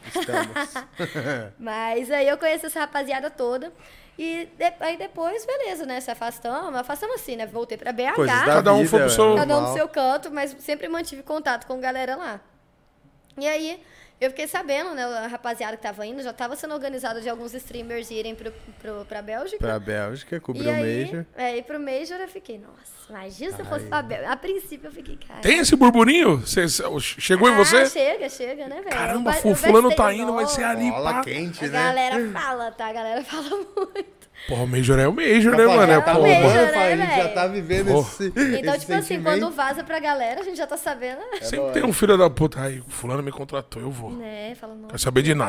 Mas aí eu conheci essa rapaziada toda. E de- aí depois, beleza, né? Se afastamos, afastamos assim, né? Voltei pra B H. Coisas da Cada um vida, foi pro seu- Cada um normal. no seu canto, mas sempre mantive contato com a galera lá. E aí, eu fiquei sabendo, né? A rapaziada que tava indo, já tava sendo organizada de alguns streamers irem pro, pro, pra Bélgica. Pra Bélgica, E cobriu o aí, Major. é, e pro Major eu fiquei, nossa, imagina se eu fosse pra Bélgica. A princípio eu fiquei, cara. Tem esse burburinho? Cê- cê- chegou em Ah, você? chega, chega, né, velho? Caramba, Eu ba- eu fu- fulano tá backstage, indo, vai ser ali, Bola pá. quente, A né? galera fala, tá? A galera fala muito. Porra, o Major é o Major, né, Rapaziada, mano? É, tá pô, Major, bombando, mano. né, fala, a gente já velho? tá vivendo Porra. esse Então, esse tipo assim, sentimento. quando vaza pra galera, a gente já tá sabendo, né? Sempre tem um filho da puta. Aí, fulano me contratou, eu vou. Né, fala, não. Quer saber de nada.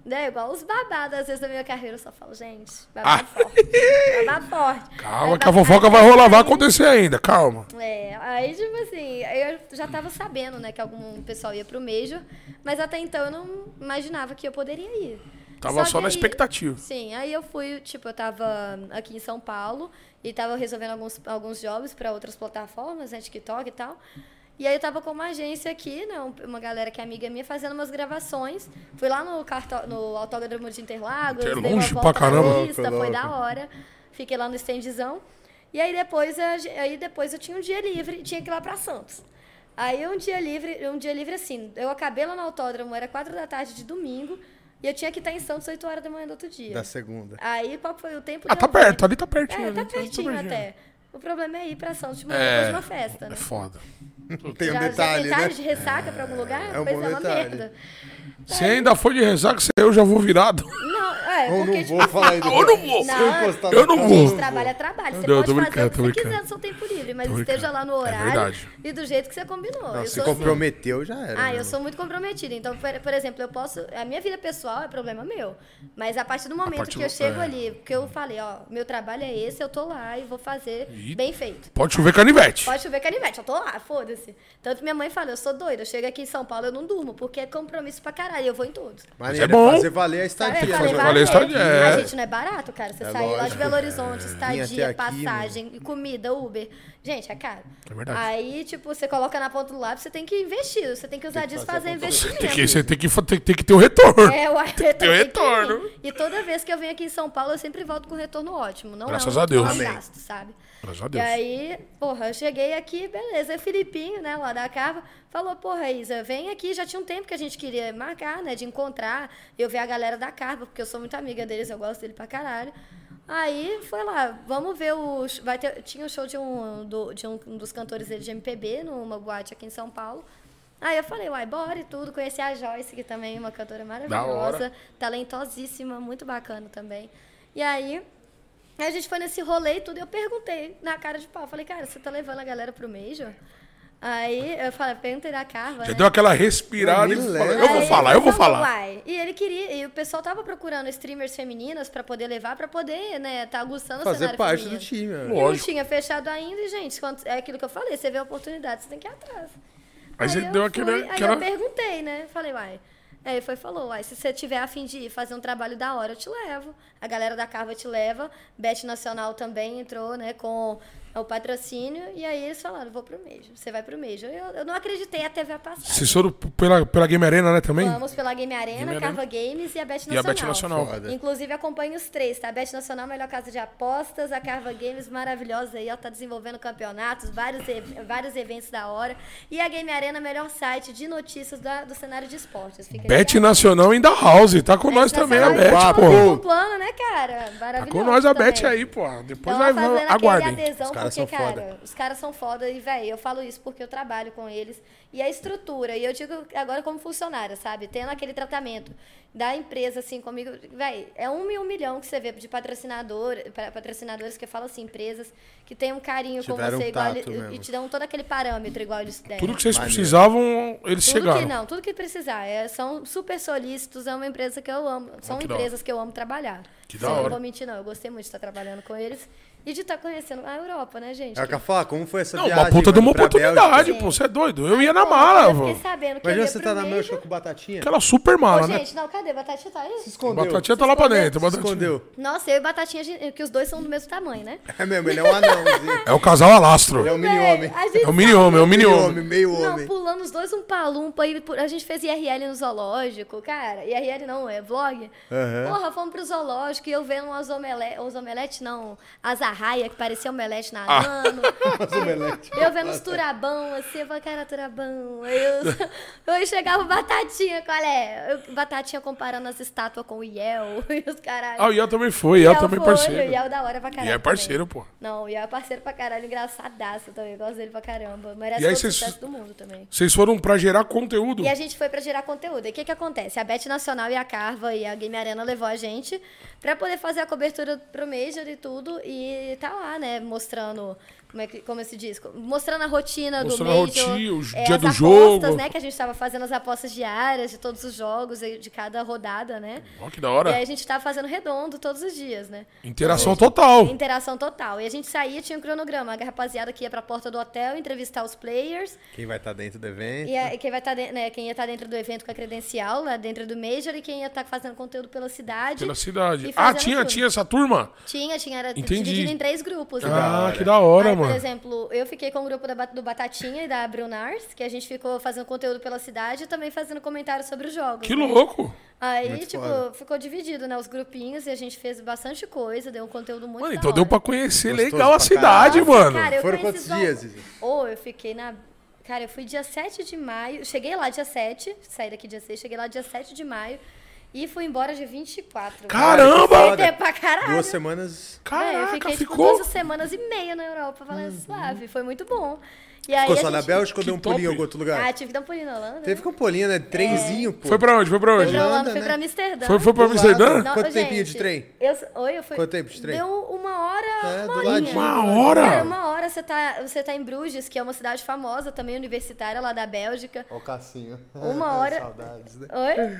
né, igual os babados, às vezes, da minha carreira, eu só falo, gente, babado ah. forte. Babado forte. Calma, que a fofoca vai rolar, vai acontecer ainda, calma. É, aí, tipo assim, eu já tava sabendo, né, que algum pessoal ia pro Major, mas até então eu não imaginava que eu poderia ir. Tava só, só na aí, expectativa. Sim, aí eu fui, tipo, eu tava aqui em São Paulo e tava resolvendo alguns, alguns jobs pra outras plataformas, né, TikTok e tal. E aí eu tava com uma agência aqui, né, uma galera que é amiga minha, fazendo umas gravações. Fui lá no, cartó no Autódromo de Interlagos, que é dei longe uma pra volta caramba. na pista, foi da hora. Fiquei lá no standzão. E aí depois, aí depois eu tinha um dia livre, tinha que ir lá pra Santos. Aí um dia livre, um dia livre assim, eu acabei lá no autódromo, era quatro da tarde de domingo, e eu tinha que estar em Santos oito horas da manhã do outro dia. Da segunda. Aí qual foi o tempo? Ah, tá perto, ali tá pertinho. É, tá ali, pertinho tá até. O problema é ir pra Santos de manhã É, depois de uma festa, né? É foda. Tem um já, detalhe, já tem né? de ressaca pra algum lugar? É um pois bom é, uma detalhe. merda. Se ainda for de ressaca, se eu já vou virado. Não, é, Ou porque... não vou tipo, falar aí do Eu não vou. Se eu encostar Eu na não cara, vou. gente, não trabalho é trabalho. Você Não, eu pode tô fazer brincando, o que tô você brincando. quiser no seu tempo livre, mas Tô esteja brincando. lá no É horário verdade. e do jeito que você combinou. Não, eu se sou assim. comprometeu, já era. Ah, né? eu sou muito comprometida. Então, por, por exemplo, eu posso... A minha vida pessoal é problema meu. Mas a partir do momento partir que eu do- chego é. ali, que eu falei, ó, meu trabalho é esse, eu tô lá e vou fazer E- bem feito. Pode chover canivete. Pode chover canivete, eu tô lá, foda-se. Tanto minha mãe fala, eu sou doida, eu chego aqui em São Paulo, eu não durmo, porque é compromisso pra caralho, eu vou em todos. Maneiro, é bom. fazer valer a Sabe? estadia. Eu falei, né? fazer valer a valer. estadia, é. A gente não é barato, cara. Você É sair lá de lógico. Belo Horizonte, estadia, Vim até aqui, passagem, comida, Uber. Gente, é caro. É verdade. Aí, tipo, você coloca na ponta do lápis, você tem que investir. Você tem que usar Tem que disso fazer fazer a ponta do investimento. Tem que, você tem que, fa- tem, tem que ter o retorno. É, o ter o retorno. E toda vez que eu venho aqui em São Paulo, eu sempre volto com retorno ótimo. Não Graças é um, a Deus. não é um Amém. gasto, sabe? Graças a E Deus. aí, porra, eu cheguei aqui, beleza. Aí o Filipinho, né, lá da Carva, falou, porra, Isa, vem aqui. Já tinha um tempo que a gente queria marcar, né, de encontrar. Eu ver a galera da Carva, porque eu sou muito amiga deles, eu gosto dele pra caralho. Aí, foi lá, vamos ver o... Vai ter, tinha um show de um, do, de um, um dos cantores dele de M P B, numa boate aqui em São Paulo. Aí eu falei, uai, bora e tudo. Conheci a Joyce, que também é uma cantora maravilhosa, talentosíssima, muito bacana também. E aí... Aí a gente foi nesse rolê e tudo, e eu perguntei na cara de pau. Falei, cara, você tá levando a galera pro Major? Aí eu falei, perguntei da Carva, Já né? deu aquela respirada e Me falou, leva. eu vou Aí falar, ele eu vou falou, falar. Uai. E ele queria, e o pessoal tava procurando streamers femininas pra poder levar, pra poder, né, tá aguçando o Fazer cenário parte feminino. do time. né? E não Lógico. tinha fechado ainda, e, gente, quando, é aquilo que eu falei, você vê a oportunidade, você tem que ir atrás. Mas Aí ele eu deu fui, aquele- Aí aquela- eu perguntei, né? Falei, uai. Aí ele foi e falou, uai, se você tiver a fim de ir fazer um trabalho da hora, eu te levo. A galera da Carva te leva. Bet Nacional também entrou, né, com o patrocínio. E aí eles falaram, vou pro Major. Você vai pro Major. Eu, eu não acreditei até ver a passagem. Vocês foram pela, pela Game Arena, né, também? Vamos pela Game Arena, Game Carva Games e a Bet E a Nacional. Bet Nacional. Foda. Inclusive, acompanho os três, tá? A Bet Nacional, melhor casa de apostas. A Carva Games, maravilhosa aí, ó. Tá desenvolvendo campeonatos, vários, e- vários eventos da hora. E a Game Arena, melhor site de notícias da- do cenário de esportes. Fica Bet ligado? Nacional em da House. Tá com Bet nós também a Nacional, Bet, Papo. pô. tem um plano, né, cara? Tá Maravilhoso com nós a também. Bet aí, pô. Depois Então, vai, fazendo vai, aquele aguardem. adesão, Os caras porque, são cara, foda. os caras são foda e, velho, eu falo isso porque eu trabalho com eles. E a estrutura, e eu digo agora como funcionária, sabe? Tendo aquele tratamento da empresa, assim, comigo, velho, é um mil milhão que você vê de patrocinador, pa- patrocinadores que falam assim, empresas que têm um carinho com Tiveram você igual, tato ele- mesmo. e te dão todo aquele parâmetro igual eles têm. Tudo que vocês Maneiro. precisavam, eles Tudo chegaram. que não, tudo que precisar. É, são super solícitos, é uma empresa que eu amo. São que da empresas que eu amo trabalhar. Que Sim, da eu hora. não vou mentir, não. Eu gostei muito de estar trabalhando com eles e de estar conhecendo a Europa, né, gente? Eu quero falar, como foi essa Não, viagem? uma puta de mano, uma pra oportunidade, Bélgica? pô. Você é doido. Eu ia na Pô, mala, eu vô. fiquei sabendo que Imagina eu ia você pro tá na Major. Bélgica com batatinha. Aquela super Ô, mala, né? gente, não, cadê? Batatinha tá aí? Se escondeu. Batatinha tá lá pra escondeu? dentro. Se Batatinha. escondeu. Nossa, eu e Batatinha, a gente- que os dois são do mesmo tamanho, né? É mesmo, ele é um anãozinho. É o casal alastro. Ele é um Véi, mini-homem. a gente É o mini-homem, é o Meio mini-homem. homem, meio Não, homem. pulando os dois um palumpa e a gente fez I R L no zoológico, cara. I R L não, é vlog. Aham. Porra, fomos pro zoológico e eu vendo umas omeletes, os omeletes não, as arraia que parecia omelete Ah. nadando. Mas o Melete. Eu vendo os turabão, assim, eu falei, cara, turabão. Aí eu, eu chegava Batatinha, qual é? Eu, Batatinha comparando as estátuas com o Iel e os caralho. Ah, o Iel também foi. Iel também foi, parceiro. O Iel da hora pra caralho. Iel é parceiro, também. pô. Não, o Iel é parceiro pra caralho, engraçadaço também. Eu gosto dele pra caramba. Merece E aí todo o vocês- sucesso do mundo também. Vocês foram pra gerar conteúdo? E a gente foi pra gerar conteúdo. E o que que acontece? A Bet Nacional e a Carva e a Game Arena levou a gente pra poder fazer a cobertura pro Major e tudo. E tá lá, né, mostrando Como, é que, como se diz? Mostrando a rotina Mostrando do Major. a rotina, o é, dia as do apostas, jogo. né? Que a gente tava fazendo as apostas diárias de todos os jogos, de cada rodada, né? Ó, que da hora. E aí a gente tava fazendo redondo todos os dias, né? Interação total. Interação total. E a gente saía, tinha um cronograma. A rapaziada que ia pra porta do hotel, entrevistar os players. Quem vai estar dentro do evento. E a, quem vai estar, né? Quem ia estar dentro do evento com a credencial, lá dentro do Major, e quem ia estar fazendo conteúdo pela cidade. Pela cidade. e Ah, fazendo tinha, tudo. tinha essa turma? Tinha, tinha. Era Entendi. dividido em três grupos. Ah, né? que da hora, Aí, mano. por exemplo, eu fiquei com o grupo da, Ba- do Batatinha e da Brunars, que a gente ficou fazendo conteúdo pela cidade e também fazendo comentários sobre os jogos. Que né? louco. Aí, Muito tipo, foda. ficou dividido, né? Os grupinhos e a gente fez bastante coisa, deu um conteúdo muito Mano, da então hora. deu pra conhecer Gostoso legal a pra cidade, caralho. mano. Cara, eu Foram conheci quantos só- dias, Isa? Ou eu fiquei na... Cara, eu fui dia sete de maio, cheguei lá dia sete, saí daqui dia seis, cheguei lá dia sete de maio e fui embora dia vinte e quatro. Caramba! Foi Foda. tempo pra caralho. Duas semanas. É, eu Caraca, fiquei tipo ficou. duas semanas e meia na Europa, falando suave, foi muito bom. E aí Ficou a só na gente- Bélgica ou Que deu um top. pulinho em algum outro lugar? Ah, tive que dar um pulinho na Holanda. Teve né? que um pulinho, né? Trenzinho, pô. Foi pra onde? Foi pra Fui onde? pra Holanda, Holanda, fui né? pra Amsterdã. Foi, foi pra Do lado. Amsterdã? Não, Quanto tempinho gente, de trem? Eu, oi, eu fui... Quanto tempo de trem? Deu uma hora, É, uma do horinha. ladinho. Uma hora? Cara, uma hora você tá, você tá em Bruges, que é uma cidade famosa, também universitária, lá da Bélgica. Ó o Cassinho. Uma hora- Saudades, né? Oi?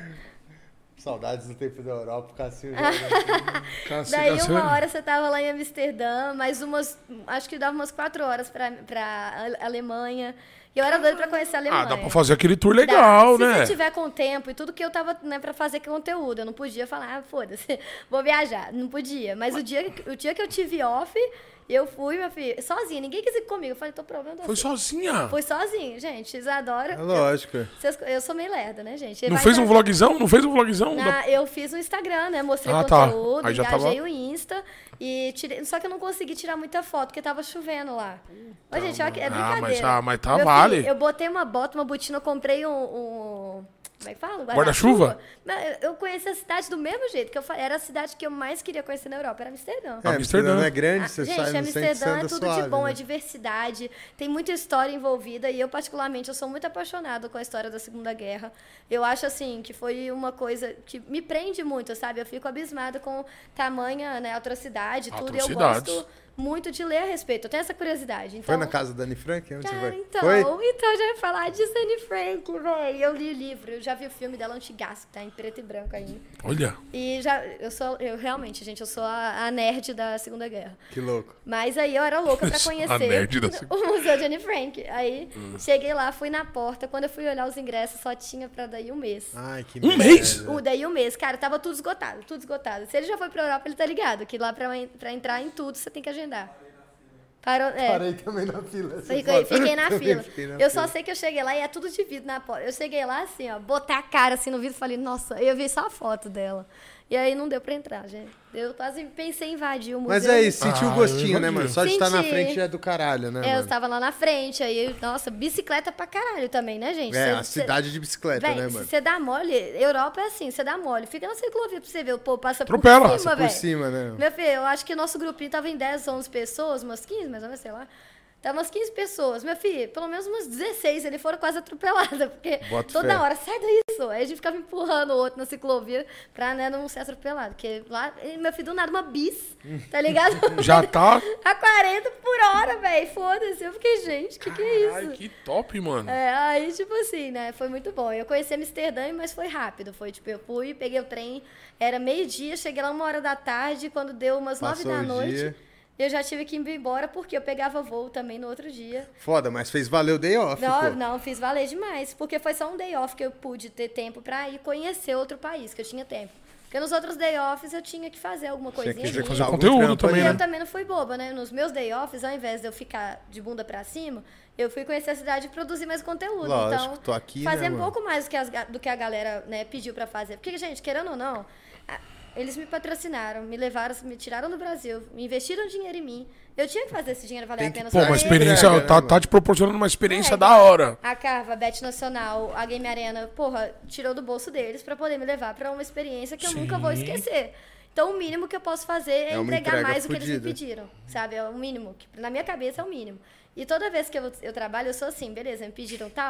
Saudades do tempo da Europa, o Cassinho Ah, joga. Cacete, Daí cacete. uma hora você tava lá em Amsterdã, mais umas, acho que dava umas quatro horas pra, pra Ale- Alemanha. E eu era doida pra conhecer a Alemanha. Ah, dá pra fazer aquele tour Dá. legal, Se né? você tiver com tempo e tudo que eu tava, né, pra fazer conteúdo. Eu não podia falar, ah, foda-se, vou viajar. Não podia. Mas o dia, o dia que eu tive off, eu fui, minha filha, sozinha. Ninguém quis ir comigo. Eu falei, tô provando. Foi sozinha. Fui sozinha, gente. Isadora. É lógico. Eu, vocês- eu sou meio lerda, né, gente? Não Vai fez dar- um vlogzão? Não fez um vlogzão? Na- eu fiz um Instagram, né? Mostrei Ah, tá. conteúdo, Aí já engajei tava- o Insta e tirei. Só que eu não consegui tirar muita foto, porque tava chovendo lá. Mas, gente, olha que é Ah, brincadeira. mas- ah, mas tá, Meu vale. filho, eu botei uma bota, uma botina, eu comprei um. um- como é que fala? Um Guarda-chuva? Mas eu- Eu conheci a cidade do mesmo jeito, que eu fa- era a cidade que eu mais queria conhecer na Europa, era Amsterdã. É, Amsterdã. Amsterdã não é grande, Ah, você gente, sai no centro Amsterdã você é anda tudo suave, de bom, né? é diversidade, tem muita história envolvida e eu, particularmente, eu sou muito apaixonada com a história da Segunda Guerra. Eu acho, assim, que foi uma coisa que me prende muito, sabe? Eu fico abismada com tamanha, né, atrocidade e tudo. E eu Atrocidades. gosto muito de ler a respeito, eu tenho essa curiosidade. Então, Foi na casa da Anne Frank? Onde Cara, você foi? então, Foi? então eu já ia falar de Anne Frank, velho. Eu li o livro, eu já vi o filme dela antigaço, que tá em preto e branco ainda. Olha. E já, eu sou, eu realmente, gente, eu sou a, a nerd da Segunda Guerra. Que louco. Mas aí eu era louca pra A conhecer nerd da o Museu de Anne Frank. Aí cheguei lá, fui na porta. Quando eu fui olhar os ingressos, só tinha pra daí um mês. Ai, que Um merda. mês? O, daí um mês. Cara, tava tudo esgotado, tudo esgotado. Se ele já foi pra Europa, ele tá ligado. Que lá pra, pra entrar em tudo, você tem que agendar. Parou, é. Parei também na fila. você Fiquei, pode- fiquei na Também fila. fiquei na eu só fila. sei que eu cheguei lá e é tudo de vidro na porta. Eu cheguei lá assim, ó, botar a cara assim no vidro e falei, nossa, eu vi só a foto dela. E aí não deu pra entrar, gente. Eu quase pensei em invadir o museu. Mas é isso, sentiu Ah, o gostinho, eu né, mano? imagino. Só de estar na Senti. frente já é do caralho, né, É, eu mano? estava lá na frente, aí, nossa, bicicleta pra caralho também, né, gente? É, Cê- a cê- cidade de bicicleta, Véi, né, se mano? você dá mole, Europa é assim, você dá mole. Fica na ciclovia pra você ver, o povo passa Atropela. por Passa cima, por velho. cima, né? Meu filho, eu acho que nosso grupinho tava em dez, onze pessoas, umas quinze, mais ou menos, sei lá. Tava umas quinze pessoas. Meu filho, pelo menos umas dezesseis, eles foram quase atropeladas, porque Bota toda fé. hora, sai disso. Aí a gente ficava empurrando o outro na ciclovia pra, né, não ser atropelado. Porque lá, e, meu filho, do nada, uma bis, tá ligado? Já tá. A quarenta por hora, velho, foda-se. Eu fiquei, gente, que que é isso? Ai, que top, mano. É, aí, tipo assim, né, foi muito bom. Eu conheci Amsterdã, mas foi rápido. Foi, tipo, eu fui, peguei o trem, era meio-dia, cheguei lá uma hora da tarde, quando deu umas nove Passou da o noite, dia. eu já tive que ir embora, porque eu pegava voo também no outro dia. Foda, mas fez valer o day off, Não, pô. não, fiz valer demais, porque foi só um day off que eu pude ter tempo pra ir conhecer outro país, que eu tinha tempo. Porque nos outros day offs eu tinha que fazer alguma Tinha coisinha. que minha. fazer algum conteúdo trampo também, E ali, eu também não fui boba, né? Nos meus day offs, ao invés de eu ficar de bunda pra cima, eu fui conhecer a cidade e produzir mais conteúdo. Lógico, então, tô aqui, né, fazer um mano? pouco mais do que, as ga- do que a galera, né, pediu pra fazer. Porque, gente, querendo ou não, a- eles me patrocinaram, me levaram, me tiraram do Brasil, me investiram dinheiro em mim. Eu tinha que fazer esse dinheiro valer Tem a que- pena. Pô, só uma que- experiência. Entrega, né, Tá, mano? tá te proporcionando uma experiência É, da hora. A Carva, a Bet Nacional, a Game Arena, porra, tirou do bolso deles pra poder me levar pra uma experiência que eu nunca vou Sim. esquecer. Então, o mínimo que eu posso fazer é, É uma entregar entrega mais do que eles me fodida. pediram, sabe? É o mínimo. Que, na minha cabeça, é o mínimo. E toda vez que eu, eu trabalho, eu sou assim, beleza, me pediram tal,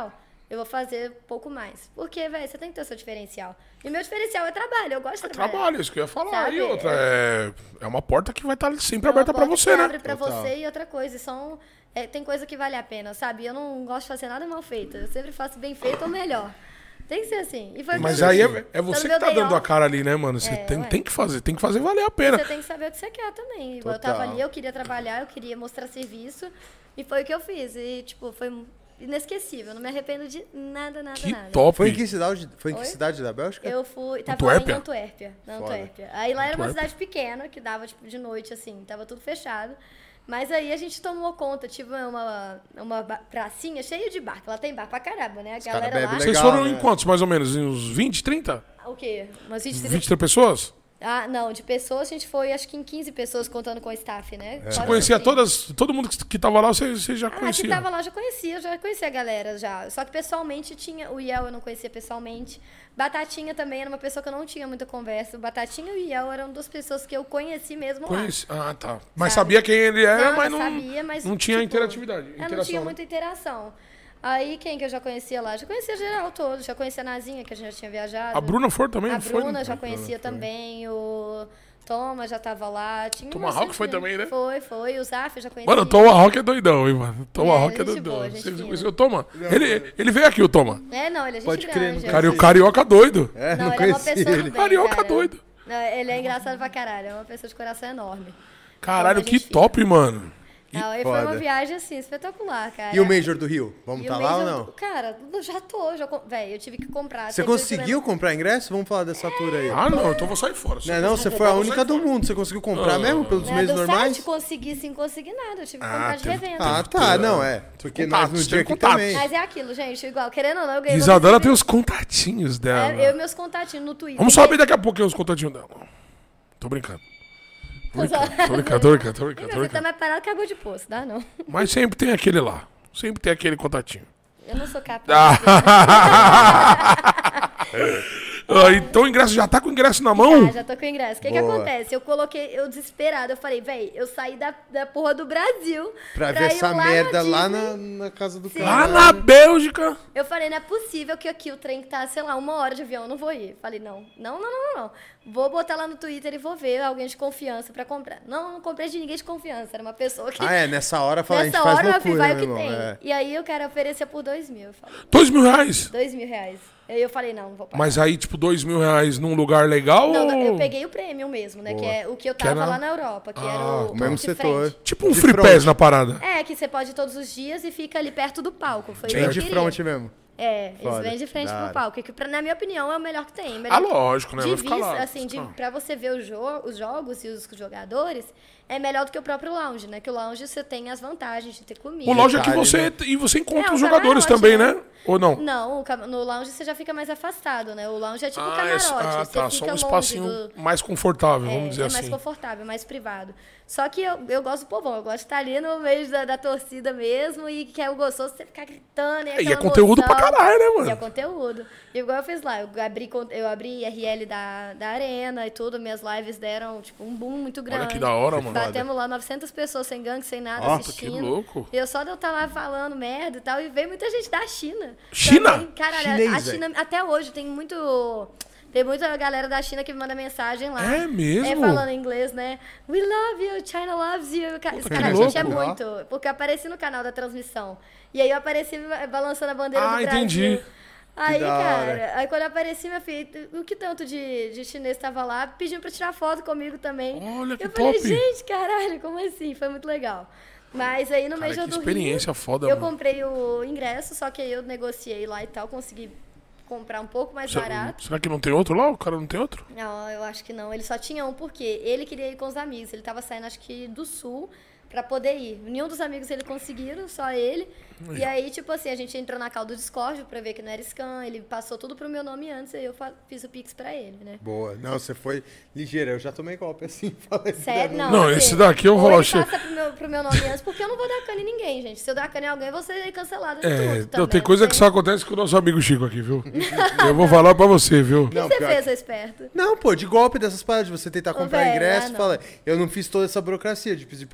eu vou fazer pouco mais. Porque, velho, você tem que ter o seu diferencial. E o meu diferencial é trabalho, eu gosto de trabalhar. Trabalho, isso que eu ia falar. Sabe? E outra, é, é uma porta que vai estar sempre É uma aberta pra porta você, que né? abre pra Total. você e outra coisa. E são, é, tem coisa que vale a pena, sabe? Eu não gosto de fazer nada mal feito. Eu sempre faço bem feito ou melhor. Tem que ser assim. E foi o que Mas eu aí fiz. é, é você Então, que tá meu day dando a off, cara ali, né, mano? Você É, tem, ué. tem que fazer, tem que fazer valer a pena. Você tem que saber o que você quer também. Igual eu Total. tava ali, eu queria trabalhar, eu queria mostrar serviço. E foi o que eu fiz. E, tipo, foi inesquecível. Não me arrependo de nada, nada, Que nada. top. Foi em que cidade, foi em que Oi? cidade da Bélgica? Eu fui, tava Antuérpia? lá em Antuérpia, na Foda. Antuérpia. Aí lá era uma Antuérpia. cidade pequena, que dava, tipo, de noite, assim, tava tudo fechado. Mas aí a gente tomou conta, tive uma, uma ba- pracinha cheia de bar, que lá tem bar pra caramba, né? A cara galera bebe lá... legal. Vocês foram em né? quantos, mais ou menos? Em uns vinte, trinta? O quê? Umas vinte, vinte pessoas? Ah, não, de pessoas a gente foi, acho que em quinze pessoas, contando com o staff, né? É. Fora Você conhecia assim. todas, todo mundo que, que tava lá, você, você já Ah, conhecia? que tava lá, já conhecia, já conhecia a galera já. Só que pessoalmente tinha. O Iel eu não conhecia pessoalmente. Batatinha também era uma pessoa que eu não tinha muita conversa. O Batatinha e o Iel eram duas pessoas que eu conheci mesmo Conheci. Ah, tá. Mas Sabe? sabia quem ele é, lá. mas eu não, sabia, mas, não tinha tipo, interatividade. Eu não interação, tinha né? muita interação. Aí quem que eu já conhecia lá? Já conhecia geral todo. Já conhecia a Nazinha, que a gente já tinha viajado. A Bruna for também, A não foi? Bruna já conhecia também. O Thomas já tava lá. Tinha Tomahawk bastante foi gente. também, né? Foi, foi. O Zaf eu já conhecia. Mano, o Tomahawk é doidão, hein, mano. O Tomahawk é, gente doidão. boa, gente Você fina. conheceu o Toma? Ele, ele veio aqui, o Toma. É, não, ele é gente Pode crer, grande. nunca é. Cara, o carioca doido. É, Não, não ele é uma conhecia pessoa do ele. bem, Carioca cara. doido. Não, ele é engraçado pra caralho. É uma pessoa de coração enorme. Caralho, Como a que gente top, mano. Não, e foi foda. uma viagem, assim, espetacular, cara. E o Major do Rio? Vamos E estar o lá ou Major não? do- Cara, eu já tô. Já, com- véi, eu tive que comprar. Você Teve- conseguiu comprar ingresso? Vamos falar dessa tour aí. Ah, não, então eu vou sair fora. Não, é não, você foi a única do mundo. Você conseguiu comprar Ah. mesmo pelos Né, meios do normais? site consegui sim, consegui nada. Eu tive que Ah, comprar de teve- revenda. Ah, tá, não, é. Porque nós Contatos, no dia tem aqui contatos. também. Mas é aquilo, gente. Igual, querendo ou não, eu ganhei. Isadora novecentos tem os contatinhos dela. É, eu e meus contatinhos no Twitter. Vamos saber daqui a pouco os contatinhos dela. Tô brincando. Tô brincando, tô brincando, tô brincando, tô Ih, brincando. Tô Você tá brincando. mais parado que água de poço, dá não. Mas sempre tem aquele lá. Sempre tem aquele contatinho. Eu não sou capaz. Ah, então o ingresso já tá com o ingresso na mão? Ah, já tô com o ingresso. O que que Boa. acontece? Eu coloquei, eu desesperada, eu falei, véi, eu saí da, da porra do Brasil Pra ver ir essa lá merda na lá Disney. na, na casa do Sim. cara. Lá na Bélgica. Eu falei, não é possível que aqui o trem tá, sei lá, uma hora de avião, eu não vou ir. Falei, não, não, não, não, não. Vou botar lá no Twitter e vou ver alguém de confiança pra comprar. Não, não comprei de ninguém de confiança, era uma pessoa que... Ah, é, nessa hora fala, a gente Nessa faz hora eu loucura, falei, vai né, o que meu tem. irmão? É. E aí o cara oferecia por dois mil. Eu falei, Dois mil reais. dois mil reais. Aí eu falei, não, não vou pagar. Mas aí, tipo, dois mil reais num lugar legal? Não, não, ou- eu peguei o prêmio mesmo, né? Que é o que eu Que é tava na- lá na Europa, que era Ah, o O mesmo de setor. frente. Tipo um De free front. pass na parada. É, que você pode ir todos os dias e fica ali perto do palco. Foi Bem isso que de eu queria. front mesmo. É, eles Foda. vêm de frente Da pro hora. palco. Que, pra- na minha opinião, é o melhor que tem. Melhor Ah, lógico, né? De Vai ficar vista, lá. assim, de, Ah. pra você ver o jo os jogos e os jogadores, é melhor do que o próprio lounge, né? Que o lounge você tem as vantagens de ter comida. O loja é que Detalhe, você. né? E você encontra É, os o jogadores camarote, também, né? né? Ou não? Não, o cam- no lounge você já fica mais afastado, né? O lounge é tipo um Ah, é- camarote. ah, você tá. fica Só um longe espacinho do... mais confortável, É, vamos dizer é mais assim. confortável, mais privado. Só que eu, eu gosto do povão, eu gosto de estar ali no meio da, da torcida mesmo e que é o gostoso você ficar gritando. E, É, e aquela é conteúdo emoção. pra caralho, né, mano? E é conteúdo. Igual eu fiz lá, eu abri, con- eu abri I R L da, da Arena e tudo, minhas lives deram tipo um boom muito grande. Olha que da hora, mano. Batemos lá novecentas pessoas sem gangue, sem nada, Ó, assistindo. que louco. E eu só de eu estar lá falando merda e tal, e veio muita gente da China. China? Também. Caralho, Chinês, a China, até hoje, tem muito... Tem muita galera da China que me manda mensagem lá. É mesmo? É, falando inglês, né? We love you, China loves you. Ca- Puta, Cara, que a gente é louco. muito. Porque eu apareci no canal da transmissão. E aí eu apareci balançando a bandeira Ah, do Brasil. entendi. Aí, da cara, hora. aí quando eu apareci, minha filha, o que tanto de, de chinês tava lá, pedindo pra tirar foto comigo também. Olha que eu falei, top. gente, caralho, como assim? Foi muito legal. Mas aí no Cara, Major que do Rio, experiência foda, eu mano. comprei o ingresso, só que aí eu negociei lá e tal, consegui comprar um pouco mais Será- barato. Será que não tem outro lá? O cara não tem outro? Não, eu acho que não. Ele só tinha um, porque ele queria ir com os amigos. Ele tava saindo, acho que do sul, pra poder ir. Nenhum dos amigos ele conseguiram, só ele. E aí, tipo assim, a gente entrou na call do Discord pra ver que não era scam. Ele passou tudo pro meu nome antes, aí eu fa- fiz o Pix pra ele, né? Boa. Não, você foi ligeira. Eu já tomei golpe assim. Falei, Sério? Não, Não, assim, esse daqui eu vou ou lá, ele che- passa pro meu, pro meu nome antes, porque eu não vou dar cana em ninguém, gente. Se eu dar cana em alguém, você é cancelado de É, tudo então, também. tem coisa que só acontece com o nosso amigo Chico aqui, viu? Eu vou falar pra você, viu? O que Não, você pior fez, que- seu esperto? Não, pô, de golpe dessas paradas, de você tentar Ô, comprar velho, ingresso, ah, não. fala, eu não fiz toda essa burocracia de pedir pra fazer um desconto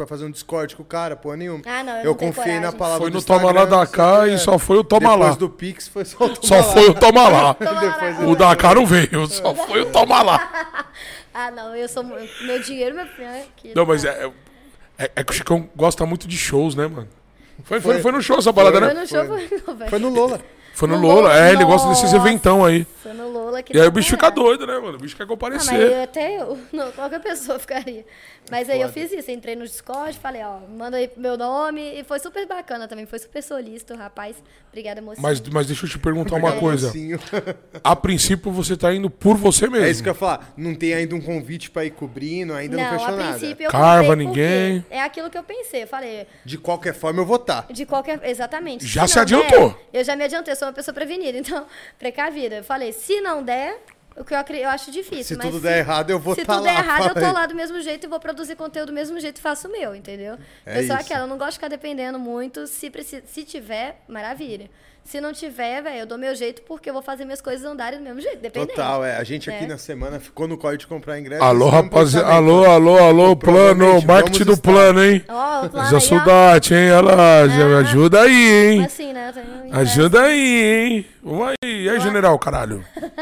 Discord com o cara, porra nenhuma. Ah, não, eu Eu não tenho confiei na coragem. palavra Foi do no toma lá Instagram, da não sei cá o que, e é. só foi o toma Depois lá. do Pix foi só o toma Só lá. foi o toma lá. Toma lá. Depois O da cá não veio, só foi o toma lá. Ah, não, eu sou. mu- Meu dinheiro, meu filho. é aqui, Não, tá? mas é, é, é que o Chicão gosta muito de shows, né, mano? Foi, foi, Foi. foi no show essa balada, Foi né? no show, foi, não, velho. Foi no Lola. Foi no No Lola. Lola, É, ele gosta desses nossa. eventão aí. Foi no Lola que E aí tá o bicho bom, fica é. doido, né, mano? O bicho quer Ah, comparecer. mas eu, até eu, não, qualquer pessoa ficaria. Mas aí eu fiz isso, entrei no Discord, falei, ó, manda aí meu nome, e foi super bacana também, foi super solícito, o rapaz. Obrigada, mocinho. Mas, mas deixa eu te perguntar uma É, coisa. mocinho. A princípio você tá indo por você mesmo. É isso que eu ia falar. Não tem ainda um convite pra ir cobrindo, ainda não, não, fechou a nada. princípio eu Carva comprei porque ninguém. É aquilo que eu pensei, eu falei, De qualquer forma, eu vou estar. de qualquer. Exatamente. Já Se se não adiantou. der, eu já me adiantei, eu sou uma pessoa prevenida, então, precavida. Eu falei, se não der, o que eu, acre- eu acho difícil. Se mas tudo der errado, eu vou Se tá tudo lá, der errado, eu fala tô aí. lá do mesmo jeito e vou produzir conteúdo do mesmo jeito e faço o meu, entendeu? É eu sou isso. aquela, eu não gosto de ficar dependendo muito. Se, preci- se tiver, maravilha. Se não tiver, velho, eu dou meu jeito porque eu vou fazer minhas coisas andarem do mesmo jeito, dependendo. Total, é. A gente aqui né? na semana ficou no código de comprar ingresso. Alô, esse é um rapaziada. pensamento. Alô, alô, alô, plano. Provavelmente Marketing vamos do plano, hein? Ó, o plano Já aí, sou ó. date, hein? Olha lá, já me Ah. ajuda aí, hein? Assim, né? eu tenho- Ajuda aí, hein? Vamos aí. E aí, general, caralho?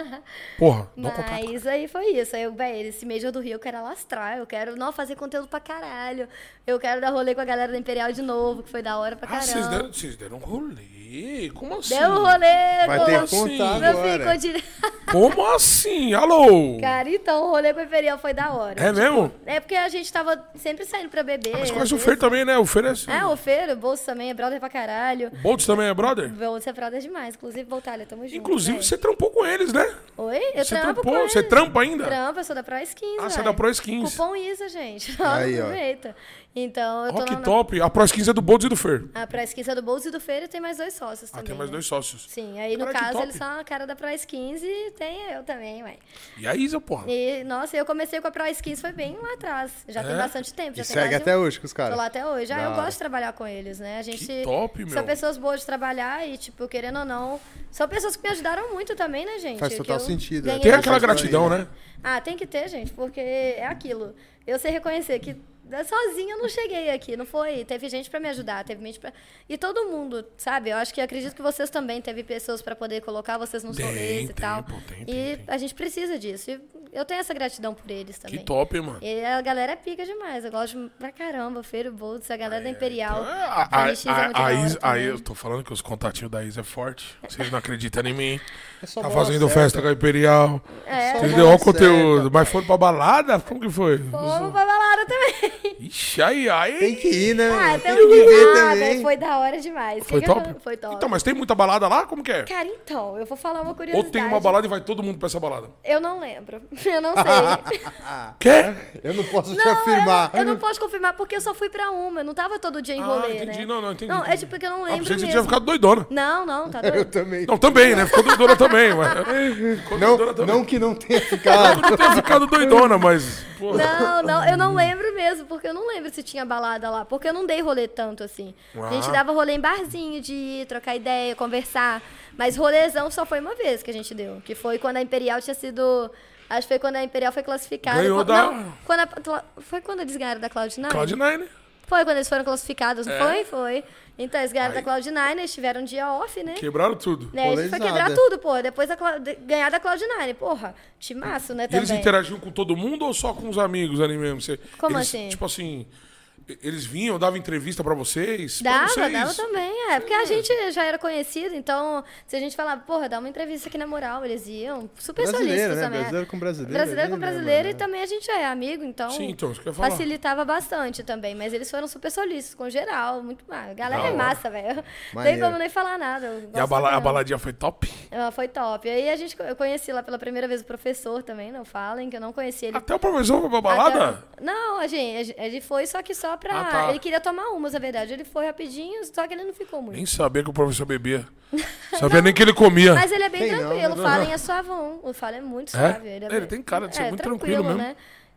Porra, dá um contato. Mas aí foi isso. Aí eu, velho, esse mês do Rio eu quero alastrar, eu quero não fazer conteúdo pra caralho. Eu quero dar rolê com a galera da Imperial de novo, que foi da hora pra Ah, vocês caramba. deram, vocês deram um rolê? Como assim? Deu um rolê, Vai com- ter Como que assim? contar Meu agora. filho, ficou dire... Como assim? Alô? Cara, então, o rolê com a Imperial foi da hora. É mesmo? É porque a gente tava sempre saindo pra beber. Mas às conhece o vezes. Fer também, né? O Fer é assim. É, o Fer, o Bolso também, é brother pra caralho. O Boltz também é brother? O Bolso é brother demais. Inclusive, Voltalha, tamo junto. Inclusive, velho. você trampou com eles, né? Oi? Eu Você trampo trampou? com Você eles. trampa ainda? Trampa, eu sou da Pro Skins, Ah, você é velho. da Pro Skins. Cupom Isa, gente. Aí, ó. Aproveita. Então, eu tô Ó, que na... top. A Pro Skins é do Boltz e do Fer. A Pro Skins é do Bolso e do Fer e tem mais dois sócios Ah, também. tem mais né? dois sócios. Sim, aí no Cara, que caso top. eles são a cara da Pro Skins e tem eu também, ué. E a Isa, porra? E, nossa, eu comecei com a Pro Skins foi bem lá atrás. Já É? tem bastante tempo. Já E tem segue quase até um... hoje com os Tô caras. lá até hoje. Ah, Da eu hora. gosto de trabalhar com eles, né? A gente Que top, são meu. pessoas boas de trabalhar e, tipo, querendo ou não, são pessoas que me ajudaram muito também, né, gente? Faz Que total eu sentido, é. ganhei Tem Tem aquela bastante- gratidão, né? Ah, tem que ter, gente, porque é aquilo. Eu sei reconhecer que sozinha eu não cheguei aqui, não foi? Teve gente pra me ajudar, teve gente pra... E todo mundo, sabe? Eu acho que acredito que vocês também teve pessoas pra poder colocar vocês nos Tem, rolês e tem, tal. pô, tem, e tem, tem. a gente precisa disso. E eu tenho essa gratidão por eles também. Que top, mano. E a galera é pica demais. Eu gosto de- pra caramba. Feiro Boltz, a galera da Imperial. Ah, A, A X é muito a, a, da hora Isa, também. aí eu tô falando que os contatinhos da Isa é forte. Vocês não acreditam em mim. É só Tá bola fazendo certa. festa com a Imperial. É, Só Entendeu? bola Olha o conteúdo. certa. Mas foram pra balada? Como que foi? Vamos pra balada também. Ixi, aí, aí. Tem que ir, né? Ah, tem tem que viver Ah, também. foi da hora demais. Foi Que que eu- top? Foi top. Então, mas tem muita balada lá? Como que é? Cara, então, eu vou falar uma curiosidade. Ou tem uma balada e vai todo mundo pra essa balada? Eu não lembro. Eu não sei. Quê? Eu não posso te Não, afirmar. Eu, não- eu não posso confirmar porque eu só fui pra uma. Eu não tava todo dia em Ah, rolê, entendi. né? Não, não, entendi, Não, é entendi. tipo que eu não Ah, lembro pensei que você mesmo. tinha ficado doidona. Não, não, tá Eu doido. também. Não, também, né? Ficou doidona também, mas... Ficou doidona Não, também. não que não tenha ficado. Não tenha ficado doidona, mas... Pô. Não, não, eu não lembro mesmo, porque eu não lembro se tinha balada lá, porque eu não dei rolê tanto assim. A gente Ah. dava rolê em barzinho, de ir, trocar ideia, conversar, mas rolezão só foi uma vez que a gente deu, que foi quando a Imperial tinha sido... Acho que foi quando a Imperial foi classificada. Ganhou Quando- da- Não, quando a- foi quando eles ganharam da Cloud nine? Cloud Nine. Foi quando eles foram classificados, não É. foi? Foi. Então, eles ganharam Aí. da Cloud nine, eles tiveram um dia off, né? Quebraram tudo. Né, a gente foi Rolezada. quebrar tudo, pô. Depois da Cloud- de- ganhar da Cloud nine, porra. Timaço, né, E eles também. interagiam com todo mundo ou só com os amigos ali mesmo? Você, Como eles, assim? Tipo assim, e- eles vinham, davam entrevista pra vocês? Pra Dava, vocês? dava também, é. Porque a gente já era conhecido, então se a gente falava, porra, dá uma entrevista aqui na moral, eles iam. Super Brasileiro, solícitos né? também. Brasileiro com brasileiro. Brasileiro com ali, né, brasileiro e mano? também a gente é amigo, então. Sim, então, isso que eu ia falar. Facilitava bastante também, mas eles foram super solícitos, com geral, muito massa. A galera Da é hora. massa, velho. Não tem Maneiro. como nem falar nada. eu E a, gosto pra bala, a caramba. baladinha foi top? Ela foi top. Aí a gente, eu conheci lá pela primeira vez o professor também, não falem, que eu não conhecia ele. Até o professor foi pra balada? Até- Não, a gente, a gente- ele foi só que só pra... Ah, tá. Ele queria tomar umas, na verdade. Ele foi rapidinho, só que ele não ficou muito. Nem sabia que o professor bebia. Sabia nem que ele comia. Mas ele é bem Tem não, tranquilo, né? o Fallen é suavão. O Fallen é muito É? suave. Ele bem- tem cara de ser é, muito tranquilo mesmo. né?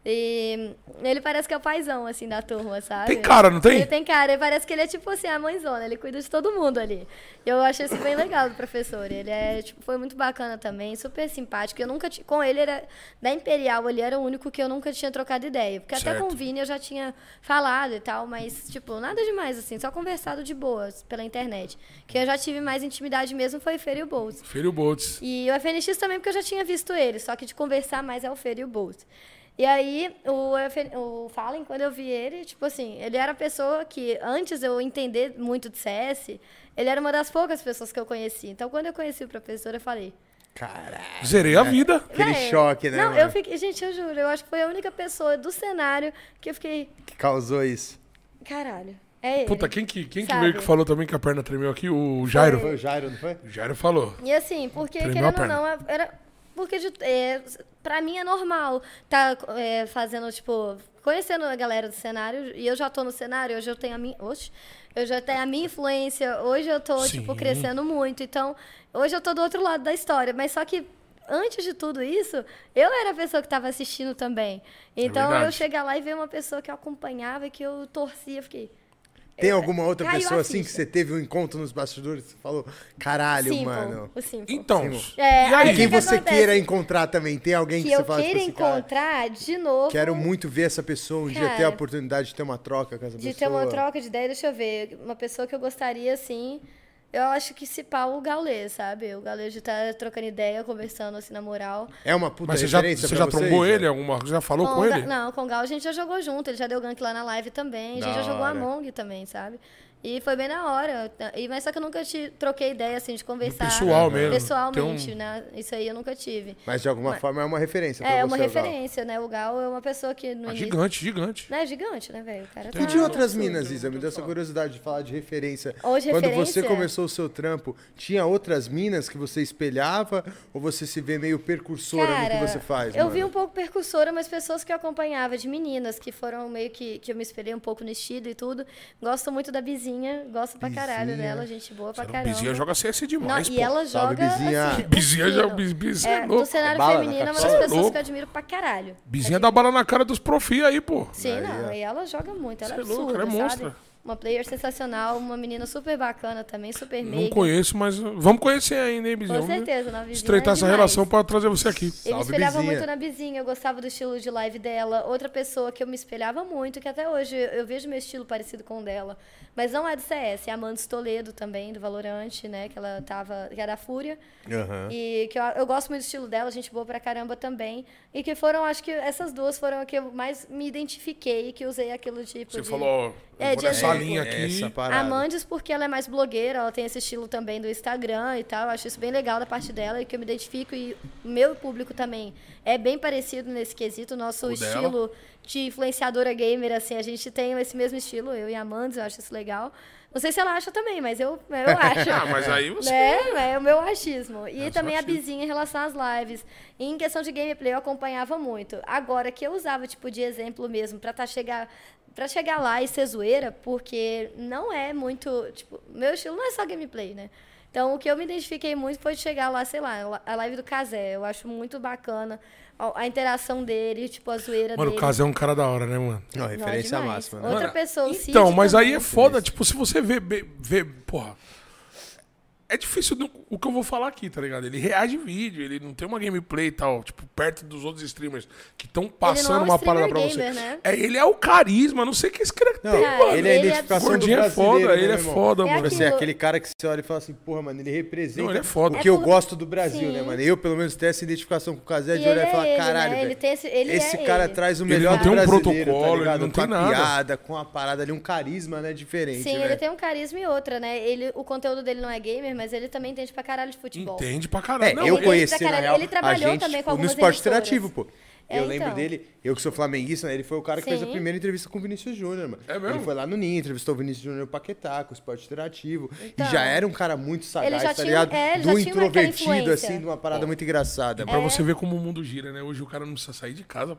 E ele parece que é o paizão, assim, da turma, sabe? Tem cara, não tem? Ele tem cara, ele parece que ele é tipo assim, a mãezona, ele cuida de todo mundo ali. Eu achei isso bem legal do professor. Ele é, tipo, foi muito bacana também, super simpático. Eu nunca tinha. Com ele, era, da Imperial, ele era o único que eu nunca tinha trocado ideia. Porque Certo. até com o Vini eu já tinha falado e tal, mas, tipo, nada demais, assim, só conversado de boas pela internet. Que eu já tive mais intimidade mesmo foi o Fer e o Boltz. Fer e o Boltz. E o F N X também, porque eu já tinha visto ele, só que de conversar mais é o Fer e o Boltz. E aí, o, F- o Fallen, quando eu vi ele, tipo assim, ele era a pessoa que, antes de eu entender muito de C S, ele era uma das poucas pessoas que eu conheci. Então, quando eu conheci o professor, eu falei... Caralho. Zerei a vida. Aquele "Véi, choque, né, Não, mano? eu fiquei... Gente, eu juro, eu acho que foi a única pessoa do cenário que eu fiquei... Que causou isso. Caralho, é ele. Puta, quem que, quem que Sabe? veio que falou também que a perna tremeu aqui? O Jairo. Foi o Jairo, não foi? O Jairo falou. E assim, porque, Tremeu a querendo ou não, era... Porque, de- é, pra mim, é normal tá é, fazendo, tipo... Conhecendo a galera do cenário. E eu já tô no cenário, hoje eu tenho a minha... Oxe, eu já tenho a minha influência. Hoje eu tô, Sim. tipo, crescendo muito. Então, hoje eu tô do outro lado da história. Mas só que... Antes de tudo isso, eu era a pessoa que estava assistindo também. Então, eu verdade. chegar lá e ver uma pessoa que eu acompanhava e que eu torcia, eu fiquei... Tem eu- alguma outra caiu pessoa a assim que ficha. você teve um encontro nos bastidores? Você falou, caralho, Simple, mano. o Simple. Então, É, e aí? aí Quem o que você acontece? queira encontrar também? Tem alguém que, Que você eu fala, queira tipo assim, cara, encontrar de novo... quero muito ver essa pessoa, um dia ter a Cara, oportunidade de ter uma troca com essa De pessoa. ter uma troca de ideia, deixa eu ver. Uma pessoa que eu gostaria, assim. Eu acho que se pá o Gaules, sabe? O Gaules de estar trocando ideia, conversando assim na moral. É uma puta Mas você já, referência você pra já vocês, trombou né? ele? Alguma, já falou com o Ga- ele? Não, com o Gal a gente já jogou junto. Ele já deu gank lá na live também. A gente Da já jogou hora. Among também, sabe? E foi bem na hora. E, mas só que eu nunca te troquei ideia, assim, de conversar. pessoal mesmo. Pessoalmente, Tem um- né? Isso aí eu nunca tive. Mas de alguma Mas- forma é uma referência pra É, você, uma o Gal. referência, né? O Gal é uma pessoa que no Ah, início... gigante, gigante. Né? Gigante, né, velho? O cara tá... E de outras minas, Isa? Me deu essa curiosidade de falar de referência. Ou de Quando referência? você começou o seu trampo, tinha outras minas que você espelhava? Ou você se vê meio percursora no que você faz, eu mano? vi um pouco percursora, mas pessoas que eu acompanhava, de meninas, que foram meio que... Que eu me espelhei um pouco no estilo e tudo. Gosto muito da Bizinha, gosto pra caralho Bizinha. dela, gente boa pra Sério, caramba. Bizinha joga C S demais, Não, pô. e ela Salve, joga, Bizinha. assim, Bizinha já- fino. Bis- Bizinha é é, louco. do cenário Bala na feminino, é uma das cabeça. pessoas Louco. que eu admiro pra caralho. Bizinha dá bala na cara dos profi aí, pô. Sim, Aí, não, ó. e ela joga muito, ela é Cê é louco, absurda, ela é sabe? monstra. Uma player sensacional, uma menina super bacana também, super Não meiga. conheço, mas vamos conhecer ainda, hein, Bizinha? Com Vamos certeza, na Bizinha estreitar é essa demais. relação pra trazer você aqui. Eu me Salve, espelhava Bizinha. muito na Bizinha, eu gostava do estilo de live dela. Outra pessoa que eu me espelhava muito, que até hoje eu vejo meu estilo parecido com o dela, mas não é do C S, é a Mandes Toledo também, do Valorant, né, que ela tava, que era da Fúria. Aham. E que eu, eu gosto muito do estilo dela, gente boa pra caramba também. E que foram, acho que essas duas foram a que eu mais me identifiquei, que usei aquilo tipo Você de... falou, ó, eu É, vou de nessa exemplo. linha aqui. Essa parada. A Mandes, porque ela é mais blogueira, ela tem esse estilo também do Instagram e tal. Eu acho isso bem legal da parte dela e que eu me identifico. E o meu público também é bem parecido nesse quesito. O nosso O dela. estilo de influenciadora gamer, assim, a gente tem esse mesmo estilo, eu e a Mandes, eu acho isso legal. Não sei se ela acha também, mas eu, eu acho. Ah, mas aí você... Né? É o meu achismo. E É o também seu a Bizinha em relação às lives. E em questão de gameplay, eu acompanhava muito. Agora, que eu usava, tipo, de exemplo mesmo, pra tá chegar... Pra chegar lá e ser zoeira, porque não é muito... Tipo, meu estilo não é só gameplay, né? Então, o que eu me identifiquei muito foi de chegar lá, sei lá, a live do Kazé. Eu acho muito bacana a, a interação dele, tipo, a zoeira Mano, dele. o Casé é um cara da hora, né, mano? Não, referência demais. máxima, né? Outra Mano, pessoa, o Cid Então, mas aí também. é foda, tipo, se você vê, vê, vê, porra, é difícil do- o que eu vou falar aqui, tá ligado? Ele reage vídeo, ele não tem uma gameplay e tal, tipo, perto dos outros streamers que estão passando não é um uma parada pra streamer você. gamer, né? É, ele é o carisma, não sei o que esse cara Não, tem, Cara, mano. ele é a ele é identificação do Gordinho é brasileiro, foda, né, ele é meu irmão? foda, É mano. Você é aquilo- aquele cara que você olha e fala assim, porra, mano, ele representa Não, ele é foda. o É que eu tudo- gosto do Brasil, Sim. né, mano? Eu, pelo menos, tenho essa identificação com o Casé de E olhar ele e falar, é ele, caralho, né? velho, Ele tem esse- ele esse é cara ele. traz o Ele melhor não do tem um brasileiro, protocolo, tá ele ligado? não Com tem a nada. piada, com a parada ali, um carisma, né, diferente, Sim, né? ele tem um carisma e outra, né? Ele, o conteúdo dele não é gamer, mas ele também entende pra caralho de futebol. Entende pra É, caralho. Não, eu ele- conheci, pra na caralho, real, ele trabalhou a gente, também com tipo, no algumas esporte emissoras. interativo, pô. É, Eu lembro então. dele, eu que sou flamenguista, né? Ele foi o cara que fez a Sim. primeira entrevista com o Vinícius Júnior, mano. É mesmo? Ele foi lá no Ninho, entrevistou o Vinícius Júnior no Paquetá, com o esporte interativo. Então. e já era um cara muito sagaz, Ele já tá tinha- ligado? é, ele Do já tinha uma- aquela introvertido, influência. assim, de uma parada muito engraçada. É pra mano. você ver como o mundo gira, né? Hoje o cara não precisa sair de casa, parça.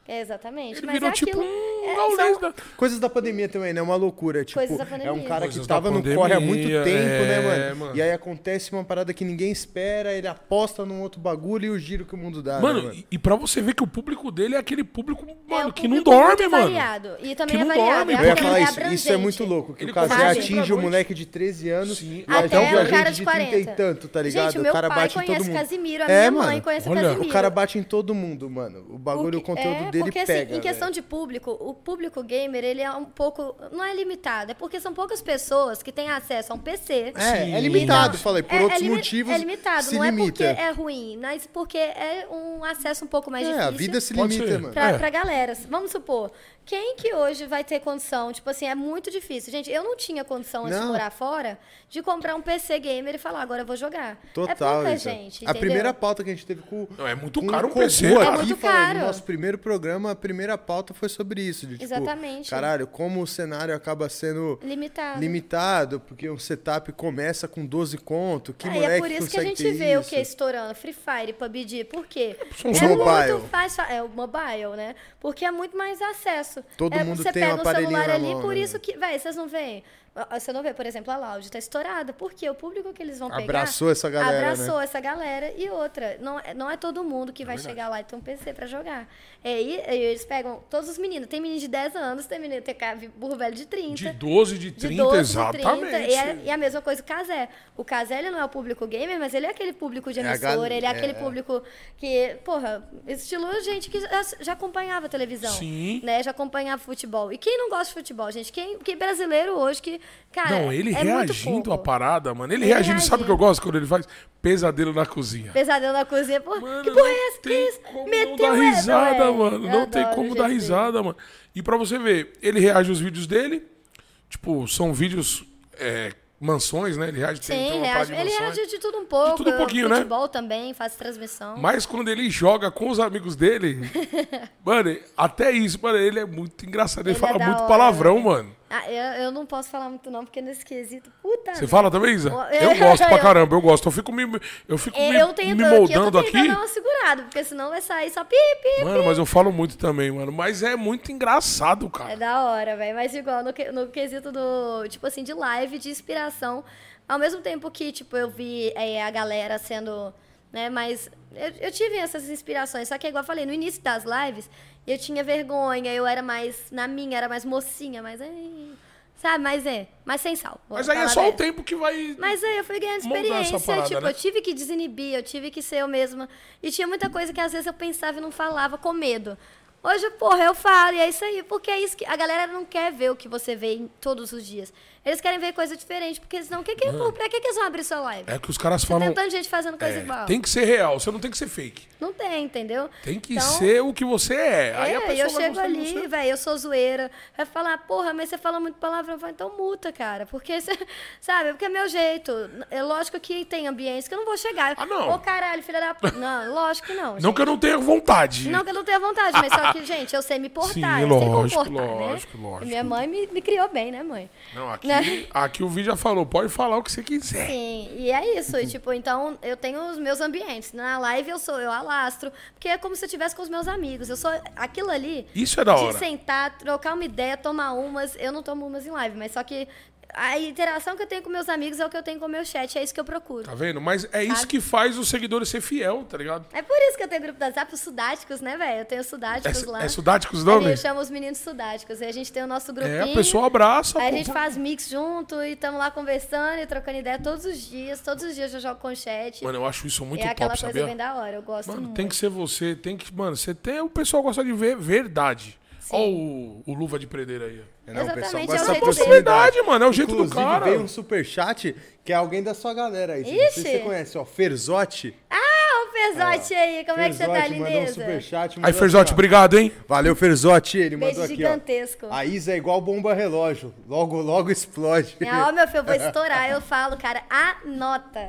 É, exatamente. Ele Mas virou é tipo aquilo, um é, gaulês são- da... Coisas da pandemia também, né? Uma loucura. Tipo, Coisas da pandemia. é um cara Coisas que da tava no pandemia, corre há muito tempo, é, né, mano? mano. E aí acontece uma parada que ninguém espera, ele aposta num outro bagulho e o giro que o mundo dá, Mano, né, mano? e, e pra você ver que o público dele é aquele público, É, mano, o que não público muito dorme, mano. variado. E também Que é não variado. dorme, é, Eu ia porque falar é isso, isso é abrangente. muito louco, que Ele o Kazé começa atinge pra o noite. moleque de treze anos Sim. e Até atinge a o cara gente de de quarenta. trinta e tanto, tá ligado? Gente, o o meu cara pai bate em todo conhece mundo. Casimiro, a É, minha mano, mãe conhece olha, o Casimiro. O cara bate em todo mundo, mano. O bagulho, o, que- conteúdo é, dele porque, pega, assim, em questão velho. de público, o público gamer, ele é um pouco... Não é limitado, é porque são poucas pessoas que têm acesso a um P C. É, é Sim. limitado, Então, falei, por é- outros é limi- motivos É limitado, se não é limita. porque é ruim, mas porque é um acesso um pouco mais É, difícil. a vida se Pode limita, ser. mano. Pra, É. pra galera. Vamos supor, quem que hoje vai ter condição? Tipo assim, é muito difícil. Gente, eu não tinha condição antes de Não. morar fora de comprar um P C gamer e falar, agora eu vou jogar. é Total, pouca Isa. gente, A entendeu? primeira pauta que a gente teve com, Não, é muito com caro o um Kogu P C, aqui, cara. É muito falando, caro. No nosso primeiro programa, a primeira pauta foi sobre isso. De, tipo, Exatamente. Caralho, como o cenário acaba sendo Limitado. limitado, porque um setup começa com doze conto, que Ah, e moleque é por isso que a consegue gente ter vê isso? o que estourando, Free Fire, P U B G, por quê? São é os muito mobile. fácil, é o mobile, né? Porque é muito mais acesso. Todo é, mundo você tem um pega o aparelhinho celular na ali, mão, por né? isso que, véi, vocês não veem? Você não vê, por exemplo, a Loud tá estourada, porque o público que eles vão pegar... Abraçou essa galera, Abraçou né? essa galera. E outra, não, é- não é todo mundo que vai chegar lá e ter um P C pra jogar. É, e, e eles pegam todos os meninos. Tem menino de dez anos, tem menino, tem cara, burro velho de trinta. De doze, de De trinta, doze, exatamente. trinta, e, é, e a mesma coisa o Casé. O Casé, ele não é o público gamer, mas ele é aquele público de É a emissora, gal- ele é aquele é. público que, porra, estilo gente que já, já acompanhava televisão. Sim. Né? Já acompanhava futebol. E quem não gosta de futebol, gente? Quem, quem brasileiro hoje que, cara, Não, ele é muito reagindo pouco. à parada, mano. Ele, Ele reagindo, sabe o que eu reagindo. gosto quando ele faz? Pesadelo na cozinha. Pesadelo na cozinha, pô, Mano, que porra não é essa? Que tem isso? como Meteu não dar essa, risada, velho. mano. Eu Não tem adoro como o dar jeito dele. risada, mano. E pra você ver, ele reage aos vídeos dele. Tipo, são vídeos é, mansões, né? Ele reage, tem, tem Sim, uma reage, parte de ele mansões. reage de tudo um pouco. tudo um pouquinho, né? Futebol também, faz transmissão. Mas quando ele joga com os amigos dele, mano, até isso, mano, ele é muito engraçado. Ele, Ele é fala da muito hora, palavrão, né? mano. Ah, eu, eu não posso falar muito não, porque nesse quesito, puta... Você fala também, Isa? Eu- Eu gosto pra eu- caramba, eu gosto. Eu fico me, eu fico me, Eu tenho me aqui, eu moldando tô tentando aqui. dar uma segurada, porque senão vai sair só pi, pi, Mano, mas eu falo muito também, mano. Mas é muito engraçado, cara. É da hora, velho. Mas igual no, que- no quesito do, tipo assim, de live, de inspiração, ao mesmo tempo que, tipo, eu vi é, a galera sendo, né, mas eu, eu tive essas inspirações, só que igual eu falei, no início das lives, eu tinha vergonha, eu era mais, na minha, era mais mocinha, mas ai, sabe, mas é, mas sem sal. vou Mas aí é falar só o dessa. tempo que vai. Mas aí eu fui ganhando Moldar essa experiência, parada, tipo, né? eu tive que desinibir, eu tive que ser eu mesma. E tinha muita coisa que às vezes eu pensava e não falava com medo. Hoje, porra, eu falo, e é isso aí, porque é isso que a galera não quer ver o que você vê em todos os dias. Eles querem ver coisa diferente, porque senão, que que, pô, pra que, que eles vão abrir sua live? É que os caras Tem falam. tanta gente fazendo coisa é, igual. tem que ser real, você não tem que ser fake. Não tem, entendeu? Tem que Então, ser o que você é. Aí a É, pessoa e eu vai chego gostar de ali, você. velho, eu sou zoeira. Vai falar, porra, mas você fala muito palavrão. Eu falo, então multa, cara. Porque, você, sabe, porque é meu jeito. É lógico que tem ambientes que eu não vou chegar. Ah, não. Ô, caralho, filha da... p- Não, lógico que não, Não gente. que eu não tenha vontade. Não que eu não tenha vontade, mas só que, gente, eu sei me portar, Sim, eu lógico, sei comportar, lógico, né? lógico. E minha mãe me, me criou bem, né, mãe? Não, aqui, Né? aqui o vídeo já falou, pode falar o que você quiser. Sim, e é isso. E, tipo, então eu tenho os meus ambientes. Na live eu sou, eu alastro, porque é como se eu estivesse com os meus amigos. Eu sou aquilo ali. Isso é da de hora. sentar, trocar uma ideia, tomar umas. Eu não tomo umas em live, mas só que a interação que eu tenho com meus amigos é o que eu tenho com o meu chat. É isso que eu procuro. Tá vendo? Mas é isso Sabe? que faz os seguidores ser fiel, tá ligado? É por isso que eu tenho grupo da Zap, os sudáticos, né, velho? Eu tenho sudáticos lá. É, é sudáticos o A nome? gente chama os meninos sudáticos. E a gente tem o nosso grupinho. É, a pessoa abraça. Aí a pô, gente pô. faz mix junto e estamos lá conversando e trocando ideia todos os dias. Todos os dias eu jogo com chat. Mano, eu acho isso muito é aquela top, coisa sabia? bem da hora, eu gosto Mano, muito. tem que ser você, tem que. Mano, você tem. O pessoal gosta de ver verdade. Sim. Olha o, o luva de predeira aí. ó. É, não, o pessoal Exatamente, gosta é o da jeito proximidade. dele. Mano, é o jeito do Inclusive, cara. veio um superchat que é alguém da sua galera aí. Não sei se Ixi. você conhece, ó. Ferzotti. Ah, o Ferzotti aí, como é que você tá, Ferzotti mandou um lindeza? superchat. Aí, mandou Ferzotti, assim, ó. obrigado, hein? Valeu, Ferzotti. Ele Beijo mandou aqui, gigantesco. ó. A Isa é igual bomba relógio. Logo, logo explode. É, ó, meu filho, eu vou estourar. Eu falo, cara, anota.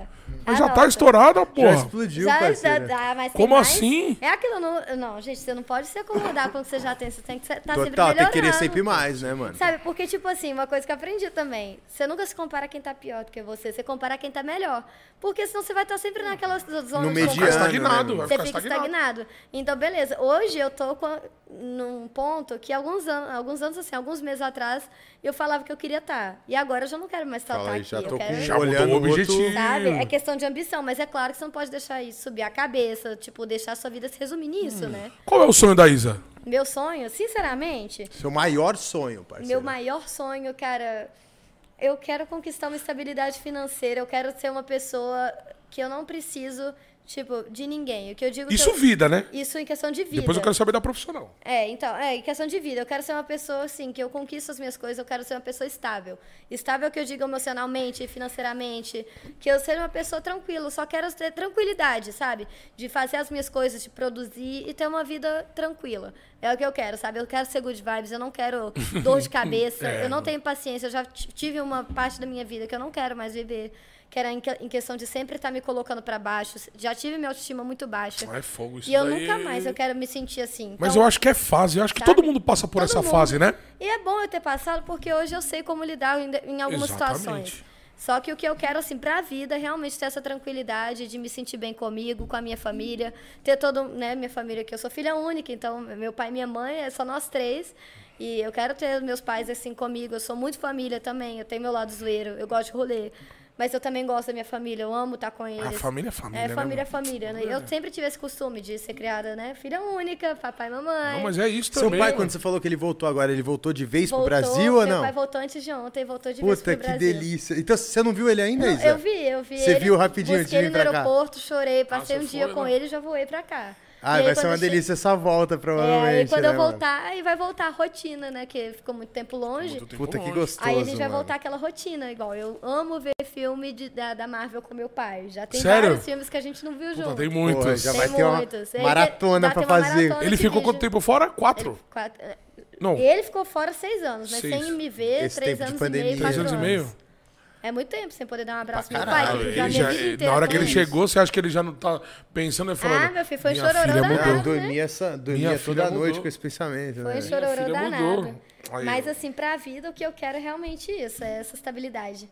Mas Ah, já não, tá tá- estourada, Já porra. explodiu, Já, já parceiro. dá, mas tem Como mais. assim? É aquilo, não, não, gente, você não pode se acomodar com o que você já tem, você tem que estar sempre Total, melhorando. tem que querer sempre mais, né, mano? Sabe, porque, tipo assim, uma coisa que eu aprendi também, você nunca se compara a quem tá pior do que você, você compara a quem tá melhor. Porque senão você vai estar sempre naquela zona No de conforto. mediano, Ficar estagnado, né, vai Você ficar fica estagnado. estagnado. Então, beleza. Hoje eu tô com, num ponto que alguns anos, alguns anos assim, alguns meses atrás, eu falava que eu queria estar. E agora eu já não quero mais estar Fala aí, aqui. já eu tô quero... com Já olhando mudou o o outro- objetivo. Sabe? É questão de ambição, mas é claro que você não pode deixar isso subir a cabeça, tipo, deixar a sua vida se resumir nisso, né? Qual é o sonho da Isa? Meu sonho, sinceramente, Seu maior sonho, parceiro. meu maior sonho, cara, eu quero conquistar uma estabilidade financeira, eu quero ser uma pessoa que eu não preciso, tipo, de ninguém. O que eu digo que Isso eu- vida, né? Isso em questão de vida. Depois eu quero saber da profissional. É, então, é, em questão de vida, eu quero ser uma pessoa, assim, que eu conquisto as minhas coisas, eu quero ser uma pessoa estável. Estável que eu digo emocionalmente, financeiramente, que eu seja uma pessoa tranquila, eu só quero ter tranquilidade, sabe? De fazer as minhas coisas, de produzir e ter uma vida tranquila. É o que eu quero, sabe? Eu quero ser good vibes, eu não quero dor de cabeça, É. eu não tenho paciência, eu já t- tive uma parte da minha vida que eu não quero mais viver, que era em, que- em questão de sempre estar me colocando pra baixo. Já tive minha autoestima muito baixa. É fogo isso E eu daí. nunca mais eu quero me sentir assim. Mas Então, eu acho que é fase. Eu acho que sabe? todo mundo passa por Todo essa mundo. fase, né? E é bom eu ter passado, porque hoje eu sei como lidar em, em algumas Exatamente. situações. Só que o que eu quero, assim, pra vida, é realmente ter essa tranquilidade de me sentir bem comigo, com a minha família. Ter todo, né, minha família, que eu sou filha única, então meu pai e minha mãe, é só nós três. E eu quero ter meus pais, assim, comigo. Eu sou muito família também, eu tenho meu lado zoeiro, eu gosto de rolê. Mas eu também gosto da minha família, eu amo estar com eles. A família é família, É, né, família é mano? família, né? Eu sempre tive esse costume de ser criada, né? Filha única, papai e mamãe. Não, mas é isso Seu também. pai, mano. quando você falou que ele voltou agora, ele voltou de vez Voltou, pro Brasil ou meu não? pai voltou antes de ontem, voltou de vez Puta, pro que Brasil. delícia. Então, você não viu ele ainda, Não, Isa? eu vi, eu vi Você ele. viu rapidinho antes de busquei vir ele pra no cá? aeroporto, chorei, passei Ah, um você dia foi, com né? ele e já voei pra cá. Ah, E aí, vai ser quando uma eu che- delícia essa volta, É, provavelmente. aí quando né, eu mano? voltar, aí vai voltar a rotina, né? Que ficou muito tempo longe. Muito tempo Puta, que longe. gostoso, Aí a gente vai mano. voltar àquela rotina, igual. Eu amo ver filme de- da, da Marvel com meu pai. Já tem Sério? vários filmes que a gente não viu Puta, junto. tem muitos. Pô, já Tem vai ter uma muitos. Aí maratona dá- pra tem uma fazer. maratona Ele que ficou vejo- quanto tempo fora? Quatro? Ele, quatro, é, Não. ele ficou fora seis anos, mas Seis. sem me ver, Esse três tempo de anos pandemia. e meio, Três quatro anos e meio? É muito tempo sem poder dar um abraço Pra pro meu pai. caralho, que Ele viveu a minha já- vida na inteira hora com que ele isso. chegou, você acha que ele já não tá pensando e falando? Ah, meu filho, foi um minha chororô filha danado. mudou. Eu dormia, essa, dormia Minha toda filha noite mudou. com esse pensamento, Foi né? um chororô filha danado. mudou. Aí, Mas ó. assim, pra vida, o que eu quero é realmente isso, é essa estabilidade.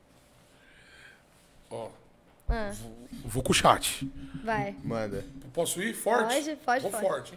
Ó, Ah, vou com o chat. vai. Manda. Posso ir? Forte? Pode, pode, Vou pode. forte. hein?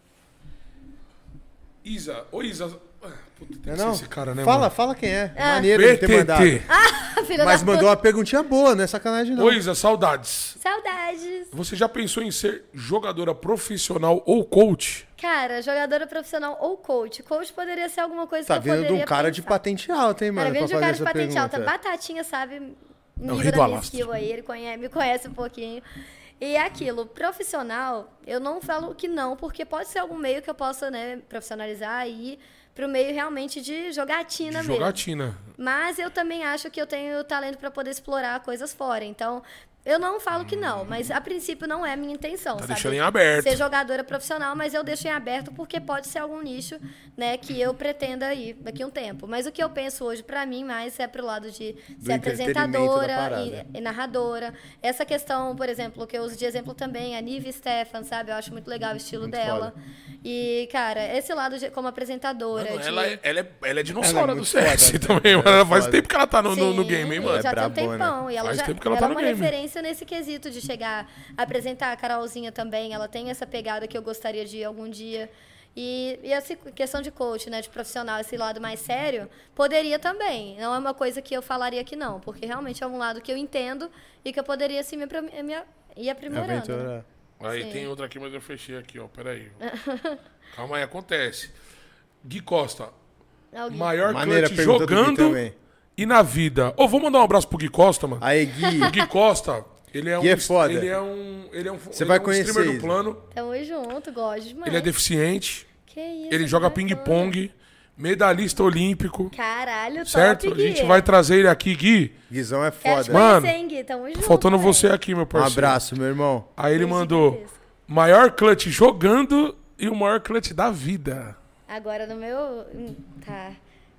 Isa, ô Isa. Ah, puta, tem que Não, ser não? esse cara, né, fala, mano? fala quem é. Ah. Maneiro ele ter mandado. P T T. Ah, filha Mas da mandou puta. uma perguntinha boa, não é sacanagem não. Ô Isa, saudades. Saudades. Você já pensou em ser jogadora profissional ou coach? Cara, jogadora profissional ou coach. Coach poderia ser alguma coisa Tá que eu vindo poderia de um cara de pensar. patente alta, hein, mano? Cara, vindo de pra um cara fazer de essa patente alta. pergunta. Batatinha, sabe? o Nível rei do da minha alastro. skill aí, ele conhece, me conhece um pouquinho. E é aquilo, profissional, eu não falo que não, porque pode ser algum meio que eu possa, né, profissionalizar e ir pro meio realmente de jogatina De mesmo. jogatina. Mas eu também acho que eu tenho talento para poder explorar coisas fora. Então, eu não falo que não, mas a princípio não é a minha intenção, Tá sabe? deixando em aberto. Ser jogadora profissional, mas eu deixo em aberto porque pode ser algum nicho, né, que eu pretenda ir daqui a um tempo. Mas o que eu penso hoje, para mim, mais é pro lado de Do ser entretenimento da apresentadora parada. e, e narradora. Essa questão, por exemplo, que eu uso de exemplo também, a Nive Stefan, sabe? Eu acho muito legal o estilo Muito dela. foda. E, cara, esse lado de, como apresentadora. Mano, de- ela, é- ela, é, ela é dinossauro Ela é do muito C S foda, também, ela mano. é Ela faz foda. tempo que ela tá no, no, no Sim, game, hein, e mano? já brabona. tem um tempão. E ela Faz já tempo que ela ela tá é no uma game. referência nesse quesito de chegar a apresentar. A Carolzinha também, ela tem essa pegada que eu gostaria de ir algum dia. E, e essa questão de coach, né, de profissional, esse lado mais sério, poderia também. Não é uma coisa que eu falaria que não, porque realmente é um lado que eu entendo e que eu poderia, assim, me, aprim- me ir aprimorando. né? Aventura. Aí Sim. tem outra aqui, mas eu fechei aqui, ó. Pera aí. Calma aí, acontece. Gui Costa, Alguém. maior Maneira a clutch pergunta do Gui jogando também. e na vida. Ô, vou mandar um abraço pro Gui Costa, mano. Aí, Gui, O Gui Costa, ele é um... Gui é foda. Ele é um... Ele é um Você ele vai é um conhecer streamer do isso. plano. Tamo junto, gosto demais. Ele é deficiente. Que isso, Ele que joga bacana. ping-pong. Medalhista olímpico. Caralho, top, Certo? A Gui. gente vai trazer ele aqui, Gui. Guizão é Quero te foda. Mano, conhecer, hein, Gui? Tamo junto, Faltando velho. você aqui, meu Um parceiro. abraço, meu irmão. Aí ele Beijo mandou gigantesco. maior clutch jogando e o maior clutch da vida. Agora no meu... hum, Tá.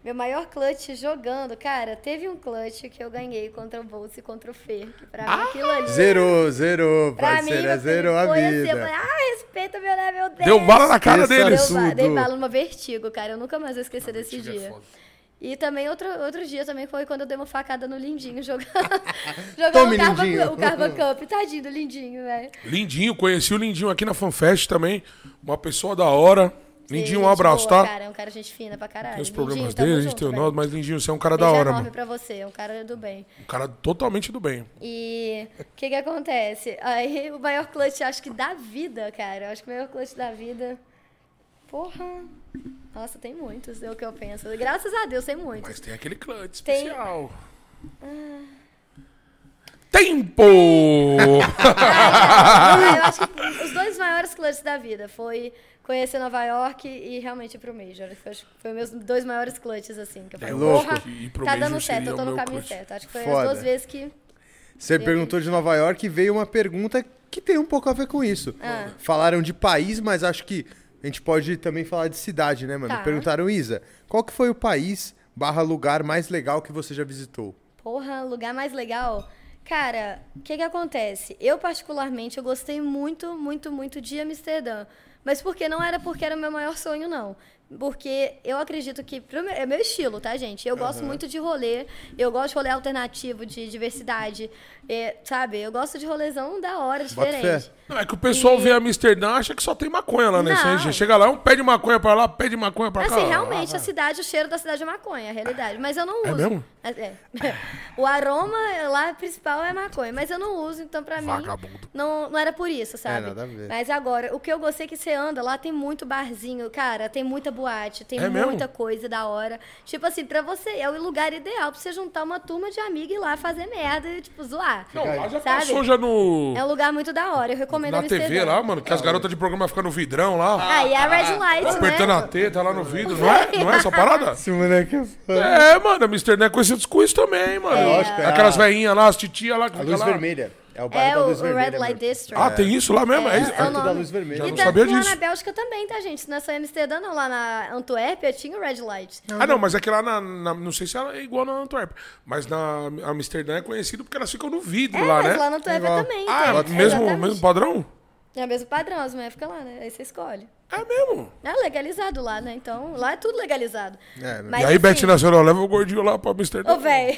Meu maior clutch jogando, cara, teve um clutch que eu ganhei contra o Bolsa e contra o Fer. Que pra ah, mim aquilo ali. Zerou, zerou, pra parceira, mim, zerou a foi vida. Assim, eu falei, ah, respeita meu level dez. Deu bala na cara Esse dele. Deu ba- absurdo. Dei bala numa vertigo, cara. Eu nunca mais vou esquecer A desse vertigo é dia. foda. E também outro, outro dia também foi quando eu dei uma facada no Lindinho jogando, jogando Tome, o, Carva, Lindinho. o Carva Cup. Tadinho do Lindinho, velho. Lindinho, conheci o Lindinho aqui na FanFest também. Uma pessoa da hora. Lindinho, um abraço, boa, tá? cara, é um cara gente fina pra caralho. Tem os Lindinho, problemas tamo dele, a gente junto, tem o velho. nosso, mas Lindinho, você é um cara Beijo da hora, enorme mano. pra você, é um cara do bem. Um cara totalmente do bem. E o que que acontece? Aí o maior clutch, acho que da vida, cara. Eu acho que o maior clutch da vida... Porra... Nossa, tem muitos, é o que eu penso. Graças a Deus, tem muitos. Mas tem aquele clutch Tem- especial. Tempo! Ah, eu acho que os dois maiores clutches da vida foi conhecer Nova York e realmente ir pro Major. Foi, foi meus dois maiores clutches, assim. Que eu falei, louco. porra, Ir pro tá Major dando certo, seria eu tô o no meu caminho clutch. certo. Acho que foi Foda. as duas vezes que... Você perguntou de Nova York e veio uma pergunta que tem um pouco a ver com isso. Ah. Falaram de país, mas acho que a gente pode também falar de cidade, né, mano? Tá. Perguntaram, Isa, qual que foi o país barra lugar mais legal que você já visitou? Porra, lugar mais legal. Cara, o que que acontece? Eu, particularmente, eu gostei muito, muito, muito de Amsterdã. Mas porque não era porque era o meu maior sonho, não. Porque eu acredito que... pro meu- É meu estilo, tá, gente? Eu gosto muito de rolê. Eu gosto de rolê alternativo, de diversidade. é, sabe? Eu gosto de rolezão da hora, Bota diferente. fé. Não, é que o pessoal vê Amsterdã e acha que só tem maconha lá, né? Não. Você chega lá, um pé de maconha pra lá, pé de maconha pra cá. Assim, realmente, a cidade, o cheiro da cidade é maconha, a realidade. Mas eu não É uso. mesmo? É, é. O aroma lá principal é maconha, mas eu não uso, então pra Vagabundo. mim não, não era por isso, sabe? É, nada a ver. Mas agora, o que eu gostei é que você anda, lá tem muito barzinho, cara, tem muita boate, tem É mesmo? muita coisa da hora. Tipo assim, pra você, é o lugar ideal pra você juntar uma turma de amigos e ir lá fazer merda e, tipo, zoar. Não, lá já Sabe? passou já no... É um lugar muito da hora, eu recomendo Na T V Amsterdã. lá, mano, que as garotas de programa ficam no vidrão lá. Ah, e a Red Light, Apertando né? a teta lá no vidro, não é? Não é essa parada? Esse moleque é foda. É, mano, Amsterdã é conhecido com isso também, mano. Lógico, é Aquelas a- velhinhas lá, as titias lá que A fica luz lá. vermelha. É o bairro É da o, luz o vermelha. Red Light mano. District. Ah, tem isso lá mesmo? É, É, isso? é o Perto da nome. luz vermelha. Já E não tá- sabia lá disso. na Bélgica também, tá, gente? Não é só em Amsterdã, não. Lá na Antuérpia tinha o Red Light. Ah, não, mas é que lá na, na- Não sei se ela é igual na Antwerp, mas na Amsterdã é conhecido porque elas ficam no vidro É, lá, mas né? lá na Antuérpia Igual. também. Ah, tem. é mesmo, Exatamente. mesmo padrão? É o mesmo padrão, as mulheres ficam lá, né? Aí você escolhe. É mesmo. É legalizado lá, né? Então, lá é tudo legalizado. É, né? Mas, e aí, assim, Beth Nacional, leva o gordinho lá pra Amsterdã. Ô, véi.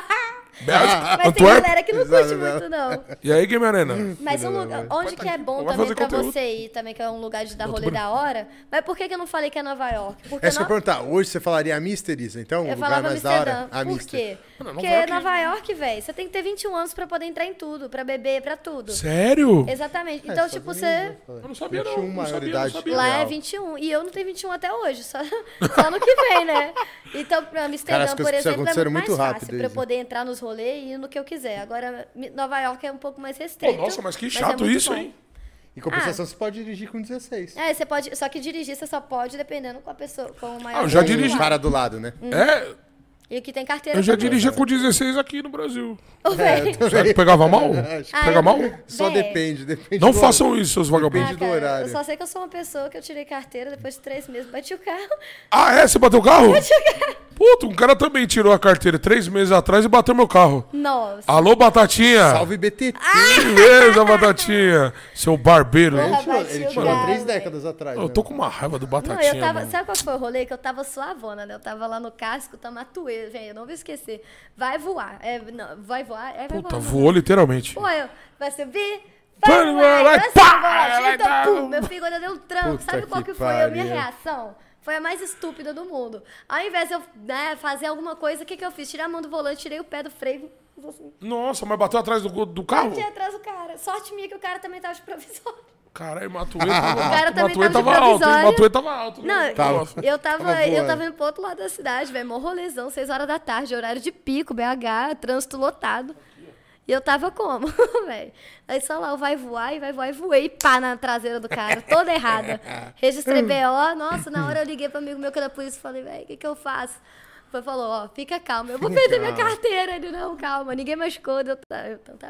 Bélgica, Mas tem Antwerp. galera que não Exato, curte né? muito, não. E aí, Game Arena? Mas um lugar, onde que é bom Vai também fazer pra conteúdo. você ir, também, que é um lugar de dar Não, tô rolê da hora. Mas por que que eu não falei que é Nova York? Porque É isso que eu no- ia perguntar. Hoje você falaria a Mister Isa, então? Eu o lugar falava mais da hora? Amsterdã. A Por Mister. quê? Mano, Nova Porque York- Nova York, velho, você tem que ter vinte e um anos pra poder entrar em tudo, pra beber, pra tudo. Sério? Exatamente. É, Então, Estados tipo, Unidos, você... né? Eu não sabia, não. vinte e um, Não sabia, não maioridade. sabia. Lá é Legal. vinte e um. E eu não tenho vinte e um até hoje, só, só no que vem, né? Então, pra Cara, Amsterdã, as coisas por que exemplo, é aconteceram muito mais muito fácil rápido, pra eu Isa. poder entrar nos rolês e ir no que eu quiser. Agora, Mi- Nova York é um pouco mais Pô, restrito. nossa, mas que é chato muito isso, bom. hein? Em compensação, você pode dirigir com dezesseis. É, você pode. Só que dirigir você só pode dependendo com a pessoa, com o maior. Ah, eu já do dirigi. O lado. cara do lado, né? É, E o que tem carteira eu já também. dirigia com dezesseis aqui no Brasil. Ô, véi. Sério, pegava mal? Ah, Pega eu- mal? Só Véi. depende, depende Não do- façam isso, seus vagabundos. Ah, do cara, horário. eu só sei que eu sou uma pessoa que eu tirei carteira depois de três meses, bati o carro. Ah, é? Você bateu o carro? Puta, um cara também tirou a carteira três meses atrás e bateu meu carro. Nossa. Alô, Batatinha! Salve B T T. Beleza, Batatinha! Seu barbeiro. Porra, Ele tirou, bati ele o tirou carro, três velho. décadas atrás. Eu né? tô com uma raiva do Não, Batatinha, eu tava. mano. Sabe qual que foi o rolê? Que eu tava suavona, né? Eu tava lá no casco, Tamatuê, velho. Eu não vou esquecer. Vai voar. É, não, vai voar? É, vai Puta, voar. voou literalmente. Pô, eu, vai subir. Vai, Vai, vai, vai, vai, vai, pá! vai, Vai dar pum, um- meu filho ainda deu um tranco. Puta Sabe qual que que foi a minha pariu. reação? Foi a mais estúpida do mundo. Ao invés de eu né, fazer alguma coisa, o que, que eu fiz? Tirei a mão do volante, tirei o pé do freio. fiz assim, Nossa, mas bateu atrás do, do carro? bati atrás do cara. Sorte minha que o cara também tava de provisório. Caralho, Matuê tava, O cara também Matuê tava de tava alto, hein? provisório. Matuê tava alto. Não, Tava. eu tava, Tava eu voando. tava indo pro outro lado da cidade, velho, mó rolezão, seis horas da tarde, horário de pico, B H, trânsito lotado. E eu tava como, velho? Aí só lá, o vai voar e vai voar e voei, pá, na traseira do cara, toda errada. Registrei B O, nossa, na hora eu liguei pro amigo meu que era da polícia e falei, velho, o que que eu faço? Ele falou, ó, fica calma, eu vou perder minha carteira. Ele, não, calma, ninguém machucou, deu, tá, eu, então tá bom.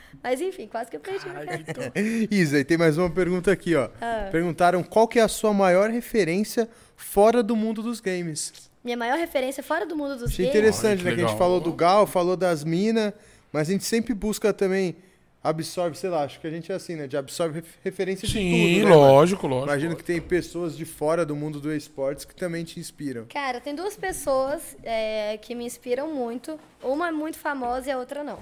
Mas enfim, quase que eu perdi. Caralho, Isa, e tem mais uma pergunta aqui, ó. Ah. Perguntaram qual que é a sua maior referência fora do mundo dos games. Minha maior referência fora do mundo dos Achei games. interessante, Olha, que né? Que a gente legal. falou do Gal, falou das minas, mas a gente sempre busca também, absorve, sei lá, acho que a gente é assim, né? De absorve ref- referência de Sim, tudo, né, mano? lógico, lógico. Imagino que tem pessoas de fora do mundo do esportes que também te inspiram. Cara, tem duas pessoas é, que me inspiram muito. Uma é muito famosa e a outra não.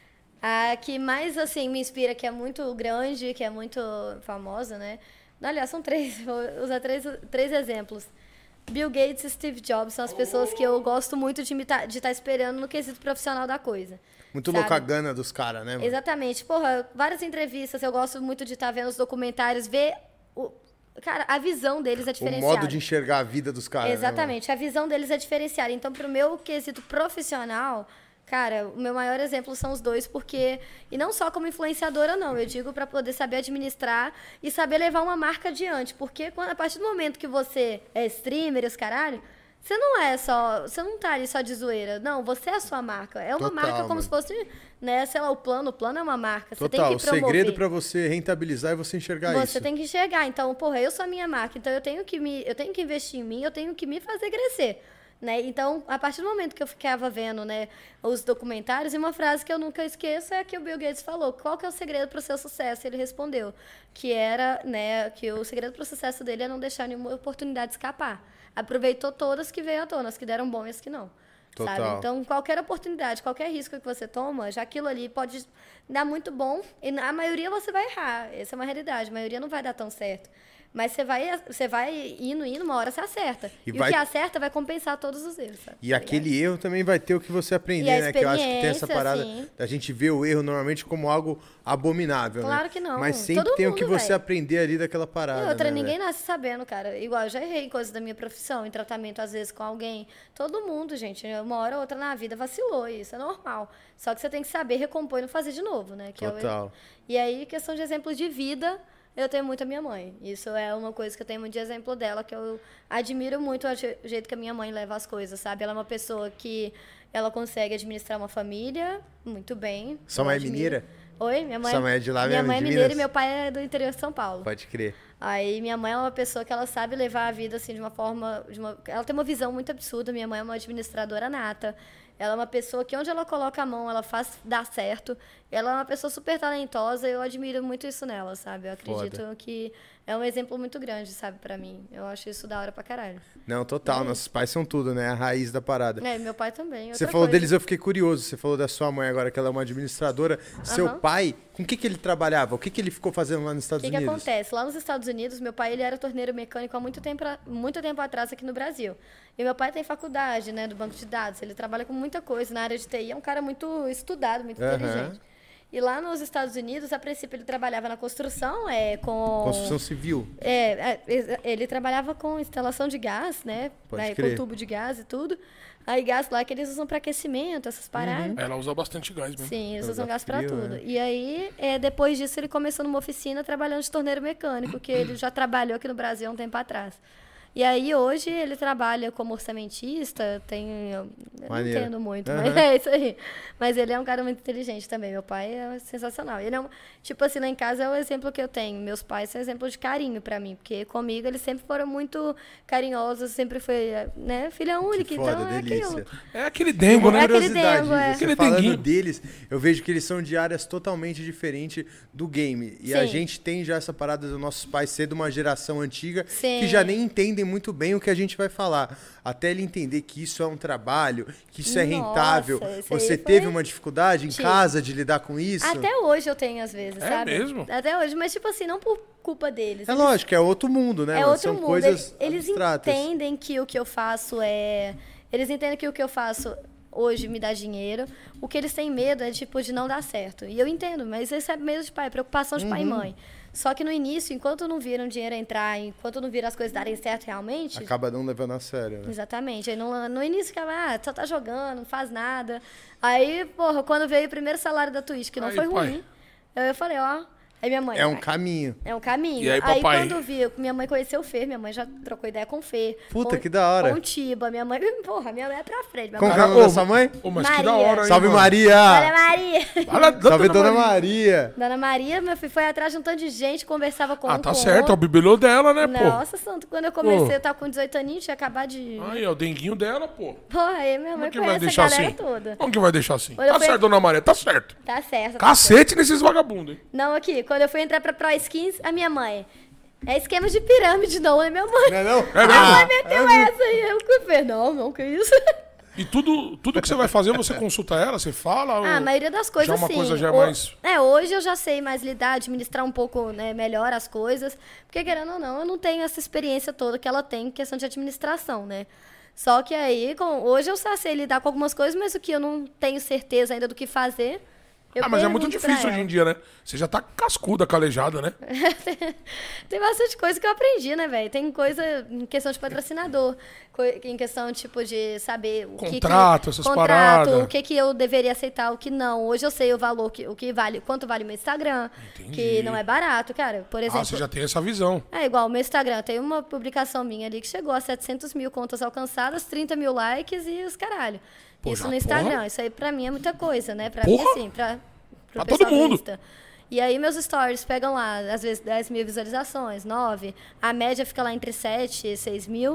A que mais, assim, me inspira, que é muito grande, que é muito famosa, né? Aliás, são três. Vou usar três, três exemplos. Bill Gates e Steve Jobs são as pessoas que eu gosto muito de estar de tá esperando no quesito profissional da coisa. Muito sabe? louca a gana dos caras, né, mano? Exatamente. Porra, várias entrevistas, eu gosto muito de estar vendo os documentários, ver... O, cara, a visão deles é O diferenciada. modo de enxergar a vida dos caras, né, Exatamente, a visão deles é diferenciada. Então, pro meu quesito profissional, cara, o meu maior exemplo são os dois, porque... E não só como influenciadora, não. Eu digo para poder saber administrar e saber levar uma marca adiante. Porque quando, a partir do momento que você é streamer, esse caralho, você não é só... Você não tá ali só de zoeira. Não, você é a sua marca. É uma Total, marca como mano. se fosse, né, sei lá, o plano. O plano é uma marca. Você Total, tem o que promover. segredo pra você rentabilizar é você enxergar Você isso. tem que enxergar. Então, porra, eu sou a minha marca. Então, eu tenho que, me, eu tenho que investir em mim, eu tenho que me fazer crescer. Né? Então, a partir do momento que eu ficava vendo, né, os documentários, e uma frase que eu nunca esqueço é a que o Bill Gates falou: qual que é o segredo para o seu sucesso? Ele respondeu que era, né, que o segredo para o sucesso dele é não deixar nenhuma oportunidade escapar. Aproveitou todas que veio à tona, as que deram bom e as que não. Total. Sabe? Então, qualquer oportunidade, qualquer risco que você toma, já aquilo ali pode dar muito bom, e a maioria você vai errar. Essa é uma realidade, a maioria não vai dar tão certo. Mas você vai, você vai indo, indo, uma hora você acerta. E E, vai- o que acerta vai compensar todos os erros, sabe? E Tá aquele ligado? erro também vai ter o que você aprender, E a né? Que eu acho que tem essa experiência, parada sim. da gente ver o erro normalmente como algo abominável, né? Claro que não. Mas sempre Todo tem o que mundo, você velho. aprender ali daquela parada, E outra, né, ninguém velho? nasce sabendo, cara. Igual, eu já errei em coisas da minha profissão, em tratamento, às vezes, com alguém. Todo mundo, gente, uma hora ou outra na vida vacilou, e isso é normal. Só que você tem que saber recompor e não fazer de novo, né? Que é o erro. Total. E aí, questão de exemplo de vida, eu tenho muito a minha mãe. Isso é uma coisa que eu tenho muito de exemplo dela, que eu admiro muito o je- jeito que a minha mãe leva as coisas, sabe? Ela é uma pessoa que ela consegue administrar uma família muito bem. Sua eu mãe é admiro. mineira? Oi, minha mãe. Sua mãe é de lá Minha mesmo, mãe é de mineira Minas? e meu pai é do interior de São Paulo. Pode crer. Aí minha mãe é uma pessoa que ela sabe levar a vida assim de uma forma, de uma, ela tem uma visão muito absurda. Minha mãe é uma administradora nata. Ela é uma pessoa que onde ela coloca a mão, ela faz dar certo. Ela é uma pessoa super talentosa e eu admiro muito isso nela, sabe? Eu acredito Foda. que é um exemplo muito grande, sabe, pra mim. Eu acho isso da hora pra caralho. Não, total. É. Nossos pais são tudo, né? A raiz da parada. É, meu pai também. Você outra falou coisa. deles, eu fiquei curioso. Você falou da sua mãe agora, que ela é uma administradora. Seu Aham. pai, com o que, que ele trabalhava? O que, que ele ficou fazendo lá nos O Estados que, que Unidos? acontece? Lá nos Estados Unidos, meu pai ele era torneiro mecânico há muito tempo, muito tempo atrás aqui no Brasil. E meu pai tem faculdade, né, do banco de dados. Ele trabalha com muita coisa na área de T I. É um cara muito estudado, muito Aham. inteligente. E lá nos Estados Unidos, a princípio, ele trabalhava na construção, é, com... Construção civil. É, é, ele trabalhava com instalação de gás, né? Pode né, crer. com tubo de gás e tudo. Aí gás lá que eles usam para aquecimento, essas paradas. Ela usa bastante gás mesmo. Sim, eles Pra usam usar gás para frio, tudo. né? E aí, é, depois disso, ele começou numa oficina trabalhando de torneiro mecânico, que ele já trabalhou aqui no Brasil há um tempo atrás. E aí, hoje, ele trabalha como orçamentista, tem... Eu não Maneiro. entendo muito, Aham. mas é isso aí. Mas ele é um cara muito inteligente também. Meu pai é sensacional. Ele é um... Tipo assim, lá em casa é o exemplo que eu tenho. Meus pais são exemplo de carinho pra mim, porque comigo eles sempre foram muito carinhosos, sempre foi, né, filha única, Que foda, então é delícia. aquilo. É aquele dengo, É né? aquele Curiosidade, dengo, é. você Aquele falando denguinho. deles, eu vejo que eles são de áreas totalmente diferentes do game. E a Sim. gente tem já essa parada dos nossos pais ser de uma geração antiga Sim. que já nem entendem muito bem o que a gente vai falar. Até ele entender que isso é um trabalho, que isso é Nossa, rentável. isso aí Você foi- teve uma dificuldade em Tive. casa de lidar com isso? Até hoje eu tenho, às vezes, É sabe? mesmo? Até hoje, mas tipo assim, não por culpa deles. É Eles- lógico, é outro mundo, né? É mano? outro São mundo. coisas eles eles abstratas. entendem que o que eu faço é... Eles entendem que o que eu faço hoje me dá dinheiro. O que eles têm medo é, tipo, de não dar certo. E eu entendo, mas esse é medo de pai, preocupação de Uhum. pai e mãe. Só que no início, enquanto não viram o dinheiro entrar, enquanto não viram as coisas darem certo realmente... Acaba não levando a sério, né? Exatamente. Aí no, no início ficava, ah, só tá jogando, não faz nada. Aí, porra, quando veio o primeiro salário da Twitch, que não Aí, foi pai. ruim, eu, eu falei, ó, Aí minha mãe... É um vai. caminho. É um caminho. E aí, papai? Aí quando vi, minha mãe conheceu o Fer, minha mãe já trocou ideia com o Fer. Puta, com, que da hora. Com o Tiba, minha mãe... Porra, minha mãe é pra frente. Minha Como mãe... que é o nome da sua mãe? Ô, mas que Maria. da hora, hein, Salve, mano? Maria! Olha, Maria! Olha, Salve, Dona Maria! Dona Maria, meu filho, foi atrás de um tanto de gente, conversava com Ah, um, tá com certo, é o outro. bibelô dela, né, pô? Nossa, santo, quando eu comecei, Pô. eu tava com dezoito aninhos, tinha acabado de... Aí, é o denguinho dela, pô. Porra, aí minha Como mãe é que vai conhece a deixar galera assim? toda. Como que vai deixar assim? Quando eu Tá fui- certo, Dona Maria, tá certo. Tá certo. tá certo. Cacete nesses vagabundos, hein? Não, aqui, quando eu fui entrar pra Pro Skins, a minha mãe... É esquema de pirâmide, não, né, minha mãe? Não é não? É A mesmo? mãe meteu essa aí, eu fui, não, não, que isso? E tudo, tudo que você vai fazer, você consulta ela, você fala? Ah, ou a maioria das coisas, já uma sim. coisa já é O- mais... É, hoje eu já sei mais lidar, administrar um pouco, né, melhor as coisas. Porque, querendo ou não, eu não tenho essa experiência toda que ela tem em questão de administração, né? Só que aí, com, hoje eu só sei lidar com algumas coisas, mas o que eu não tenho certeza ainda do que fazer, eu Ah, mas é muito pergunto pra difícil ela. hoje em dia, né? Você já tá cascuda, calejada, né? Tem bastante coisa que eu aprendi, né, velho? Tem coisa em questão de patrocinador, co- em questão, tipo, de saber o que que... Contrato, essas contrato, paradas. o que que eu deveria aceitar, o que não. Hoje eu sei o valor, que, o que vale, quanto vale o meu Instagram, Entendi. que não é barato, cara. Por exemplo... Ah, você já tem essa visão. É igual o meu Instagram, tem uma publicação minha ali que chegou a setecentos mil contas alcançadas, trinta mil likes e os caralho. Pô, Isso já, no Instagram, porra. isso aí pra mim é muita coisa, né? Pra Porra. mim, assim, pra, pro Pra todo pessoal do mundo. Insta. E aí meus stories pegam lá, às vezes, dez mil visualizações, nove. A média fica lá entre sete e seis mil.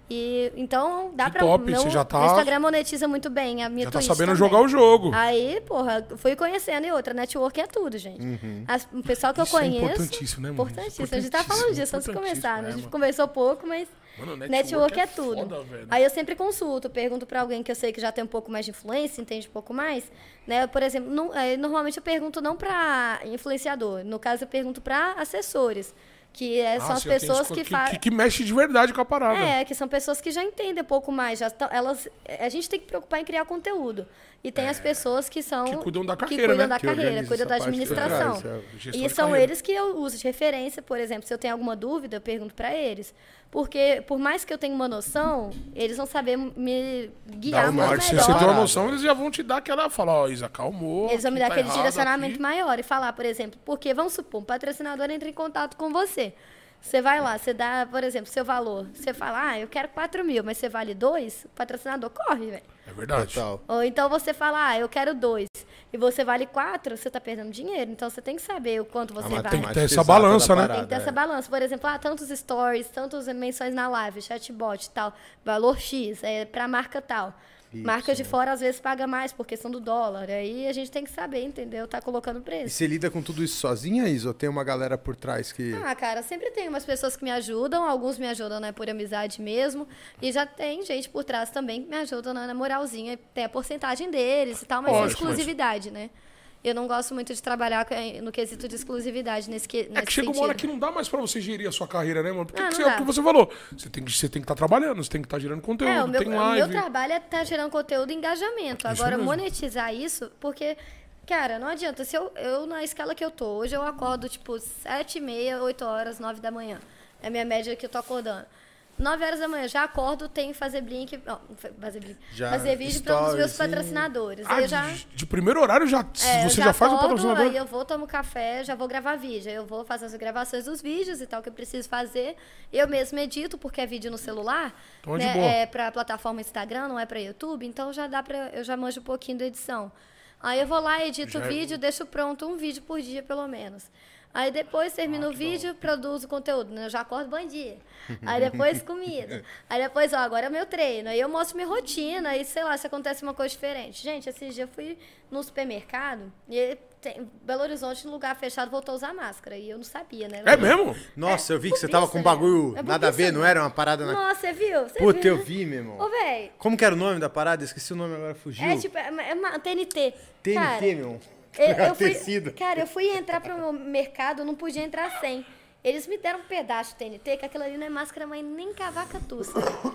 E, então, dá Que pra... top, meu, você já tá- meu Instagram monetiza muito bem, a minha Já tá Twitch sabendo também. jogar o jogo. Aí, porra, fui conhecendo e outra, network é tudo, gente. As- o pessoal que Isso eu é conheço... importantíssimo, né, mano? Importantíssimo. Isso é A gente tá falando disso antes de importantíssimo, começar, né? A é, gente mano. conversou pouco, mas... Mano, Network, é, tudo. foda, velho. Aí eu sempre consulto, pergunto pra alguém que eu sei que já tem um pouco mais de influência, entende um pouco mais, né? Por exemplo, nu- eh, normalmente eu pergunto não pra influenciador, no caso eu pergunto pra assessores, que eh, são Ah, as sim, eu tenho pessoas isso que que, fazem... que, que mexe de verdade com a parada. É, que são pessoas que já entendem um pouco mais, já tão- elas, a gente tem que preocupar em criar conteúdo. E tem as pessoas que são... Que cuidam da que carreira, cuidam né? da Que carreira, organiza cuidam essa da parte por administração. trás, é. Gestor E de são carreira. eles que eu uso de referência, por exemplo, se eu tenho alguma dúvida, eu pergunto pra eles. Porque, por mais que eu tenha uma noção, eles vão saber me guiar Dá um muito norte, Se melhor. você tem uma Parada. noção, eles já vão te dar aquela... Falar, ó, Isa, calmou. Eles vão me aqui dar tá aquele errado direcionamento aqui. maior e falar, por exemplo, porque, vamos supor, um patrocinador entra em contato com você. Você vai lá, você dá, por exemplo, seu valor. Você fala, ah, eu quero quatro mil, mas você vale dois, o patrocinador corre, velho. É verdade. Total. Ou então você fala, ah, eu quero dois, e você vale quatro, você tá perdendo dinheiro. Então você tem que saber o quanto você A vale. tem que ter matemática essa exata balança, da né? parada, Tem que ter essa é. balança. Por exemplo, ah, tantos stories, tantas menções na live, chatbot e tal, valor X, é pra marca tal. Isso. Marca de fora às vezes paga mais por questão do dólar. Aí a gente tem que saber, entendeu? Tá colocando E preço. você lida com tudo isso sozinha, Isa? Ou tem uma galera por trás que... Ah, cara, sempre tem umas pessoas que me ajudam, alguns me ajudam, né, por amizade mesmo, e já tem gente por trás também que me ajuda né, na moralzinha, tem a porcentagem deles e tal, mas é Lógico, exclusividade, né? Eu não gosto muito de trabalhar com- no quesito de exclusividade nesse, que, É nesse que chega uma sentido. hora que não dá mais pra você gerir a sua carreira, né, mano? Porque Ah, que não você, é o dá. que você falou. Você tem que estar você tem que tá trabalhando, você tem que estar gerando conteúdo, É, o meu, tem o live. meu trabalho é estar gerando conteúdo e engajamento. Isso Agora, mesmo. monetizar isso, porque, cara, não adianta. Se eu, eu, na escala que eu tô, hoje eu acordo, tipo, sete e meia, oito horas, nove da manhã. É a minha média que eu tô acordando. nove horas da manhã, já acordo, tenho que fazer blink, não, fazer blink, Já fazer vídeo para um dos meus stories, patrocinadores. Ah, aí eu já... de, de primeiro horário já, É, eu você já, faz o acordo, patrocinador? aí eu vou, tomo café, já vou gravar vídeo. Aí eu vou fazer as gravações dos vídeos e tal, que eu preciso fazer. Eu mesmo edito, porque é vídeo no celular. Então é de né? boa. É pra plataforma Instagram, não é pra YouTube. Então já dá pra. Eu já manjo um pouquinho da edição. Aí eu vou lá, edito Já o é- vídeo, deixo pronto um vídeo por dia, pelo menos. Aí depois termino o vídeo, produzo conteúdo. Né? Eu já acordo bom dia. Aí depois comida. Aí depois, ó, agora é meu treino. Aí eu mostro minha rotina. Aí, sei lá, se acontece uma coisa diferente. Gente, esse dia eu fui no supermercado e tem, Belo Horizonte, no lugar fechado, voltou a usar máscara. E eu não sabia, né? É mesmo? Nossa, eu vi que você burrice, tava com um bagulho né? É nada a ver, burrice, não né? era uma parada na... Nossa, você viu? Você Puta, viu? eu vi, meu irmão. Ô, véi. Como que era o nome da parada? Esqueci o nome agora, fugiu. É tipo, é, é uma T N T. T N T, Cara, meu. Eu, eu fui, Tecido. cara, eu fui entrar pro mercado, eu não podia entrar sem. Eles me deram um pedaço de T N T, que aquilo ali não é máscara, mas nem cavaca tussa.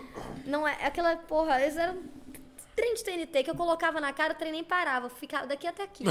Não é, aquela porra, eles eram trem de T N T que eu colocava na cara, o trem nem parava, ficava daqui até aqui.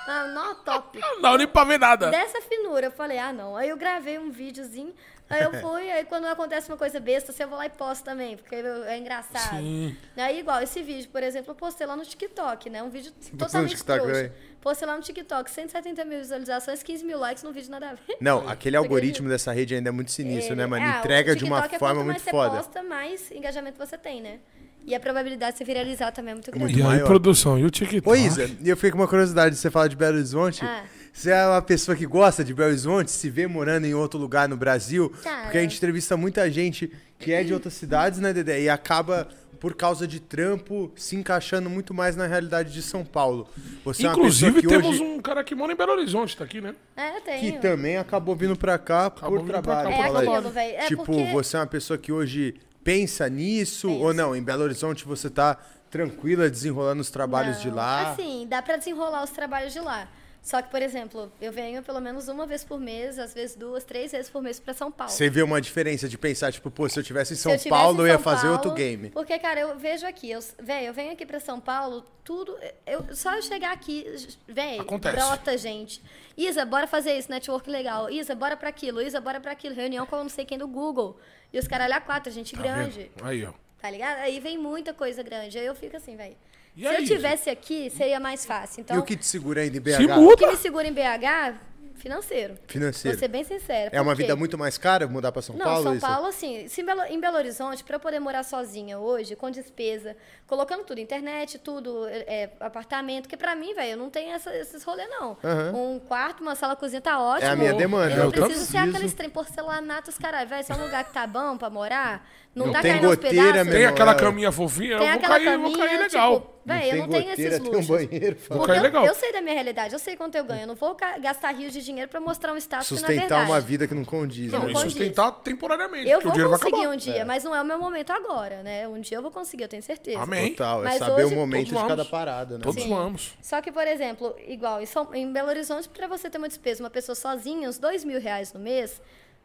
Não, não, top. Não dá nem pra ver nada. Dessa finura, eu falei, ah, não. Aí eu gravei um videozinho, aí eu fui, aí quando acontece uma coisa besta, assim, eu vou lá e posto também, porque é engraçado. Sim. Aí, igual, esse vídeo, por exemplo, eu postei lá no TikTok, né? Um vídeo no totalmente TikTok, trouxa. né? Postei lá no TikTok, cento e setenta mil visualizações, quinze mil likes no vídeo nada a ver. Não, aquele Você algoritmo acredita? dessa rede ainda é muito sinistro, né, mano? É, Entrega o de uma TikTok é forma quanto muito mais foda. você posta, mais engajamento você tem, né? E a probabilidade de você viralizar também é muito grande. Muito E aí, maior. produção, e o TikTok? Ô, Isa, e eu fiquei com uma curiosidade, você fala de Belo Horizonte. Ah. Você é uma pessoa que gosta de Belo Horizonte, se vê morando em outro lugar no Brasil? Cara. Porque a gente entrevista muita gente que é de outras cidades, né, Dedé? E acaba, por causa de trampo, se encaixando muito mais na realidade de São Paulo. Você Inclusive, é uma pessoa que temos hoje, um cara que mora em Belo Horizonte, tá aqui, né? É, tem. que também acabou vindo pra cá Acabou por vindo pra trabalho. cá É Fala aí. aquilo, velho. É tipo, porque... você é uma pessoa que hoje pensa nisso Penso. ou não? Em Belo Horizonte você tá tranquila desenrolando os trabalhos de Não, lá? Assim, dá pra desenrolar os trabalhos de lá. Só que, por exemplo, eu venho pelo menos uma vez por mês, às vezes duas, três vezes por mês pra São Paulo. Você vê uma diferença de pensar, tipo, pô, se eu tivesse em Se São eu tivesse Paulo, em eu ia São fazer Paulo, outro game. Porque, cara, eu vejo aqui, eu, véi, eu venho aqui pra São Paulo, tudo. Eu, só eu chegar aqui, véi, Acontece. brota gente. Isa, bora fazer isso, network legal. Isa, bora pra aquilo. Isa, bora pra aquilo. Reunião com eu não sei quem do Google. E os caralho a quatro, gente Tá grande. vendo? Aí, ó. Tá ligado? Aí vem muita coisa grande. Aí eu fico assim, velho. E Se aí, eu tivesse aqui, seria mais fácil. Então, E o que te segura ainda em B H? Se o muda. que me segura em B H, financeiro. Financeiro. Vou ser bem sincera. É uma Por quê? vida muito mais cara mudar pra São Não, Paulo? São Isa? Paulo, assim, se em Belo, em Belo Horizonte, para eu poder morar sozinha hoje, com despesa, colocando tudo, internet, tudo, é, apartamento, porque pra mim, velho, eu não tenho essa, esses rolês, não. Aham. Um quarto, uma sala, cozinha, tá ótimo. É a minha demanda, Eu é não o que eu preciso ser preciso. aqueles trem porcelanatos, caralho, velho, se é um lugar que tá bom pra morar, não, Não tá tem caindo aos goteira, pedaços. meu Tem irmão, aquela é. caminha fofinha, Tem eu vou aquela cair, caminha, vou cair legal. tipo, velho, eu não tem tenho goteira, esses tem um luxos. banheiro. fala. Vou Porque cair eu, legal. eu sei da minha realidade, eu sei quanto eu ganho. Eu não vou ca- gastar rios de dinheiro pra mostrar um status que não é Sustentar verdade. uma vida que não condiz. Não, né? Não, e condiz. sustentar temporariamente, Eu porque o vou dinheiro vai conseguir acabar. um dia, mas não é o meu momento agora, né? Um dia eu vou conseguir, eu tenho certeza. Amém. Total, é Mas saber hoje o momento de todos cada vamos. parada, né? Todos Sim. vamos. Só que, por exemplo, igual em, São- em Belo Horizonte, pra você ter uma despesa, uma pessoa sozinha, uns dois mil reais no mês,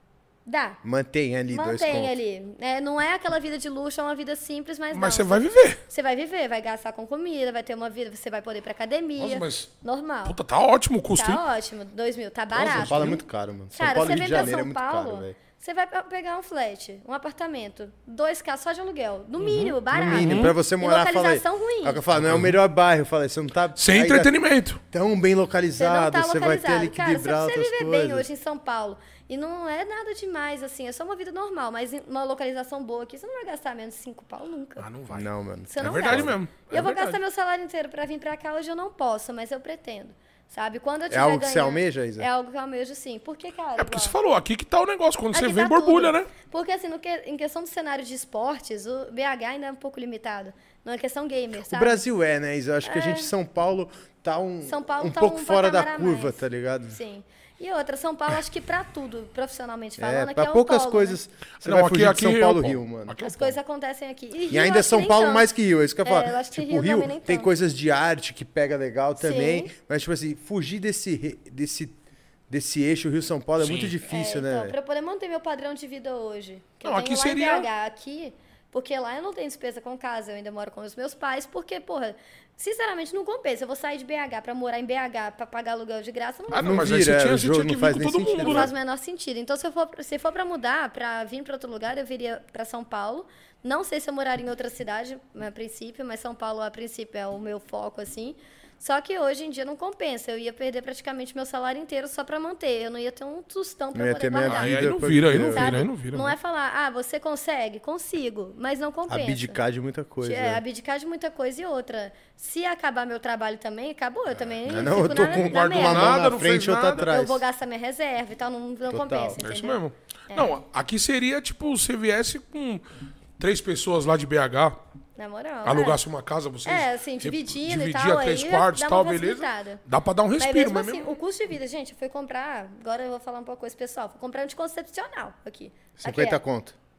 dá. Mantém ali dois Mantém contos. ali. É, não é aquela vida de luxo, é uma vida simples, mas, Mas não. você vai viver. Você vai viver, vai gastar com comida, vai ter uma vida, você vai poder ir pra academia. Nossa, mas- Normal. Puta, tá ótimo o custo, hein? Tá ótimo, dois mil, tá São barato. Paulo é muito caro, mano. São Cara, Paulo você e Rio vem de pra Janeiro é São muito Paulo, caro, velho. você vai pe- pegar um flat, um apartamento, dois K só de aluguel. No mínimo, barato. No mínimo, pra você E morar, fala aí. localização ruim. É o que eu falo, não é o melhor bairro. Eu falei, você não tá Sem ainda entretenimento. tão bem Você não localizado, tá você vai ter localizado. ali que Cara, se equilibrar você outras viver coisas. bem hoje em São Paulo, e não é nada demais, assim, é só uma vida normal, mas em uma localização boa aqui, você não vai gastar menos de cinco pau nunca. Ah, não vai. Não, mano. Você É não verdade gasta. mesmo. E É eu vou verdade. gastar meu salário inteiro pra vir pra cá, hoje eu não posso, mas eu pretendo. Sabe? Quando eu É tiver algo que você ganhando- almeja, Isa? É algo que eu almejo, sim. Porque, cara. É porque igual- você falou, aqui que tá o negócio. Quando você Aqui vem, tá borbulha, tudo. né? Porque, assim, no que, em questão do cenário de esportes, o B H ainda é um pouco limitado. Não é questão gamer, O sabe? Brasil é, né, Isa? Eu acho que a É. gente, São Paulo, tá um, São Paulo um tá pouco um fora da patamar a curva, mais. tá ligado? Sim. E outra, São Paulo, acho que pra tudo, profissionalmente É, falando, aqui pra é um poucas polo, coisas. né? Você Não, vai aqui- fugir aqui de São é Paulo, o Rio, polo. mano. Aqui é o As polo. coisas acontecem aqui. E, E Rio, ainda acho que São nem Paulo tanto. mais que Rio, é isso que eu É, falo. eu acho que Tipo, Rio Rio também nem tem tanto. coisas de arte que pega legal também, Sim. mas, tipo assim, fugir desse, re- desse, desse eixo Rio-São Paulo é Sim. muito É, difícil, então, né? pra eu poder manter meu padrão de vida hoje. Que Não, eu aqui tenho lá seria- em B H, aqui, porque lá eu não tenho despesa com casa, eu ainda moro com os meus pais, porque, porra, sinceramente não compensa. Eu vou sair de B H pra morar em B H pra pagar aluguel de graça, não, Ah, não, Não mas aí vira, você tinha, o você jogo tinha não que faz vir com nem todo sentido, mundo, não né? faz o menor sentido. Então, se eu for, se for pra mudar, pra vir pra outro lugar, eu viria pra São Paulo. Não sei se eu moraria em outra cidade, a princípio, mas São Paulo, a princípio, é o meu foco, assim. Só que hoje em dia não compensa. Eu ia perder praticamente meu salário inteiro só pra manter. Eu não ia ter um tostão pra Não ia poder ter minha guardar. Aí, aí vida, não pode vira, aí crer. não vira, Sabe? aí não vira. Não né? é falar, ah, você consegue? Consigo, mas não compensa. Abdicar de muita coisa. É, abdicar de muita coisa e outra. Se acabar meu trabalho também, acabou. Eu também Não, não, fico eu tô na, com na guardo uma merda. mão Nada, na não frente fez e outra nada. atrás. Eu vou gastar minha reserva e tal, não, não Total. compensa, É entendeu? isso mesmo. Não, aqui seria tipo, você viesse com três pessoas lá de B H, Na moral. alugasse uma casa, vocês... É, assim, dividindo e dividia tal, três aí quartos dá e uma tal, beleza. facilitada. Dá pra dar um Mas respiro, mesmo mas assim, mesmo... o custo de vida, gente, eu fui comprar, agora eu vou falar um pouco coisa pessoal, fui comprar um anticoncepcional aqui. cinquenta Aqui é. conto.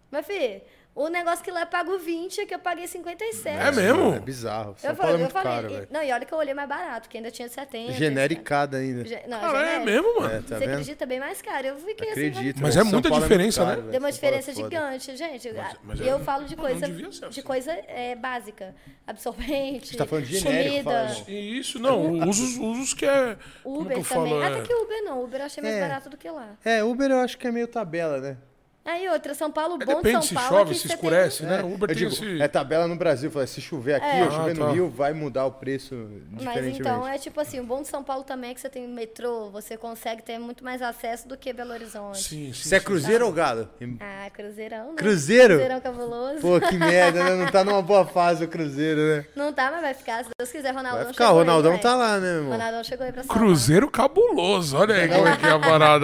Meu filho, o negócio que lá eu pago vinte, aqui eu paguei cinquenta e sete. É mesmo? É bizarro. São Eu Paulo é falei, eu muito falei, caro, e- velho. não, e olha que eu olhei mais barato, que ainda tinha setenta. Genericada ainda. Ge- Não, Cara, é genérico. mesmo, mano. É, tá Você vendo? acredita? Bem mais caro. Eu fiquei assim, Acredito. Mas velho. é São muita Paulo diferença, muito caro, né? velho. deu uma São Paulo é diferença foda. gigante, gente. mas E é- eu falo de não coisa, devia ser assim. de coisa é, básica. Absorvente, Você tá falando de genérico, comida, falando. Isso, não. Usos, usos que é. Como que Uber eu também. falo? Até É... que Uber não. Uber eu achei mais É. barato do que lá. É, Uber eu acho que é meio tabela, né? Aí outra, São Paulo, É, bom depende São se Paulo. chove, é que se você escurece, tem... né? O Uber Eu tem digo, esse. é tabela no Brasil. Fala, se chover aqui É. ou chover Ah, no tá. Rio, vai mudar o preço Mas diferentemente. então, é tipo assim, o bom de São Paulo também é que você tem metrô, você consegue ter muito mais acesso do que Belo Horizonte. Sim, sim. Você é sim. cruzeiro ou galo? Ah, Cruzeirão, né? Cruzeiro? Cruzeirão cabuloso. Pô, que merda, né? Não tá numa boa fase o Cruzeiro, né? Não tá, mas vai ficar. Se Deus quiser, Ronaldão Vai ficar, o chegou Ronaldão aí, tá vai. lá, né, meu irmão? Ronaldão chegou aí pra salvar. Cruzeiro cabuloso. Olha aí como é que é a parada.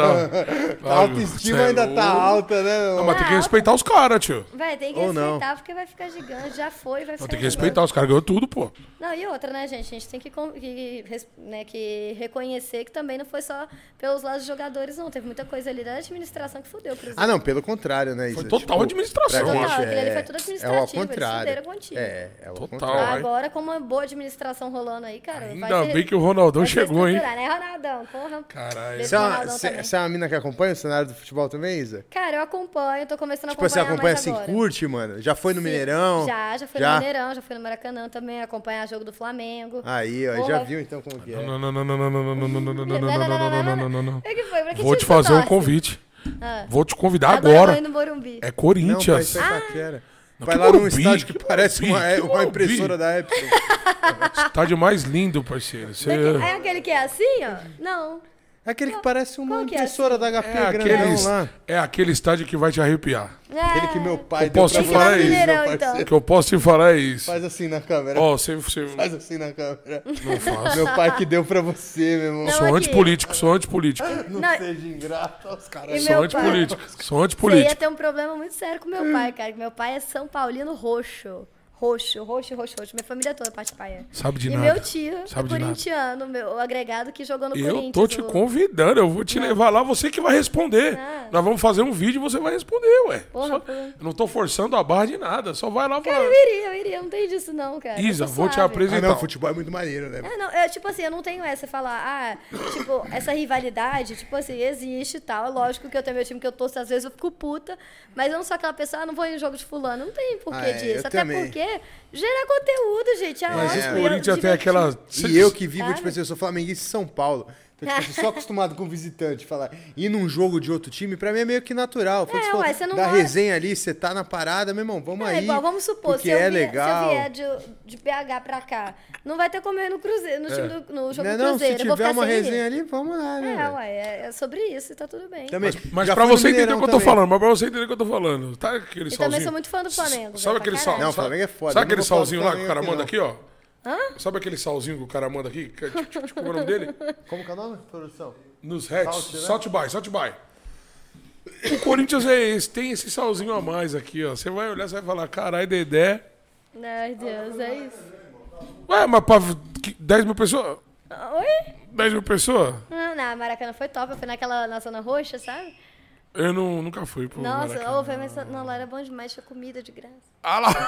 A autoestima Cê é ainda tá louco. alta, né, meu Não, irmão? mas tem que respeitar os caras, tio. Véi, tem que Ou não. respeitar porque vai ficar gigante. Já foi, vai Não, ficar tem que gigante. respeitar, os caras ganhou tudo, pô. Não, e outra, né, gente? A gente tem que, con- que, res- né, que reconhecer que também não foi só pelos lados dos jogadores, não. Teve muita coisa ali da administração que fudeu o Cruzeiro. Ah, não, pelo contrário, né? Foi Isso, total administração, pra eu gente acho. Não, aquele ali é- foi tudo É administrativo, ao eles contrário. fuderam contigo. É, é ao Total. contrário. vai. Agora, com uma boa administração rolando aí, cara, vai Ainda ser- bem que o Ronaldão vai se chegou, hein? estruturar, né, Ronaldão? Porra. Caralho. Desse Você é, uma, Ronaldão você- também. você é uma mina que acompanha o cenário do futebol também, Isa? Cara, eu acompanho, tô começando Tipo, a você acompanhar acompanha mais assim, agora. curte, mano? Já foi no Sim. Mineirão? Já, já fui Já? no Mineirão, já fui no Maracanã também, acompanhar jogo do Flamengo. Aí, ó, já Porra. viu então como que é. Não, não, não, não, não, não, não, não, não, não, não, não, não, não, não, não, não, não. O que foi? Pra que Vou time te você fazer um torce? convite. Ah. Vou te convidar Agora eu agora. vou ir no Morumbi. É Não, pai, Corinthians. isso é Itaquera. Não, Vai que lá num Morumbi, estádio que, que parece uma, Morumbi, é, que uma Morumbi. impressora da Epson. Estádio mais lindo, parceiro. Você... Daqui- é aquele que é assim, ó? Não. É aquele que parece uma Qual que é impressora da H P É, grandão aqueles, lá. é aquele estádio que vai te arrepiar. Aquele que meu pai Eu deu posso pra te você, falar meu isso. Mineirão, parceiro. então. O que eu posso te falar é isso. Faz assim na câmera. Ó, você, você... Faz assim na câmera. Não faço. Meu pai que deu pra você, meu irmão. Não, Sou aqui. antipolítico, sou antipolítico. Não, Não. seja ingrato aos caras. E Sou meu antipolítico. Sou Você ia antipolítico. ter um problema muito sério com meu pai, cara. que Meu pai é São Paulino roxo. Roxo, roxo, roxo, roxo. Minha família toda, parte de pai é. Sabe de e nada. meu tio Sabe é de nada. corintiano, meu, o agregado que jogou no Eu Corinthians. tô te o- convidando, eu vou te levar lá, você que vai responder. Ah. Nós vamos fazer um vídeo e você vai responder, ué. Porra, Só- porra. Eu não tô forçando a barra de nada, só vai lá Cara, falar. eu iria, eu iria. Não tem disso não, cara. Eu Isa, sou vou te suave. apresentar. Ah, não, futebol é muito maneiro, né? É, não, é, tipo assim, eu não tenho essa, falar, ah, tipo, essa rivalidade, tipo assim, existe e tal. É lógico que eu tenho meu time que eu torço, às vezes eu fico puta, mas eu não sou aquela pessoa, ah, não vou em jogo de fulano. Não tem porquê Ah, é, disso. eu Até também. porque gera conteúdo, gente. É Mas ótimo. o e é Corinthians tem divertido. aquela... E eu que vivo, Sabe? tipo assim, eu sou flamenguista de São Paulo. Então, tipo, assim, sou acostumado com visitante. Falar, ir num jogo de outro time, pra mim é meio que natural. Foi o que É, você falou, ué, você não da mora- resenha ali, você tá na parada, meu irmão, vamos É aí. igual, vamos supor, porque se eu, é vier, legal. se eu vier de, de P H pra cá, não vai ter como ir no Cruzeiro, no, time do, no jogo Não, é do não, Cruzeiro. se eu vou tiver ficar uma sem ir. resenha ali, vamos lá, né? É, velho? ué, é, é sobre isso e tá tudo bem. Também. Mas Já pra fui no você entender o Mineirão que eu tô também. falando, mas pra você entender o que eu tô falando, tá aquele E salzinho? também sou muito fã do Flamengo. Sabe velho, aquele pra sal? caralho. Não, o Flamengo é foda. Sabe Eu aquele não vou falar do salzinho lá que o Flamengo cara aqui, manda não. aqui, ó? Hã? Sabe aquele salzinho que o cara manda aqui? Que- tipo, tipo, Como é o nome dele? Como que é o nome, produção? Nos hats. Salt, né? Salt by, salt by. O Corinthians é esse, tem esse salzinho a mais aqui, ó. Você vai olhar, você vai falar, caralho, Dedé. Ai, Deus, é isso. Ué, mas pra que- dez mil pessoas? Oi? dez mil pessoas? Ah, na Maracanã foi top, eu fui naquela, na zona roxa, sabe? Eu não, nunca fui pro Nossa, Maracanã. ô, foi, mas não, lá era bom demais, tinha comida de graça. Ah lá.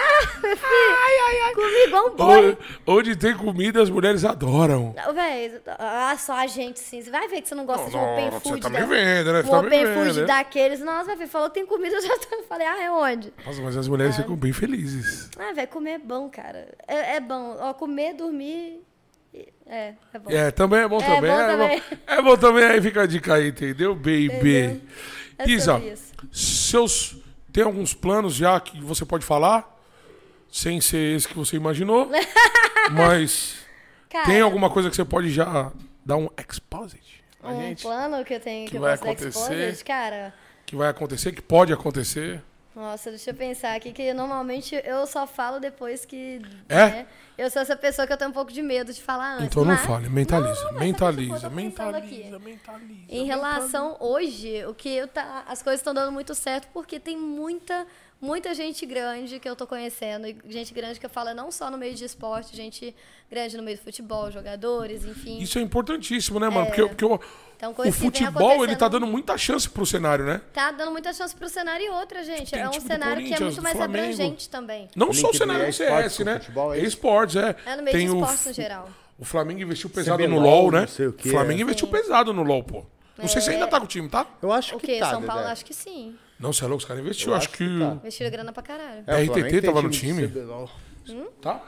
Comi igual um boi. O- Onde tem comida, as mulheres adoram. Não, véi, ah, só a gente sim. Você vai ver que você não gosta de um open Nossa, food. você tá me da- vendo, né? Você Um tá me open vendo, food né? daqueles. Nossa, meu filho, falou que tem comida, eu já tô- falei, ah, é onde? Nossa, mas as mulheres ficam bem felizes. Ah, velho, comer é bom, cara. É, é bom. Ó, comer, dormir. e- É, é bom. É, também é bom É também. bom é, também. Bom, é bom também, aí fica a dica aí, entendeu, baby? Entendeu? É Isa, sobre isso. seus... Tem alguns planos já que você pode falar? Sem ser esse que você imaginou. Mas Cara, tem alguma coisa que você pode já dar um exposit pra um gente? plano que eu tenho que, que eu vai posso dar acontecer? exposed, cara. Que vai acontecer, que pode acontecer? Nossa, deixa eu pensar aqui, que normalmente eu só falo depois que... É? né, eu sou essa pessoa que eu tenho um pouco de medo de falar antes. Então não mas- fale, mentaliza, Não, mas mentaliza, sabe o que eu tô pensando aqui? mentaliza, mentaliza. Em relação hoje, o que eu tá, as coisas estão dando muito certo porque tem muita muita gente grande que eu tô conhecendo, e gente grande que eu falo não só no meio de esporte, gente grande no meio do futebol, jogadores, enfim. Isso é importantíssimo, né, mano? Porque, porque o, Então, o coisa que vem futebol, ele tá acontecendo- dando muita chance pro cenário, né? Tá dando muita chance pro cenário e outra, gente. Tem É um tipo do cenário que é Corinthians, muito do mais Flamengo. abrangente também. Não O só o link cenário do do C S, esportes com né? futebol, é É isso? esportes, é. É no meio Tem de o, esportes no geral. o Flamengo investiu pesado C B no LOL, LoL, né? não sei o quê, O Flamengo é. investiu pesado no LoL, pô. Não sei se ainda tá com o time, tá? Eu acho O que quê? tá, São Paulo? Dedé. Acho que sim. Não, você é louco, os caras investiram. Eu Acho acho que. que tá. Investiram grana pra caralho. É, o R T T Flamengo tem tava no de time. C B LOL. Tá?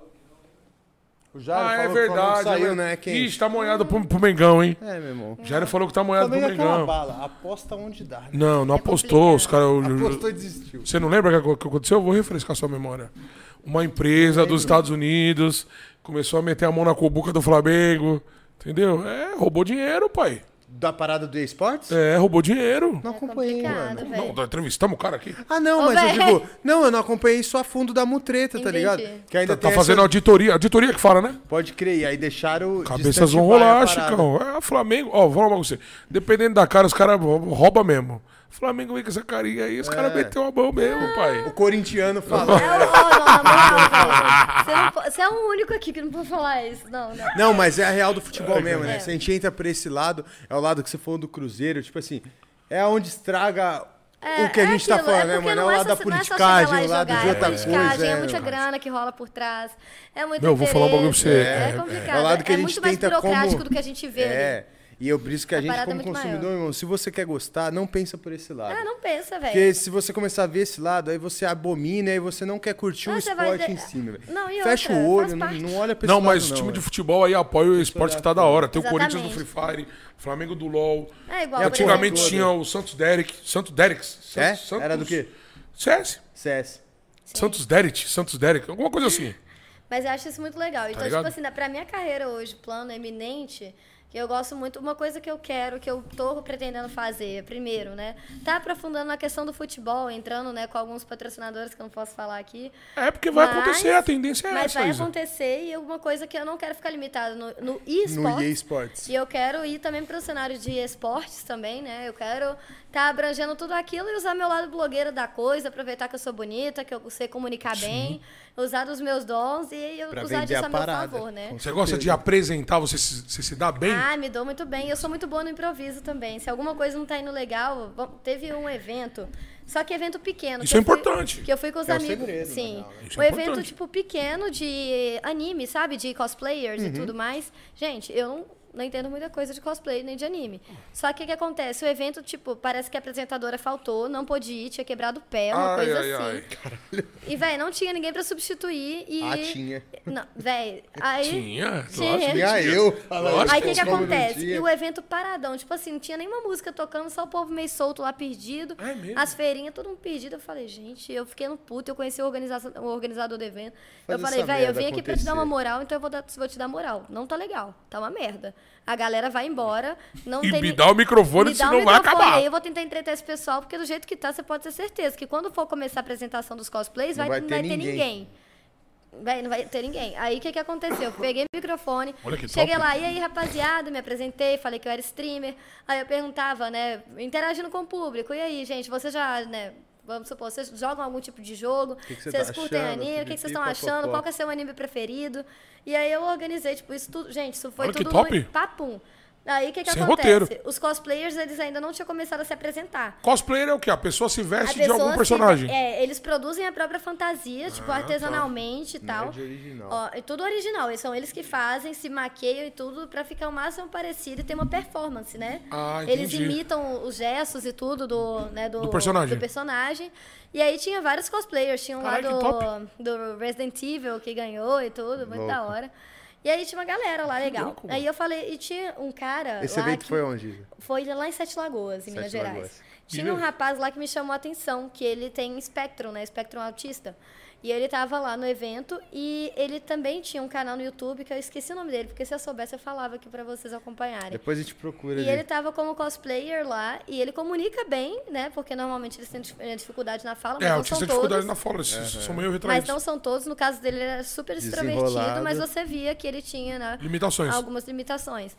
O Jair Ah, é falou que o Flamengo verdade. saiu, é né? verdade. Quem? Ixi, tá molhado pro, pro Mengão, hein? É, meu irmão. O Jair falou que tá O molhado pro Flamengo é aquela Mengão. bala. Aposta onde dá. Né? Não, não É apostou. Os caras. Apostou e desistiu. Você não lembra o que que aconteceu? Eu vou refrescar sua memória. Uma empresa dos Estados Unidos começou a meter a mão na cubuca do Flamengo. Entendeu? É, roubou dinheiro, pai. Da parada do eSports? É, roubou dinheiro. Não É acompanhei, complicado, mano. velho. Não, nós entrevistamos o cara aqui. Ah, não, Ô, mas eu véi. digo... Não, eu não acompanhei isso a fundo da mutreta, tá Entendi. ligado? Que ainda Tá tem fazendo essa... auditoria. Auditoria que fala, né? Pode crer. E aí deixaram... Cabeças vão de stand-by a rolar, parada. Chicão. É, Flamengo. Ó, vou falar pra você. Dependendo da cara, os caras roubam mesmo. Flamengo vem com essa carinha aí, os É. caras meteu a mão mesmo, pai. O corintiano fala. É, ó, não, na moral, velho. Você, não po- você é o único aqui que não pode falar isso. Não, não. Não, mas é a real do futebol mesmo, né? É. Se a gente entra por esse lado, é o lado que você falou do Cruzeiro, tipo assim, é onde estraga É, o que a é gente tá aquilo, falando, né, porque mano? É não o é lado da só- não é só politicagem, chegar lá o e lado de jogar, outra é politicagem, coisa. é é, muita cara. grana que rola por trás. É muito Meu, vou falar um bagulho pra você. É, É, complicado. é o lado que a é gente muito mais tenta burocrático como- do que a gente vê ali. É, e eu por isso que a, A gente, parada é como muito consumidor, maior. irmão, se você quer gostar, não pensa por esse lado. Ah, não pensa, velho. Porque se você começar a ver esse lado, aí você abomina e você não quer curtir Ah, o você vai esporte ver- em cima, velho. Não, e Fecha outra, o olho, faz não, parte. não olha pra esse Não, lado, mas o não, time de velho. futebol aí apoia o esporte que tá da hora. Tem o Exatamente. Corinthians do Free Fire, Flamengo do LoL. É igual, E por Antigamente exemplo, tinha o Santos Derek. Santos Derek. Santos, É? Santos, Era do quê? C S. C S. Santos Derek. Santos Derek. Alguma coisa assim. Mas eu acho isso muito legal. Então, ligado? tipo assim, na- pra minha carreira hoje, plano eminente, que eu gosto muito, uma coisa que eu quero, que eu tô pretendendo fazer, primeiro, né? Tá aprofundando na questão do futebol, entrando, né, com alguns patrocinadores que eu não posso falar aqui. É porque vai Mas- acontecer, a tendência é Mas essa, vai Isa. acontecer e alguma coisa que eu não quero ficar limitada no, no No e-sports. E A Sports. E eu quero ir também para o cenário de esportes também, né? Eu quero estar abrangendo tudo aquilo e usar meu lado blogueira da coisa, aproveitar que eu sou bonita, que eu sei comunicar bem, usar dos meus dons e eu Pra usar vender disso a a meu parada. favor, né? Com Você gosta de apresentar, você se, você se dá bem? Ah, me dou muito bem. Eu sou muito boa no improviso também. Se alguma coisa não tá indo legal, vam- teve um evento, só que evento pequeno. Isso que é eu fui- importante. Que eu fui com os É o amigos. segredo, na Sim. real, né? Isso Um é evento, importante. tipo, pequeno de anime, sabe? De cosplayers Uhum. e tudo mais. Gente, eu não, não entendo muita coisa de cosplay nem de anime. Só que o que acontece? O evento, tipo, parece que a apresentadora faltou, não pôde ir, tinha quebrado o pé, uma Ai, coisa ai, assim. ai. E, velho, não tinha ninguém pra substituir. E... Ah, tinha. Não, velho, aí... Tinha, Tinha. lógico. E aí eu? Fala Lógico. Aí o que, que como não acontece? tinha. E o evento paradão, tipo assim, não tinha nenhuma música tocando, só o povo meio solto lá, perdido. É mesmo? As feirinhas, todo mundo perdido. Eu falei, gente, eu fiquei no puto, eu conheci o, organiza- o organizador do evento. Faz eu falei, essa velho, eu merda vim aqui pra te dar uma acontecer. moral, então eu vou, dar, vou te dar moral. Não tá legal, tá uma merda. A galera vai embora, não E tem... me ni- dá o microfone, me dá senão um vai microfone acabar. aí, eu vou tentar entreter esse pessoal, porque do jeito que tá, você pode ter certeza que quando for começar a apresentação dos cosplays, Não vai, vai não ter vai ter ninguém. ninguém. Véi, não vai ter ninguém. Aí o que, que aconteceu? Eu peguei o microfone, Olha que cheguei top. lá, e aí, rapaziada, me apresentei, falei que eu era streamer. Aí eu perguntava, né, interagindo com o público. E aí, gente, você já, né, vamos supor, vocês jogam algum tipo de jogo? que que você vocês tá curtem achando? anime? O que, que vocês estão Pipipopopó. achando? Qual que é seu anime preferido? E aí eu organizei, tipo, isso tudo. Gente, isso foi Olha que tudo top. muito papum. Aí o que, que Sem acontece? roteiro. Os cosplayers, eles ainda não tinham começado a se apresentar. Cosplayer é o quê? A pessoa se A veste de pessoa algum se- personagem. é, eles produzem a própria fantasia, tipo, Ah, artesanalmente e tal. Nerd original. Ó, é tudo original. Eles são eles que fazem, se maqueiam e tudo pra ficar o máximo parecido e ter uma performance, né? Ah, Eles entendi. imitam os gestos e tudo do, né, do, Do personagem. do personagem. E aí tinha vários cosplayers. Tinha um lá Caralho, que top. do, do Resident Evil que ganhou e tudo, muito da Louco. hora. E aí tinha uma galera lá legal. louco, Aí eu falei, e tinha um cara. Esse lá evento que- foi onde? Isa? foi lá em Sete Lagoas, em Sete Minas Gerais. Lagoas. Tinha um rapaz lá que me chamou a atenção, que ele tem espectro, né? Espectro autista. E ele tava lá no evento e ele também tinha um canal no YouTube, que eu esqueci o nome dele, porque se eu soubesse eu falava aqui pra vocês acompanharem. Depois a gente procura E ali. ele tava como cosplayer lá, e ele comunica bem, né? Porque normalmente eles têm dif- eh, dificuldade na fala, mas É, não autista são tem dificuldade todos. na fala, esses são meio Mas retraídos. não são todos, no caso dele ele era super extrovertido, Desenrolado. mas você via que ele tinha, né? Limitações. Algumas limitações.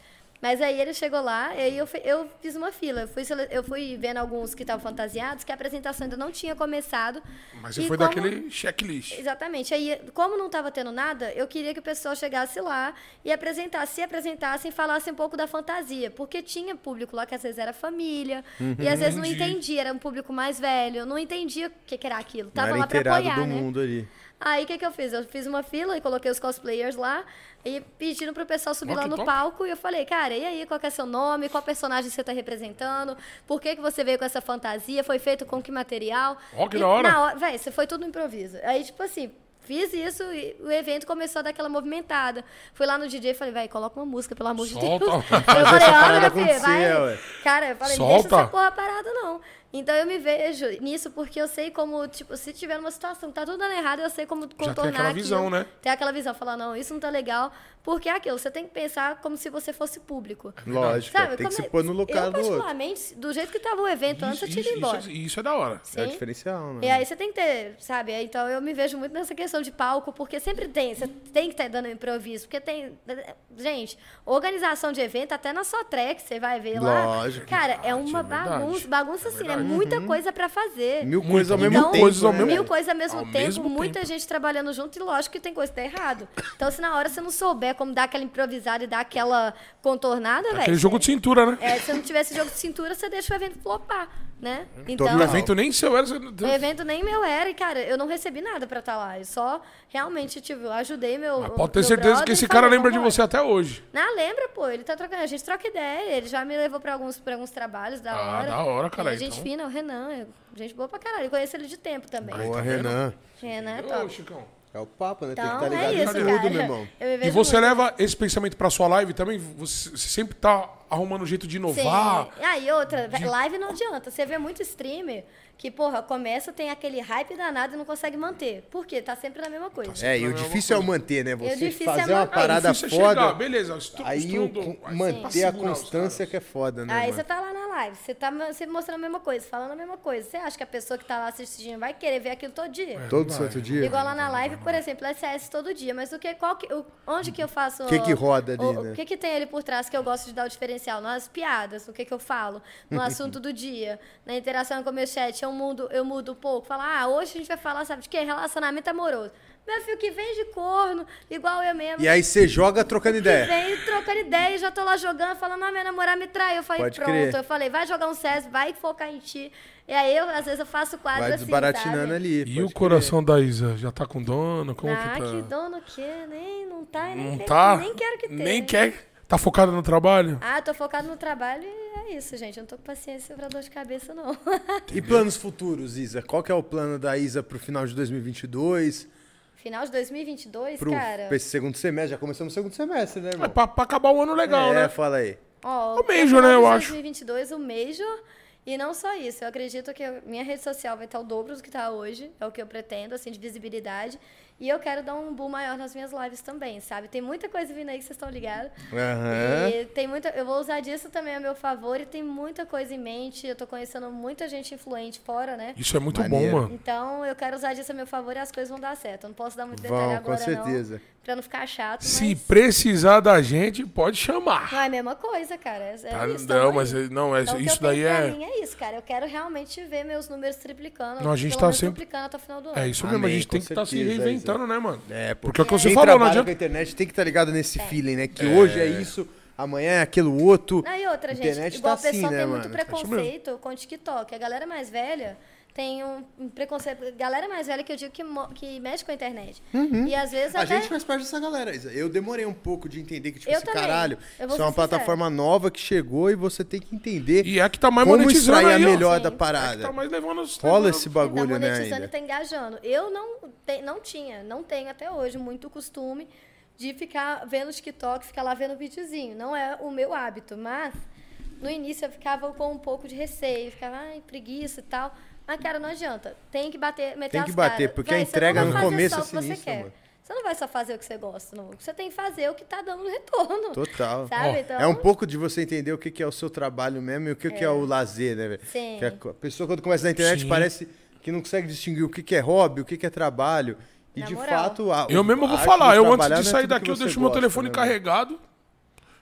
Mas aí ele chegou lá, e aí eu, fui- eu fiz uma fila. Eu fui, sele- eu fui vendo alguns que estavam fantasiados, que a apresentação ainda não tinha começado. Mas você E foi como- daquele checklist. Exatamente. Aí, como não estava tendo nada, eu queria que o pessoal chegasse lá e apresentasse, se apresentassem e falassem um pouco da fantasia. Porque tinha público lá que às vezes era família, e às vezes não Entendi. entendia, era um público mais velho, eu não entendia o que, que era aquilo. Não Tava era lá para inteirado apoiar, do né? mundo ali. Aí o que, que eu fiz? Eu fiz uma fila e coloquei os cosplayers lá e pedindo pro pessoal subir Ó, lá que no top. palco. E eu falei, cara, e aí, qual que é seu nome? Qual personagem você tá representando? Por que, que você veio com essa fantasia? Foi feito com que material? Ó, que E da hora. Na hora, véi, você foi tudo no improviso. Aí, tipo assim, fiz isso e o evento começou a dar aquela movimentada. Fui lá no D J e falei, vai, coloca uma música, pelo amor de Solta. Deus. Faz Eu falei, essa ó, parada minha filha, acontecer, vai. ué. Cara, eu falei, Solta. não deixa essa porra parada, não. Então eu me vejo nisso porque eu sei como, tipo, se tiver numa situação que tá tudo dando errado, eu sei como contornar tem aquela visão, aquilo. né? Tem aquela visão, falar, não, isso não tá legal, porque é aquilo, você tem que pensar como se você fosse público. Lógico, Sabe, tem que como se é- pôr no lugar eu, do outro. particularmente, do jeito que tava o evento antes, eu Isso, tinha ido isso, embora. isso, isso é da hora. É o Sim. diferencial, né? E aí você tem que ter, sabe? Então eu me vejo muito nessa questão de palco, porque sempre tem, você tem que estar dando improviso, porque tem, gente, organização de evento, até na sua track, você vai ver lá. Lógico. Cara, é uma é verdade. bagunça, bagunça assim, é verdade. muita coisa pra fazer. Mil Muito, coisas ao mil mesmo tempo. coisas ao né, mesmo velho? Mil coisas ao mesmo Ao tempo, mesmo muita tempo. gente trabalhando junto e lógico que tem coisa que tá errado. Então, se na hora você não souber como dar aquela improvisada e dar aquela contornada, velho. Aquele jogo de cintura, né? É, se não tivesse jogo de cintura, você deixa o evento flopar, né? Então, O evento nem seu era. Você... o evento nem meu era, e, cara, eu não recebi nada pra estar lá. Eu só realmente, tipo, eu ajudei meu. Mas pode ter meu certeza brother que e esse falei, cara lembra de "Vambora." você até hoje. Não, lembra, pô. Ele tá trocando. A gente troca ideia. Ele já me levou pra alguns, pra alguns trabalhos da Ah, hora. da hora, cara, É, gente então. fina, o Renan. é Gente boa pra caralho. Eu conheço ele de tempo também. Boa, Renan. Renan é Ô, top. Chicão. É o papo, né? Tem que Então, estar é ligado isso, em cara. tudo, meu irmão. Eu me E vejo você muito. leva esse pensamento pra sua live também? Você, você sempre tá arrumando um jeito de inovar? Sim. Ah, e outra, live não adianta. Você vê muito streamer que, porra, começa, tem aquele hype danado e não consegue manter. Por quê? Tá sempre na mesma coisa. É, e o Não é uma difícil é o coisa. manter, né? Você difícil é fazer uma manter. parada É, o difícil é foda. chegar, beleza, estru- Aí o, estudo, con- aí manter pra a segurar os constância caras. que é foda, né? Aí mano? você tá lá na live, você tá sempre mostrando a mesma coisa, falando a mesma coisa. Você acha que a pessoa que tá lá assistindo vai querer ver aquilo todo dia? Todo Vai, santo dia? Igual lá na live, por exemplo, é C S todo dia, mas o que, qual que, o- onde que eu faço... O que que roda ali, o, né? O que que tem ali por trás que eu gosto de dar o diferencial? Nas piadas, o que que eu falo, no assunto do dia, na interação com o meu chat, eu mudo, eu mudo um pouco, falar, ah, hoje a gente vai falar, sabe de quê? Relacionamento amoroso. Meu filho que vem de corno, igual eu mesmo. E aí você joga trocando Que ideia. vem trocando ideia, já tô lá jogando, falando, ah, minha namorada me traiu. Eu falei, Pode pronto. crer. Eu falei, vai jogar um C S, vai focar em ti. E aí, eu, às vezes, eu faço quadro Vai assim, desbaratinando sabe? ali. E pode o crer. coração da Isa? Já tá com dono? Como Ah, que tá? que dono que nem não tá, e nem, Não tem- tá? nem quero que tenha. Nem quer? Tá focada no trabalho? Ah, tô focado no trabalho e é isso, gente. Eu não tô com paciência pra dor de cabeça, não. E planos futuros, Isa? Qual que é o plano da Isa pro final de dois mil e vinte e dois? Final de dois mil e vinte e dois, Pro, cara. pra esse segundo semestre? Já começamos o segundo semestre, né, É irmão? pra, pra acabar o ano legal, é, né? fala aí. Ó, O pro Major, final né, eu de acho. dois mil e vinte e dois, o Major. E não só isso, eu acredito que a minha rede social vai estar o dobro do que está hoje, é o que eu pretendo, assim, de visibilidade. E eu quero dar um boom maior nas minhas lives também, sabe? Tem muita coisa vindo aí que vocês estão ligados. Aham. E tem muita, eu vou usar disso também a meu favor e tem muita coisa em mente. Eu tô conhecendo muita gente influente fora, né? Isso é muito Maneiro. bom, mano. Então eu quero usar disso a meu favor e as coisas vão dar certo. Eu não posso dar muito detalhe Vão, agora, com certeza. não. Pra não ficar chato, Se mas... precisar da gente, pode chamar. Não, é a mesma coisa, cara. É, é Tá, isso, não, tamo mas aí. é- não, é- Então, o que isso eu tenho daí pra é- mim é isso, cara. Eu quero realmente ver meus números triplicando. Não, a gente pelo tá menos sempre- duplicando até o final do ano. É isso mesmo, a Amém, gente tem com que estar se certeza, reinventando, né, mano? É, Porque é o que você quem falou, não trabalha adianta. com a internet tem que estar ligado nesse feeling, né? Que hoje é isso, amanhã é aquilo outro. Não, e outra, gente, Internet igual tá o pessoal assim, né, tem muito mano? preconceito com o TikTok. A galera mais velha tem um um preconceito. Galera mais velha que eu digo que, mo- que mexe com a internet. E às vezes A até... gente faz parte dessa galera, Isa. Eu demorei um pouco de entender que, tipo Eu assim, também. caralho, Eu vou isso é uma ser sincera. plataforma nova que chegou e você tem que entender E é que tá mais como monetizando extrair a aí, ó. melhor Sim. da É que parada. tá mais levando os Rola levando- esse tá bagulho, né, monetizando ainda. e tá engajando. Eu não, te- não tinha, não tenho até hoje muito costume de ficar vendo TikTok, ficar lá vendo videozinho. Não é o meu hábito, mas no início eu ficava com um pouco de receio, ficava, ai, preguiça e tal. Mas, cara, não adianta. Tem que bater, meter Tem as que bater, caras. porque a Véi, você entrega não no vai fazer começo só é o que você sinistra, quer. mano. Você não vai só fazer o que você gosta, não. Você tem que fazer o que tá dando retorno. Total. Sabe? Ó, Então, É um pouco de você entender o que que é o seu trabalho mesmo e o que que é o lazer, né, velho? Sim. Que a pessoa, quando começa na internet, Sim. parece que não consegue distinguir o que que é hobby, o que que é trabalho. E, Na de moral. fato... A, Eu o- mesmo a vou arte falar, do eu antes trabalhar de não é sair tudo que daqui, eu você deixo meu gosta, telefone né, velho? carregado.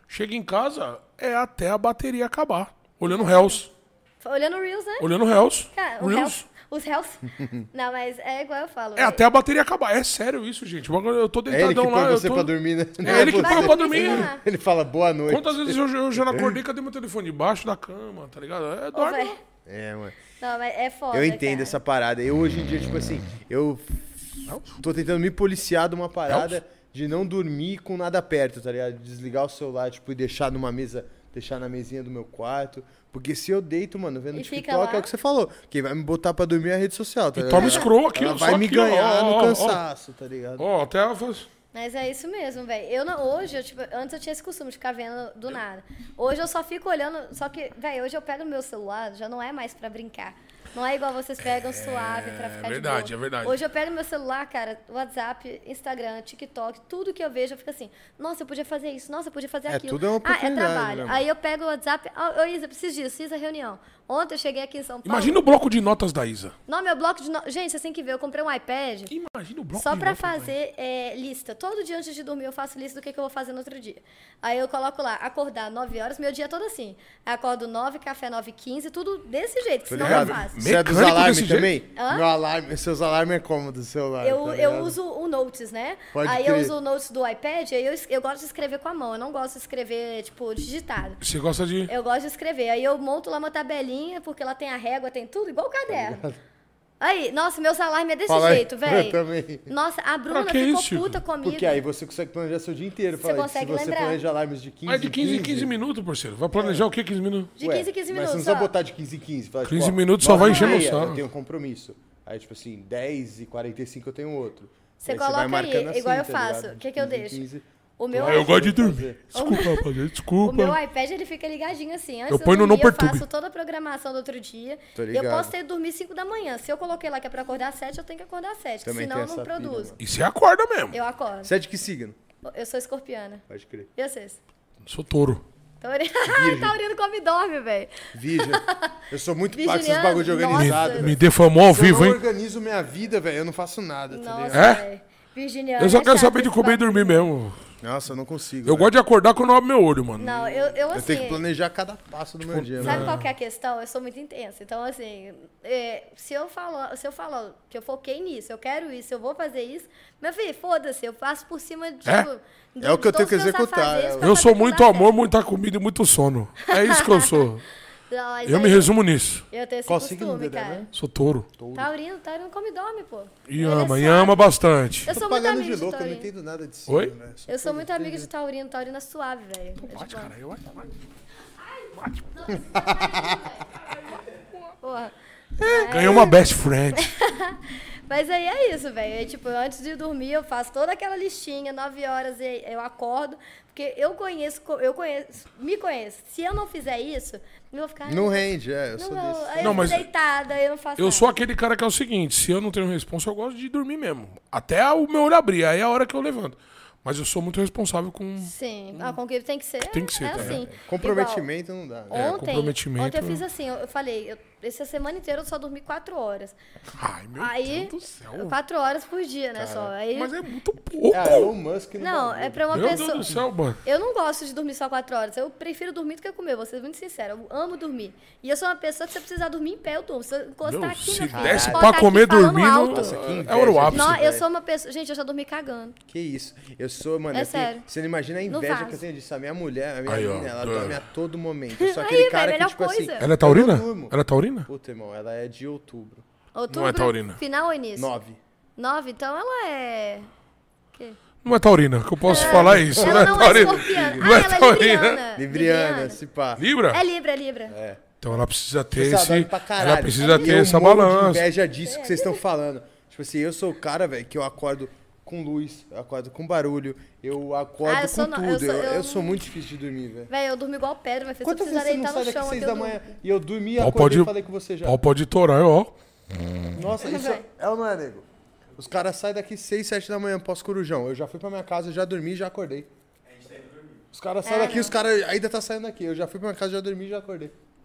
Chega em casa, é até a bateria acabar. Olhando Hells. Olhando o Reels, né? Olhando Hells. Cara, os Reels. Hells. Os Hells. Não, mas é igual eu falo. É até a bateria acabar. É sério isso, gente. Eu tô É ele que deitadão põe lá. Eu você tô... pra dormir, né? É ele que Vai põe pra dormir, dormir. sei lá. Ele fala boa noite. Quantas vezes eu, eu já não acordei, cadê meu telefone? Debaixo da cama, tá ligado? É, Ô, dorme. véi. É, mano. Não, mas é foda, Eu entendo cara. essa parada. Eu hoje em dia, tipo assim, eu tô tentando me policiar de uma parada de não dormir com nada perto, tá ligado? Desligar o celular, tipo, e deixar numa mesa, deixar na mesinha do meu quarto. Porque se eu deito, mano, vendo E fica TikTok, lá? é o que você falou. Quem vai me botar pra dormir é a rede social, tá E ligado? toma scroll aqui, Ela só vai me aqui, ó, ganhar ó, no ó, cansaço, tá ligado? Ó, até ela faz... Mas é isso mesmo, velho. Eu não, hoje, eu, tipo, antes eu tinha esse costume de ficar vendo do nada. Hoje eu só fico olhando, só que, velho, hoje eu pego no meu celular, já não é mais pra brincar. Não é igual vocês pegam suave pra ficar verdade, de boa. é verdade. Hoje eu pego no meu celular, cara, WhatsApp, Instagram, TikTok, tudo que eu vejo, eu fico assim, nossa, eu podia fazer isso, nossa, eu podia fazer É, aquilo. tudo é uma Ah, é oportunidade, trabalho. né, mano? Aí eu pego o WhatsApp, ô, ô Isa, preciso disso, fiz a reunião. Ontem eu cheguei aqui em São Paulo. Imagina o bloco de notas da Isa. Não, meu bloco de... No... Gente, vocês têm que ver, eu comprei um iPad. Imagina o bloco Só de pra notas da Isa. fazer é, lista. Todo dia antes de dormir eu faço lista do que, que eu vou fazer no outro dia. Aí eu coloco lá, acordar nove horas, meu dia é todo assim. Aí acordo nove, café nove e quinze, tudo desse jeito, Tô senão ligado. eu faço. Você é dos Mecânico alarmes desse também? Hã? Meu alarme, seus alarmes é como do celular, Eu, tá eu ligado? uso o Notes, né? Pode aí crer. eu uso o Notes do iPad, aí eu, es- eu gosto de escrever com a mão. Eu não gosto de escrever, tipo, digitado. Você gosta de... Eu gosto de escrever. Aí eu monto lá uma tabelinha, porque lá tem a régua, tem tudo, igual o caderno. Aí, nossa, meus alarmes é desse Fala aí. jeito, Eu velho. também. Nossa, a Bruna Pra que ficou isso, Chico? puta comigo. Porque aí você consegue planejar seu dia inteiro. Você Fala aí, consegue se você lembrar. planeja alarmes de quinze Mas de quinze em quinze quinze minutos, parceiro. Vai planejar o quê, quinze minutos? De Ué, quinze em quinze Mas minutos. você não precisa ó. botar de quinze em quinze. Fala, tipo, quinze ó, minutos só nove vai e enchendo o meia saco. Eu tenho um compromisso. Aí, tipo assim, dez e quarenta e cinco eu tenho outro. Você Aí vai coloca marcando aí, igual eu tá faço. ligado? O que que eu quinze em deixo? quinze. O meu, Ah, eu gosto de vou dormir. fazer. Desculpa, rapaziada, o desculpa. meu iPad, ele fica ligadinho assim. Antes Eu de ponho no dormir, Não eu Perturbe. faço toda a programação do outro dia. Tô E eu ligado. posso ter dormir cinco da manhã. Se eu coloquei lá que é pra acordar às sete, eu tenho que acordar às sete. Também Senão tem eu não essa pilha, produzo. mano. E você acorda mesmo. Eu acordo. Você é de que signo? Eu sou escorpiana. Pode crer. E vocês? Sou touro. Taurino, Taurino come e dorme, velho. Virgem. Eu sou muito pago com esses Virginiano, bagulho de nossa. organizado, Me Me velho. defamou ao Se eu vivo, não hein? organizo minha vida, velho, eu não faço nada, tá Nossa, ligado? É? velho. Virginiano. Eu só é quero chato saber de esse comer e bagulho. dormir mesmo. Nossa, eu não consigo. Eu velho. gosto de acordar quando eu abro meu olho, mano. Não, eu, eu assim. Eu tenho que planejar cada passo do meu dia, Sabe mano. qual que é a questão? Eu sou muito intensa. Então, assim, é, se eu falo, se eu falo que eu foquei nisso, eu quero isso, eu vou fazer isso, meu filho, foda-se, eu passo por cima de. É? Tipo, do- É o que eu de tenho que todos os meus executar, afazeres é. pra Eu fazer sou aquilo muito dar amor, certo. muita comida e muito sono. É isso que eu sou. Não, mas Eu aí me resumo nisso. Eu tenho esse Qual signo, costume, Dedé, cara. né? Sou touro. Taurino, Taurino come e dorme, pô. E Ele é ama, e suave. ama bastante. Eu sou Tô muito pagando amiga de de louco, eu não Taurino. entendo nada de signo, Oi? né? Só Eu sou coisa muito amiga de- de Taurino. Taurino é suave, velho. É Bate, de boa. cara. Eu, bate. Porra. Ganhei uma best friend. Mas aí é isso, velho. Aí, tipo, antes de dormir, eu faço toda aquela listinha, nove horas e eu acordo. Porque eu conheço, eu conheço, me conheço. Se eu não fizer isso, eu vou ficar. Não rende, é, eu Não sou vou. desse. Aí Não, eu mas fico deitada, eu não faço Eu nada. sou aquele cara que é o seguinte, se eu não tenho responsa, eu gosto de dormir mesmo. Até o meu olho abrir, aí é a hora que eu levanto. Mas eu sou muito responsável com... Sim, ah, com que tem que ser. Tem que ser, é tá, assim. Comprometimento não dá. né? É, Ontem, comprometimento- ontem eu fiz assim, eu, eu falei, eu, essa semana inteira eu só dormi quatro horas. Ai, meu Aí, Deus do céu. quatro horas por dia, né, só. Aí, Mas é muito pouco. É, Elon Musk no não, bagulho. é pra uma Meu pessoa... Deus do céu, mano. Eu não gosto de dormir só quatro horas. Eu prefiro dormir do que comer, vou ser muito sincera. Eu amo dormir. E eu sou uma pessoa que se eu precisar dormir em pé, eu durmo. Se eu encostar Meu, aqui, se meu filho, desse encostar pra comer aqui falando dormindo, alto. Nossa, que é inveja o ápice. Não, eu velho. sou uma pessoa... Gente, eu já dormi cagando. Que isso. Eu sou, mano, É eu tenho- sério. você não imagina a No inveja vaso. que eu tenho disso. A minha mulher, a minha Aí, ó. menina, ela É. dorme a todo momento. Eu sou aquele Aí, cara velho, que, melhor tipo assim... coisa. Ela é taurina? Eu não durmo. Ela é taurina? Puta, irmão, ela é de outubro. Outubro, Não é taurina. Final ou início? Nove. Nove, então ela é... quê? Não é taurina, que eu posso falar isso. Ela não não é é taurina. escorpiana. Não Ah, é ela é taurina. libriana. Libriana, se pá. Libra? É Libra, é Libra. É. Então ela precisa ter Você esse... adora pra caralho. Ela precisa E ter eu essa morro de balança. inveja disso que vocês estão falando. Tipo assim, eu sou o cara, velho, que eu acordo com luz, eu acordo com barulho, eu acordo Ah, eu com sou no- tudo. eu Eu sou- eu, eu sou não- muito difícil de dormir, velho. Velho, eu durmo igual pedra, mas se eu Quantas precisar vezes você não deitar sai no daqui chão aqui, seis eu da durmo. manhã e eu dormi, Pau acordei pode- e falei com você já? Pau pode torar, ó. Nossa, isso é, é ou não é, nego? Os caras saem daqui seis, sete da manhã pós-corujão. Eu já fui pra minha casa, já dormi e já acordei. Os caras saem É, daqui, não. os caras ainda tá saindo daqui. Eu já fui pra minha casa, já dormi e já acordei.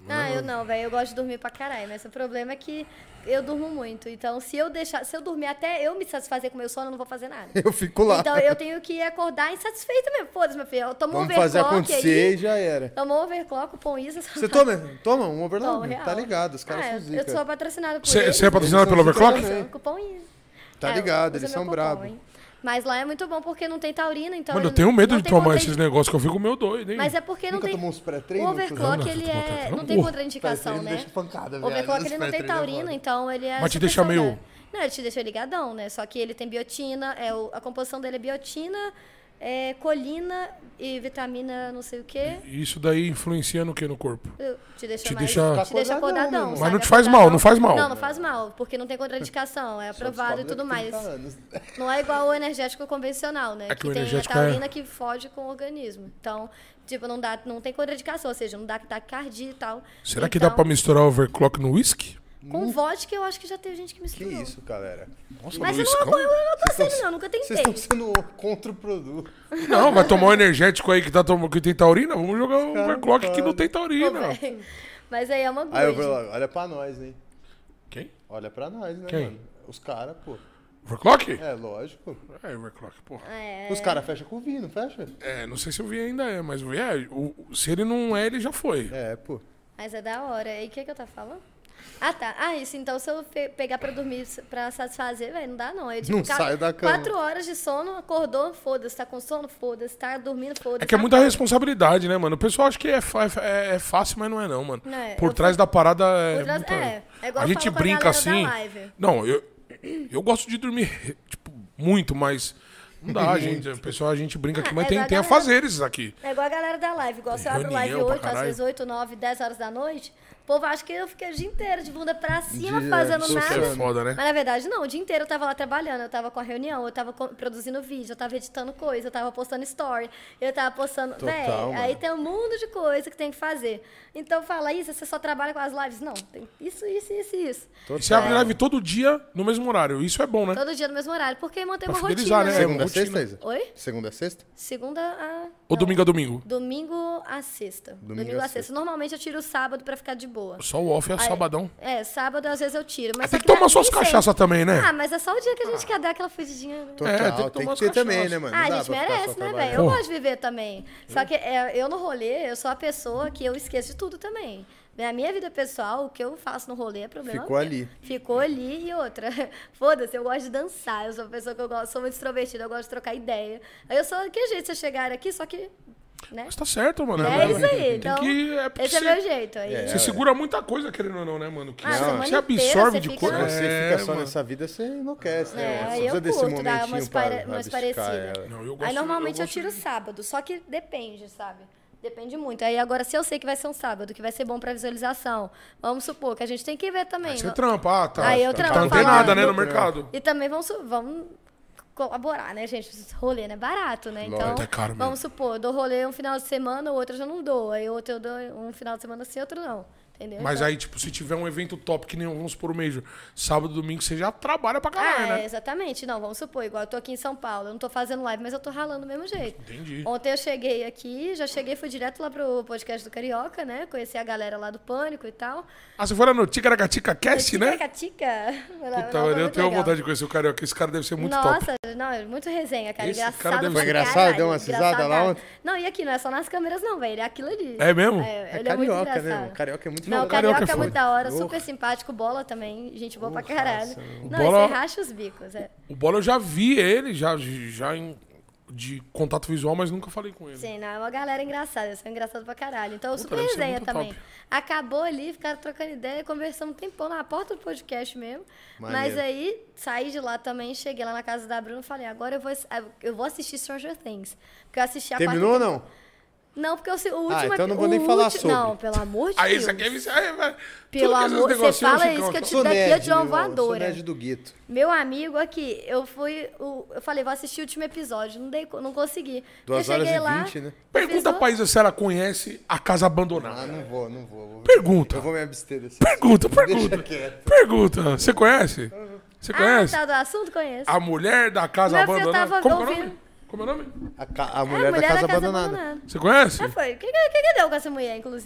Ah, eu não, velho. Eu gosto de dormir pra caralho. Mas o problema é que eu durmo muito. Então, se eu deixar, se eu dormir até eu me satisfazer com o meu sono, eu não vou fazer nada. Eu fico lá. Então, eu tenho que acordar insatisfeita mesmo. Foda-se, meu filho. Eu tomo um Vamos fazer overclock acontecer aí. e já era. Tomou overclock, o pão isso. Você toma, toma um overlock? Tomo, real. Tá ligado, os caras ah, são eu- zica. Eu sou patrocinada por Você eles. você é patrocinado pelo Eles são Overclock? também. Cupom isso. Tá É, ligado, usa eles meu são cupom, brabos. hein? Mas lá é muito bom porque não tem taurina, então... Mano, eu ele tenho medo não de tem tomar contra- esses negócios que eu fico meio doido, hein? Mas é porque não Nunca tem... tomou uns O pré-treino? overclock, Não, ele tô tomando é... pré-treino. Não tem Uh, contraindicação, Pré-treino né? deixa pancada, O velho. overclock, Os ele não tem pré-treino é taurina, foda. então ele é... Mas te essa deixa questão, meio- né? Não, ele te deixa ligadão, né? Só que ele tem biotina, é o... a composição dele é biotina, é colina e vitamina não sei o quê. Isso daí influencia no que no corpo? Eu- Te deixa Te mais... deixa- Te deixa Acordadão, acordadão, né, Mas sabe? não te faz Acordadão. mal, não faz mal. Não, não faz mal, porque não tem contraindicação, é aprovado e Descobre tudo daqui mais. trinta anos. Não é igual o energético convencional, né? É que que o tem a energético taurina é- que foge com o organismo. Então, tipo, não, dá, não tem contraindicação, ou seja, não dá taquicardia e tal. Será que Então, dá pra misturar overclock no whisky? Com vodka, eu acho que já teve gente que Que misturou. isso, galera? Nossa, Mas no eu não, whiskão? eu não aconselho, Vocês não, nunca Vocês tentei. estão sendo contra o produto. Não, vai tomar um energético aí que, tá tom... que tem taurina? Vamos jogar um caras overclock que não tem Pô, taurina. velho. Mas aí é uma Aí eu good. vou lá, olha pra nós, hein? Quem? Olha pra nós, né, Quem? mano? Os caras, pô. Overclock? É, lógico. É, overclock, porra. É, Os caras fecham com o vinho, não fecha? É, não sei se o Vi ainda é, mas o Vi é. O, o- se ele não é, ele já foi. É, pô. mas é da hora. E o que que eu tava falando? Ah, tá. Ah, isso. Então, se eu fe- pegar pra dormir, pra satisfazer, velho, não dá, não. Eu, Não ca- sai da cama. Quatro horas de sono, acordou, foda-se. Tá com sono, foda-se. Tá dormindo, foda-se. É que é tá muita foda. responsabilidade, né, mano? O pessoal acha que é, fa- é- é fácil, mas não é não, mano. Não é, Por eu trás da parada é. Por trás- muita- é, é igual a eu gente falo com a brinca galera da assim. live. Não, eu, eu gosto de dormir, tipo, muito, mas não dá, gente. O pessoal, a gente brinca aqui, Ah, mas é tem, igual a tem galera- afazeres aqui. É igual a galera da live. Igual você abre live reunião pra oito, às caralho. vezes oito, nove, dez horas da noite. O povo acha que eu fiquei o dia inteiro de bunda pra cima, De- fazendo é, Isso que nada. é foda, né? Mas na verdade, não. O dia inteiro eu tava lá trabalhando, eu tava com a reunião, eu tava co- produzindo vídeo, eu tava editando coisa, eu tava postando story, eu tava postando. Total, Véi, mano. aí tem um mundo de coisa que tem que fazer. Então fala isso, você só trabalha com as lives? Não, tem isso, isso, isso, isso. E você abre live todo dia no mesmo horário. Isso é bom, né? Todo dia no mesmo horário, porque mantém Pra uma fidelizar, rotina. né? Né? Segunda a rotina. sexta, Isa? Oi? Segunda a sexta? Segunda a. Ou não. domingo a domingo? Domingo a sexta. Domingo Domingo, a a sexta. Normalmente eu tiro o sábado pra ficar de boa. Só o off é Aí- sabadão. É, sábado às vezes eu tiro. Mas Tem só que tomar nem suas sempre. cachaças também, né? Ah, mas é só o dia que a gente quer dar aquela fugidinha. Né? Total, É, tem que tem tomar que as ter também, cachaças. né, mano? Ah, Não a dá gente pra ficar só merece, né, velho? trabalhando. Eu Porra. gosto de viver também. Só que é, eu no rolê, eu sou a pessoa que eu esqueço de tudo também. A minha vida pessoal, o que eu faço no rolê é problema. Ficou meu. ali. Ficou ali e outra. Foda-se, eu gosto de dançar. Eu sou uma pessoa que eu gosto, sou muito extrovertida, eu gosto de trocar ideia. Aí eu sou daquele jeito, vocês chegaram aqui, só que. Né? Mas tá certo, mano. É né? isso aí. Tem Então, que- é porque esse é você- meu jeito. Aí, É, Você segura muita coisa, querendo ou não, né, mano? Que Ah, você- semana você inteira absorve você de fica- coisa. Você É, fica só mano. nessa vida, você enlouquece, né? É, Você aí precisa eu desse curto dar momentinho umas, pra, pare... pra umas abdicar parecidas. ela. Não, eu gosto- Aí normalmente eu eu, gosto tiro de- sábado, só que depende, sabe? Depende muito. Aí agora, se eu sei que vai ser um sábado, que vai ser bom pra visualização, vamos supor que a gente tem que ver também. Aí você não- trampa, ah, tá. Aí eu tá trampo, antenada, falo, né, no eu- mercado. E também vamos, su- vamos colaborar, né, gente? Esse rolê não é barato, né? Então, Lógico, é caro mesmo. vamos supor, eu dou rolê um final de semana, o outro eu já não dou. Aí outro eu dou um final de semana sim, outro não. Entendeu? Mas Então- aí, tipo, se tiver um evento top, que nem vamos supor o Major, sábado, domingo, você já trabalha pra caralho, Ah, né? exatamente. Não, vamos supor, igual eu tô aqui em São Paulo, eu não tô fazendo live, mas eu tô ralando do mesmo jeito. Entendi. Ontem eu cheguei aqui, já cheguei, fui direto lá pro podcast do Carioca, né? Conheci a galera lá do Pânico e tal. Ah, você foi lá no Ticaracatica Cast, né? Tica. Puta, eu tenho vontade de conhecer o Carioca. Esse cara deve ser muito top. Nossa, não, é muito resenha, cara. Esse engraçado. cara deve pra ser- Foi engraçado? caralho, Deu uma cisada engraçado, lá cara. ontem? Não, e aqui não é só nas câmeras, não, velho. É aquilo ali. É mesmo? É ele é muito carioca, né? engraçado. O carioca é muito Não, o foda. Carioca, Carioca é é muito foda. da hora, Porra. super simpático, Bola também, gente boa pra Porra, caralho. nossa, Não, Bola- você racha os bicos, é. O Bola eu já vi ele, já, já em, de contato visual, mas nunca falei com ele. Sim, não, é uma galera engraçada, eles são engraçados pra caralho. Então, Puta, super deve ser resenha muito também. top. Acabou ali, ficaram trocando ideia, conversamos um tempão na porta do podcast mesmo. Mas Maneiro. aí, saí de lá também, cheguei lá na casa da Bruna e falei, agora eu vou, eu vou assistir Stranger Things. Porque eu assisti a Terminou ou quarta não? Não, porque o, se- o último... Ah, então não vou o nem falar ulti- sobre. Não, pelo amor de Aí Deus. isso aqui é viciado. é, velho. Pelo Tudo que esses amor, você negocinhos fala ficam- isso que eu te Sou daqui eu nerd, te dou uma meu irmão, sou voadora. nerd do gueto. Meu amigo aqui, eu fui. o- eu falei, vou assistir o último episódio. Não, dei, co- não consegui. Duas eu horas cheguei e lá. vinte, né? Pergunta pra Isa se ela conhece a Casa Abandonada. Ah, não vou, não vou. vou- Pergunta. Eu vou me abster desse. Pergunta, Deixa pergunta. quieto. Pergunta. Você conhece? Você Ah, conhece? tá do assunto? Conheço. A mulher da Casa Meu filho Abandonada. tava Como que é o ouvindo. nome? Como é o nome? A, ca- a É, mulher, da casa, abandonada. Você conhece? Ah, foi. O que, que, que deu com essa mulher, inclusive?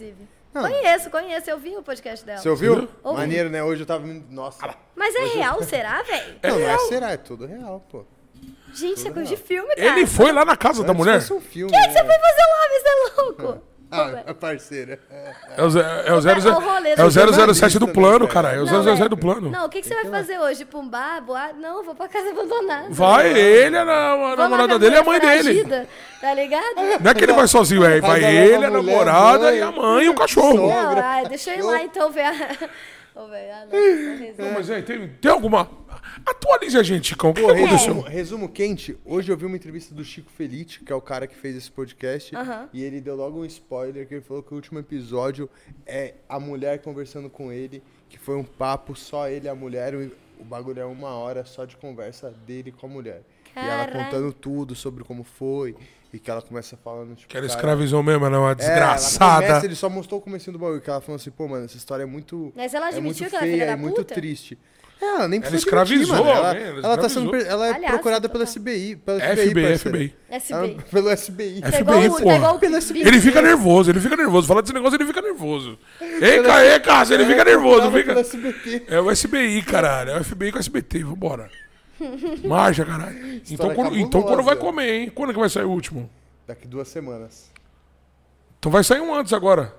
Não. Conheço, conheço. Eu vi o podcast dela. Você ouviu? Ouvi. Maneiro, né? Hoje eu tava... Nossa. Mas é real, será, velho? Não, não é será, é tudo real, pô. Gente, isso é coisa de filme, cara. Ele foi lá na casa da mulher? Isso é um filme, O que, que você né? foi fazer lá, você é louco? Ah, a parceira. É o, ze- é o, zero, É o rolê é do o zero zero sete do jornalista, plano, né, cara. É o Não, zero zero sete é. do plano. Não, o que, que você vai fazer hoje? Pra um bar, boate? Não, vou pra casa abandonada. Vai ele, a, na- a Vou lá namorada com dele e a mãe mulher dele. foragida, tá ligado? Não é que ele vai sozinho, é. Vai Casa lá, ele, a a mulher, namorada mãe, e a mãe e o cachorro. só. Não, Sogra. ai, deixa eu ir lá então ver a... Ô, velho, ah, não, Não, mas aí, tem, tem alguma... Atualize a gente, Chicão. O que, Pô, que aconteceu? resumo, resumo quente. Hoje eu vi uma entrevista do Chico Felite, que é o cara que fez esse podcast. Aham. E ele deu logo um spoiler, que ele falou que o último episódio é a mulher conversando com ele, que foi um papo só ele e a mulher. O, o bagulho é uma hora só de conversa dele com a mulher. E ela Caralho. contando tudo sobre como foi. E que ela começa falando, tipo... Que ela cara, escravizou mesmo, ela é uma é, ela desgraçada. começa, ele só mostrou o comecinho do bagulho, que ela falou assim, pô, mano, essa história é muito... Mas ela é admitiu muito que ela é feia filha da e muito puta? triste. É, ela nem Ela precisa admitir, escravizou mano. Ela, alguém, ela ela tá sendo, escravizou. ela é Aliás, procurada pelo total. S B I, pelo F B I, parceiro. F B I. S B I. Ela- pelo S B I. Isso é F B I, igual, o- porra. é igual o Pelo Big S B I. Ele fica nervoso, ele fica nervoso. Fala desse negócio, ele fica nervoso. Ei, ca- ei, Cássio, ele fica nervoso. Procurada Fica... pelo S B T. É o S B I, caralho. É o F B I com o S B T, vambora. Marcha, caralho. Então quando, então quando vai comer, hein? Quando que vai sair o último? Daqui duas semanas. Então vai sair um antes agora.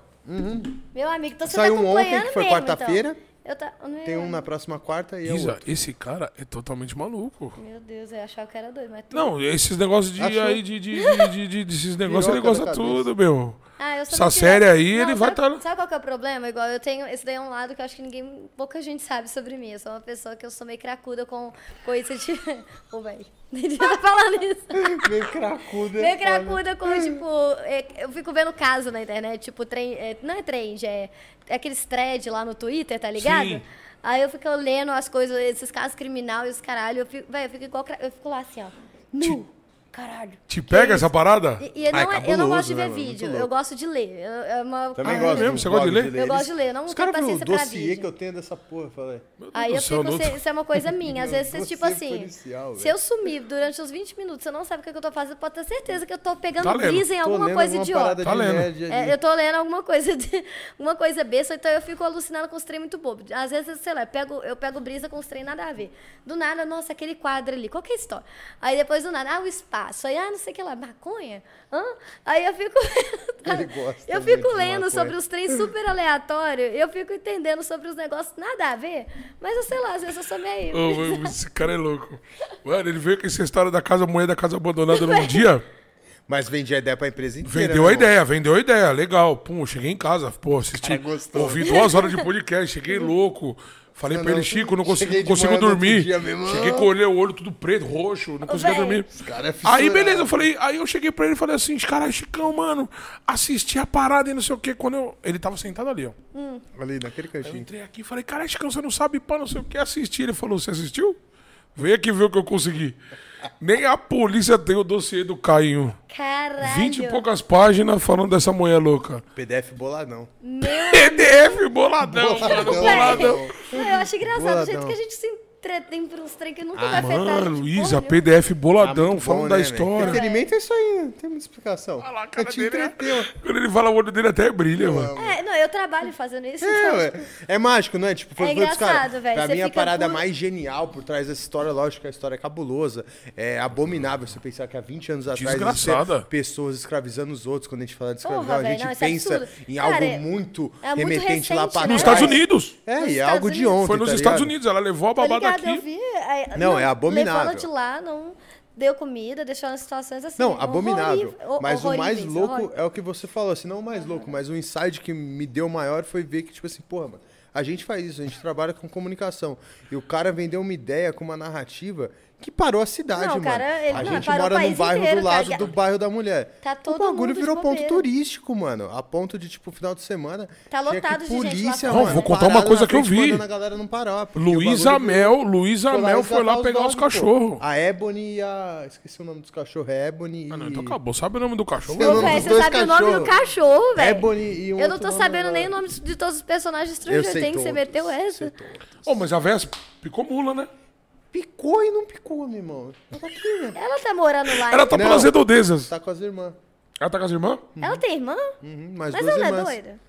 Meu amigo, então você Saiu tá um ontem, acompanhando que foi mesmo, quarta-feira. Então. Eu tá... Tem um na próxima quarta e é o Isa, outro. esse cara é totalmente maluco. Meu Deus, eu achava que era doido, mas... tu- Não, esses negócios de Achou? aí, de, de, de, de, de- desses negócios, ele Piroca gosta da cabeça. tudo, meu. Ah, eu sou Essa muito série direta. aí, ele vai sabe, tá- Sabe qual que é o problema? Igual eu tenho... Esse daí é um lado que eu acho que ninguém... Pouca gente sabe sobre mim. Eu sou uma pessoa que eu sou meio cracuda com coisa de... Ô, velho. Nem devia estar falando isso. Meio cracuda. Meio cracuda com, tipo... é, Eu fico vendo caso na internet, tipo, trem... é, não é trend, é, é aqueles thread lá no Twitter, tá ligado? Sim. Aí eu fico lendo as coisas, esses casos criminal e os caralho. Eu fico, velho, eu fico igual... cra- Eu fico lá assim, ó. Nu. Caralho. Te pega essa parada? E, e eu, Ah, é não, eu não gosto de cabuloso, ver né, mano? vídeo, Muito eu louco. gosto de ler. Eu, é uma, Também Ah, gosto. mesmo? do Você gosta de blog ler? Eu gosto de ler, eu não Os tenho caras viram o paciência pra dossiê vídeo. que eu tenho dessa porra, eu falei. Aí eu do céu, fico, não- se- isso é uma coisa minha. Às vezes, Você tipo é assim, policial, se velho. eu sumir durante uns vinte minutos, você não sabe o que eu tô fazendo, pode ter certeza que eu tô pegando Tá lendo. brisa em Tô alguma lendo coisa alguma idiota. parada Tá de lendo. nerd ali. É, eu tô lendo alguma coisa, de, uma coisa besta, então eu fico alucinando com os trem muito bobo. Às vezes, sei lá, eu pego, eu pego brisa com os trem nada a ver. Do nada, nossa, aquele quadro ali, qual que é a história? Aí depois do nada, ah, o espaço. Aí, ah, não sei o que lá, maconha? Hã? Aí eu fico... Ele gosta eu muito fico de lendo maconha. sobre os trens super aleatórios, eu fico entendendo sobre os negócios nada a ver, mas eu sei lá, às vezes eu sou meio... Ô, ô, esse cara é louco. Mano, ele veio com essa história da casa mulher da casa abandonada num dia. Mas vendi a ideia pra empresa inteira. Vendeu né, a irmão? ideia, vendeu a ideia. Legal. Pum, cheguei em casa. Pô, assisti. Cara, gostou. Ouvi duas horas de podcast, cheguei louco. Falei Não, pra ele, não, Chico, não consigo, cheguei não de consigo manhã do outro dormir. dia mesmo. Cheguei com o olho, o olho tudo preto, roxo, não conseguia véi. dormir. Esse cara é Aí, fissurado. beleza, eu falei, aí eu cheguei pra ele e falei assim, caralho, Chicão, mano, assisti a parada e não sei o que. Quando eu. Ele tava sentado ali, ó. Ali, naquele Eu cantinho. entrei aqui e falei, caralho, Chicão, você não sabe pá, não sei o que assistir. Ele falou, você assistiu? Vem aqui ver o que eu consegui. Nem a polícia tem o dossiê do Caio. Caralho. Vinte e poucas páginas falando dessa mulher louca. P D F boladão. Meu... P D F boladão, mano, Boladão. boladão. Véi, eu acho engraçado o jeito Boladão. que a gente se entretém por uns trem que nunca Ah, vai afetar a Mano, gente. Isa, porra P D F boladão, Ah, muito falando bom, da né, velho? história. Entretenimento é isso aí, não tem muita explicação. Olha lá, a Eu cara te dele é- entreteu. Quando ele fala, o olho dele até brilha, mano. nenhuma. É, não, eu trabalho fazendo isso. É, então, ué. É mágico, não é? Tipo, foi É foi pros engraçado, caras. velho. Pra Você mim, a fica parada por- mais genial por trás dessa história, lógico que a história é cabulosa. É abominável você pensar que há vinte anos atrás Desgraçada. existia pessoas escravizando os outros. Quando a gente fala de escravidão, Porra, a velho, gente não, isso é pensa absurdo. em Cara, algo é- muito é muito remetente lá recente, pra né? Nos trás. Estados Unidos. É, Nos e é Estados algo de Unidos. ontem, Foi nos tá Estados ligado? Unidos, ela levou a Tô babada ligado, eu aqui. vi. aí- Não, é abominável. Levou ela de lá, não deu comida, deixou nas situações assim. Não, abominável. horrível- Mas o mais horríveis, louco horríveis. é o que você falou, assim, não o mais louco, mas o insight que me deu maior foi ver que, tipo assim, porra, mano, a gente faz isso, a gente trabalha com comunicação. E o cara vendeu uma ideia com uma narrativa que parou a cidade, Não, mano. cara, ele- a não, gente parou o mora num país bairro inteiro, do lado cara. do bairro da mulher. Tá todo o bagulho mundo de virou ponto bobeira. turístico, mano. A ponto de, tipo, final de semana. Tá tinha lotado que de gente lá polícia, fora. mano, Não, vou contar uma parada coisa na que eu frente, vi. mandando a galera não parar. porque o Luísa bagulho Mel, virou- Luísa Foi lá Mel foi lá resgatar pegar os dogs, pô. cachorros. A Ebony e a... Esqueci o nome dos cachorros. É Ebony e... Ah, não, então acabou. Sabe o nome do cachorro? Seu Ô, nome velho, dos você dois sabe o nome do cachorros. cachorro, velho. Ebony e um Eu não outro tô nome sabendo lá. nem o nome de todos os personagens de Eu Stranger sei Things, você todos, meteu essa. sei todos. Ô, mas a véia picou mula, né? Picou e não picou, meu irmão. Ela tá aqui, velho. Ela tá morando lá. Ela tá Não. pelas redondezas. Tá com as irmãs. Ela tá com as irmãs? Ela tem irmã? Uhum, mais Mas duas ela irmãs. é doida.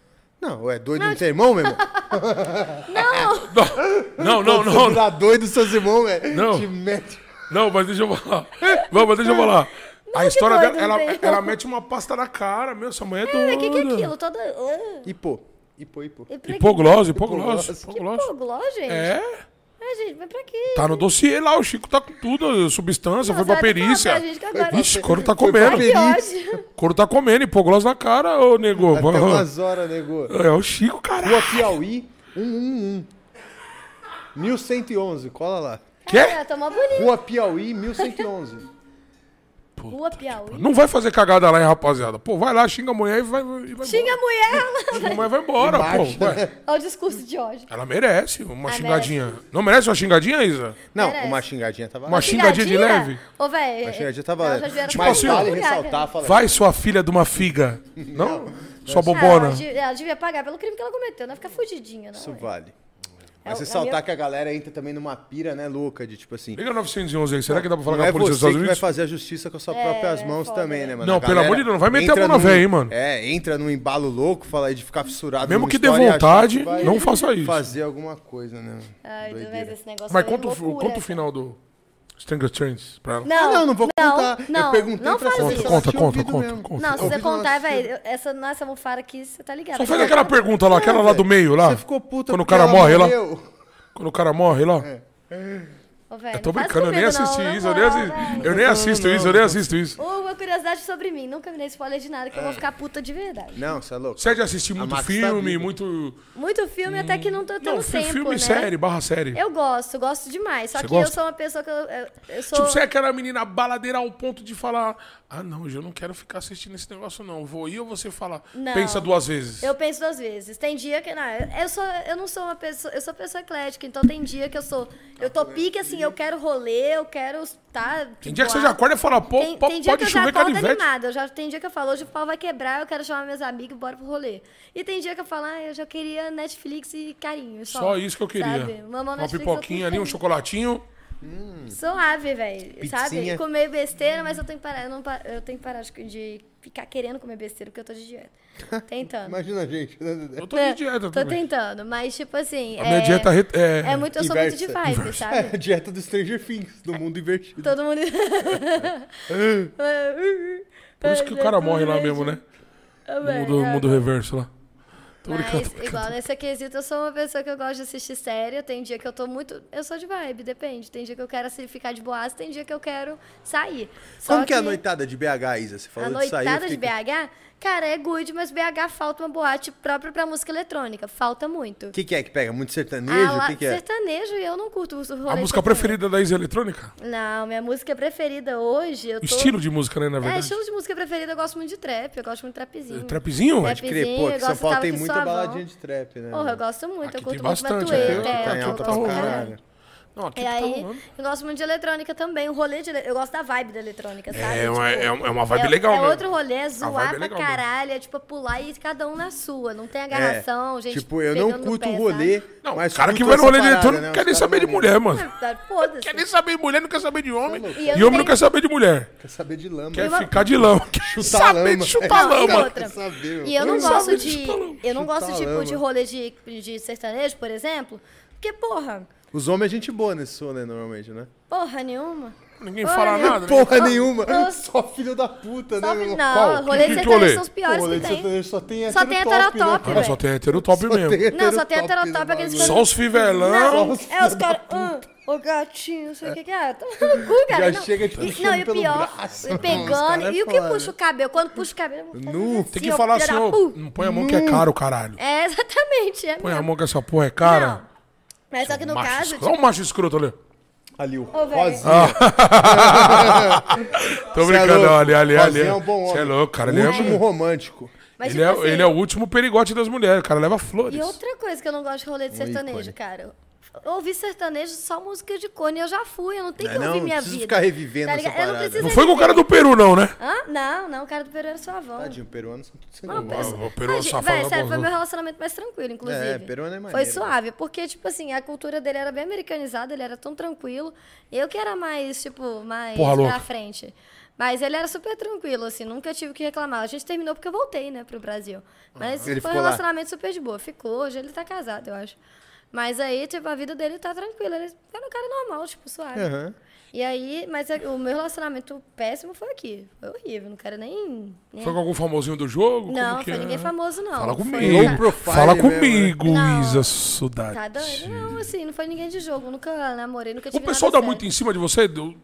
Não, é doido não ter irmão, meu irmão? Não, não, Quando não. Você Não, virar doido, seus irmãos, velho. Não. Te mete... não, mas deixa eu falar. Não, mas deixa eu falar. A que história doido, dela, ela, não tem. ela mete uma pasta na cara, meu. Essa mulher é doida. É, o que, que é aquilo? Toda. Uh, Hipô. Hipô, hipô. e pra quê? Hipoglose, hipoglose. Hipoglose. hipoglose. Pô, gló, gente. É, Ai, gente, mas pra quê? tá no dossiê lá. O Chico tá com tudo, substância, foi Nossa, pra vai ter que perícia. falar pra gente que agora- Ixi, o couro tá Foi pra comendo. perícia. Que Perícia. ódio. O couro tá comendo, hipoglose na cara, ô nego. Até umas horas, nego. É o Chico, caralho. Rua Piauí, um um um. mil cento e onze, cola lá. Quê? Cara, tá mó bonito. Rua Piauí, mil cento e onze. Rua Piauí. Não vai fazer cagada lá, hein, rapaziada. Pô, vai lá, xinga a mulher e vai, e vai Xinga a mulher, ela. embora. Xinga a mulher e vai embora, pô. Marcha, Ué. né? Olha o discurso de ódio. Ela merece uma Ah, xingadinha. Não merece uma xingadinha, Isa? Não, Merece. uma xingadinha tava Uma lá. xingadinha de leve? Ô, velho. Uma xingadinha tava elas lá. já vieram Tipo pra assim, todo Vale lugar, ressaltar, cara. fala aí. Vai, sua filha de uma figa. Não? Sua Ah, bobona. ela, de- ela devia pagar pelo crime que ela cometeu, não vai ficar fudidinha, não. Isso ué. vale. É Mas o- você é saltar meu- que a galera entra também numa pira, né, louca, de tipo assim... Liga novecentos e onze aí. Será que dá pra falar Não com é a polícia dos você Estados que vai Unidos? fazer a justiça com as suas É, próprias mãos foda, também, né? né, mano? Não, A pelo galera amor de Deus, não vai meter a entra mão na num- véia, hein, mano. É, entra num embalo louco, fala aí de ficar fissurado Mesmo numa que dê história e achar vontade, que vai não faça isso. fazer alguma coisa, né? Ai, Doideira. mas esse negócio Mas foi conta, o- loucura, conta o final do Stranger Things pra ela. Não, Ah, não, não vou contar. Não, Eu perguntei não pra faz ela isso. se Conta, ela tinha conta, ouvido conta, mesmo. conta. Não, se Eu você vi contar, nossa- velho, essa nossa almofada aqui, você tá ligado. Só faz aquela pergunta lá, aquela lá do meio lá. Você ficou puta Quando o porque cara ela morre lá. morreu. Quando o cara morre lá. Ô, velho, Eu tô não faz brincando, eu nem comigo, não, assisti na isso, eu nem moral, assisto. velho. Eu nem assisto isso, eu nem assisto isso. Uma curiosidade sobre mim, nunca me dei spoiler de nada, que eu vou ficar puta de verdade. Não, você é louco. Você é de assistir muito Max tá filme, viva. muito. Muito filme, até que não tô tendo Não, fi- tempo, filme né? e série, barra série. Eu gosto, gosto demais. Só Você que eu gosta? sou uma pessoa que eu, eu, eu sou... Tipo, você é aquela menina baladeira ao ponto de falar: ah, não, eu não quero ficar assistindo esse negócio, não. Vou ir ou você fala, Não. pensa duas vezes. Eu penso duas vezes. Tem dia que. Não, eu- eu, sou, eu não sou uma pessoa. Eu sou pessoa eclética, então tem dia que eu sou. Eu tô pique assim, eu quero rolê, eu quero. Tá, Tem dia que você já acorda e fala: pô, Tem, po- tem dia que pode eu já chover acordo canivete. animada. Eu já, tem dia que eu falo, hoje o pau vai quebrar, eu quero chamar meus amigos, bora pro rolê. E tem dia que eu falo, ah, eu já queria Netflix e carinho. Só, Só isso que eu queria. Sabe? Mamão Uma Netflix, pipoquinha eu ali, um curto. chocolatinho. Suave, velho. Sabe? Pizzinha. E comer besteira, mas eu tenho que parar. Eu, não, pa- eu tenho que parar de, de ficar querendo comer besteira, porque eu tô de dieta. Tentando. Imagina a gente. né? Eu tô de dieta Tô também. tentando, mas tipo assim. A minha é, dieta re- é. é muito, eu sou muito de Inversa. vibe, É sabe? a dieta do Stranger Things, do mundo invertido. Todo mundo. Por isso que o cara morre lá mesmo, né? No mundo, mundo reverso lá. Tô brincando. Mas, tô brincando. igual nesse quesito, eu sou uma pessoa que eu gosto de assistir série. Tem dia que eu tô muito. Eu sou de vibe, depende. Tem dia que eu quero assim, ficar de boas, tem dia que eu quero sair. Só Como que é a noitada de B H, Isa? Você A falou de sair. eu noitada de fiquei- B H? Cara, é good, mas B H falta uma boate própria pra música eletrônica. Falta muito. O que, que é que pega? Muito sertanejo? Ah, O lá- que, que é? Sertanejo e eu não curto o rolê A de música sertanejo. preferida da Isa Eletrônica? Não, minha música preferida hoje. Eu tô... Estilo de música, né, na É, verdade? estilo de música preferida, eu gosto muito de trap, eu gosto muito de trapzinho. Trapzinho? Trap. Pode crer, pô, eu que São gosto Paulo tava tem aqui muita suavão. baladinha de trap, né? Porra, eu gosto muito, Aqui eu curto tem muito bastante, Matuê, aqui é, tá- eu tá gosto pra rolando. caralho. Não, aqui E tá aí, rolando. eu gosto muito de eletrônica também, o rolê de ele- eu gosto da vibe da eletrônica, sabe? É uma, Tipo, é uma é uma vibe é, legal, é né? outro rolê, é vibe zoar é pra legal mesmo. caralho, é tipo pular e cada um na sua, não tem agarração, gente Tipo, eu não pegando no curto pé, o rolê, sabe? Não, mas o cara que curto vai no essa rolê de parada, eletrônico né? não quer Os nem caras saber de não- mulher, mano. Ah, Foda-se. Quer nem saber de mulher, não quer saber de homem. E E, eu homem não não tenho- quer saber de mulher. Quer saber de lama. Quer uma- ficar de lama. Quer Chutar saber lama. de chutar Não, e lama. outra. Quer saber, E eu não Quem gosto sabe de. chutar lama. Eu não gosto Chutar tipo, lama. de rolê de, de sertanejo, por exemplo. Porque, porra, Os homens é gente boa nesse rolê, normalmente, né? porra nenhuma. Ninguém Olha, fala nada. né? Porra Ô, nenhuma. ô. Só filho da puta, Só, né, meu irmão? não, Qual? rolê Que- de que rolê? sertanejo são os piores Pô, rolê que de tem. sertanejo só tem Só tem heterotop, né, heterotop, cara? Cara, só tem heterotop mesmo. Não, só tem heterotop heterotop, no aqueles bagulho. Só os fivelão. Não, os é filhos os da caras. Ah, ô gatinho, não sei o que que é. Toma no cu, cara. Já não. chega te E- puxando Não, e o pelo pior, braço. e Os pegando. cara é E o que foda. puxa o cabelo? Quando puxa o cabelo, eu vou Nu. fazer Tem que assim, ó, falar assim, filha da ó, puta. não põe a mão que é caro, caralho. É, exatamente. É Põe a mesmo. mão que essa porra é cara. Não. Mas só que no Macho caso. escroto. tipo, Olha o macho escroto ali. Ali, o Ô, velho. Rosinha. Tô Cê é brincando, louco. ali, ali, ali. Rosinha é um bom Você é homem. louco, cara. Ele é, Último romântico. mas, ele, tipo é, assim, ele é o último perigote das mulheres. O cara leva flores. E outra coisa que eu não gosto de rolê de sertanejo, ícone. cara. Eu ouvi sertanejo só música de cone, eu já fui, eu não tenho Não, que ouvir não minha precisa vida. ficar revivendo Tá essa ligado? Eu não parada. preciso Não foi com o cara do reviver. Peru, não, né? Hã? Não, não, o cara do Peru era suavão. Tadinho, peruano são tudo sem Não, vergonha. pensa- o peruano Mas, safado véi, é sério, foi bonzão. meu relacionamento mais tranquilo, inclusive. É, peruano é Foi maneiro, suave, porque, tipo assim, a cultura dele era bem americanizada, ele era tão tranquilo. Eu que era mais, tipo, mais Porra pra louca. frente. Mas ele era super tranquilo, assim, nunca tive o que reclamar. A gente terminou porque eu voltei, né, pro Brasil. Mas Ele foi um ficou lá? relacionamento super de boa. Ficou, hoje ele tá casado, eu acho. Mas aí, tipo, a vida dele tá tranquila. Ele era um cara normal, tipo, suave. Aham. E aí, mas o meu relacionamento péssimo foi aqui. Foi horrível, não quero nem... nem... Foi com algum famosinho do jogo? Como Não, que foi é? ninguém famoso, não. Fala Foi- comigo. Low profile Fala mesmo, comigo, Não. Isa Sudade. Tá doido? Não, assim, não foi ninguém de jogo. Nunca namorei, nunca O tive pessoal dá nada muito sério. em cima de você? Do...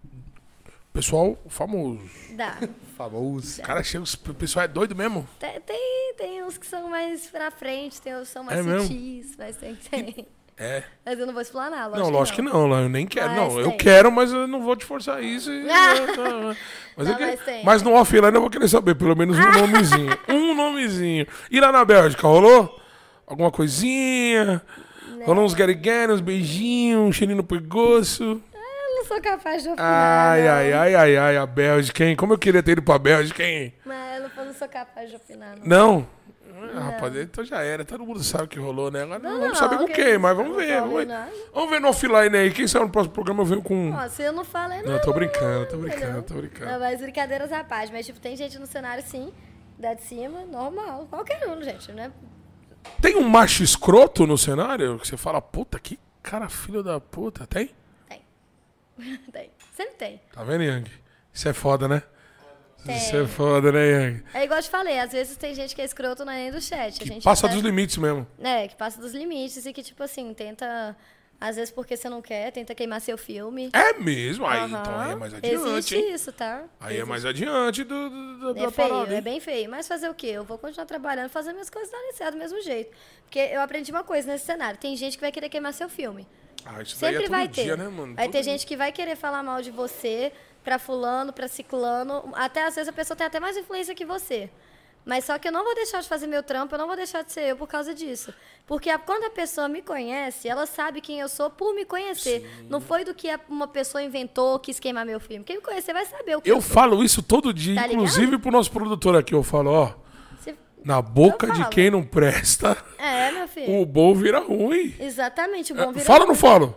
Pessoal famoso. Dá. Famoso. Cara, chega, o pessoal é doido mesmo? Tem, tem, tem uns que são mais pra frente, tem uns que são mais É mesmo? sutis, mas tem, tem. É. Mas eu não vou explanar, lógico Não, lógico que não, lá eu nem quero. Mas não, eu tem. quero, mas eu não vou te forçar isso. E... Ah! mas, Não, eu que- mas tem. mas no offline eu vou querer saber, pelo menos um nomezinho. Um nomezinho. E lá na Bélgica, rolou? Alguma coisinha? Rolou uns get uns beijinhos, um cheirinho no pegoço? Eu não sou capaz de opinar, Ai, não. ai, ai, ai, ai, a Bélgica, hein? Como eu queria ter ido pra Bélgica, hein? Mas eu não, não sou capaz de opinar, não. Não? Ah, rapaz, então já era. Todo mundo sabe o que rolou, né? Agora não, Não, vamos não, saber com que quem, isso, mas vamos não ver. falo Vamos ver, nada. vamos ver no offline aí. Quem sabe no próximo programa eu venho com... Ó, se eu não falei, não. Não, tô brincando, tô entendeu? brincando, tô brincando. Não, mas brincadeiras à parte. Mas, tipo, tem gente no cenário, sim, da de cima, normal. Qualquer um, gente, né? Tem um macho escroto no cenário que você fala, puta, que cara filho da puta. Tem? Tem. Tem. Sempre tem. Tá vendo, Yang? Isso é foda, né? Tem. Isso é foda, né, Yang? É igual eu te falei, às vezes tem gente que é escroto na linha do chat. A gente Passa até- dos limites mesmo. É, que passa dos limites e que, tipo assim, tenta... Às vezes porque você não quer, tenta queimar seu filme. É mesmo? Aí, Aham. então aí é mais adiante, Existe hein? isso, tá? Aí é Existe. mais adiante do, do, do- da É feio, parada, é hein? bem feio. Mas fazer o quê? Eu vou continuar trabalhando, fazer minhas coisas darem certo do mesmo jeito. Porque eu aprendi uma coisa nesse cenário. Tem gente que vai querer queimar seu filme. Ah, isso daí Sempre é todo vai ter. dia, né, mano? Vai Todo ter dia. gente que vai querer falar mal de você pra fulano, pra ciclano. Até às vezes a pessoa tem até mais influência que você. Mas só que eu não vou deixar de fazer meu trampo, eu não vou deixar de ser eu por causa disso. Porque a- quando a pessoa me conhece, ela sabe quem eu sou por me conhecer. Não foi do que a- uma pessoa inventou, quis queimar meu filme. Quem me conhecer vai saber o que eu, Eu sou. falo isso todo dia, Tá inclusive ligado? pro nosso produtor aqui. Eu falo, ó, Se- na boca Eu de falo. quem não presta, É, meu filho. o bom vira ruim. Exatamente, o bom vira Fala ou não ruim. falo?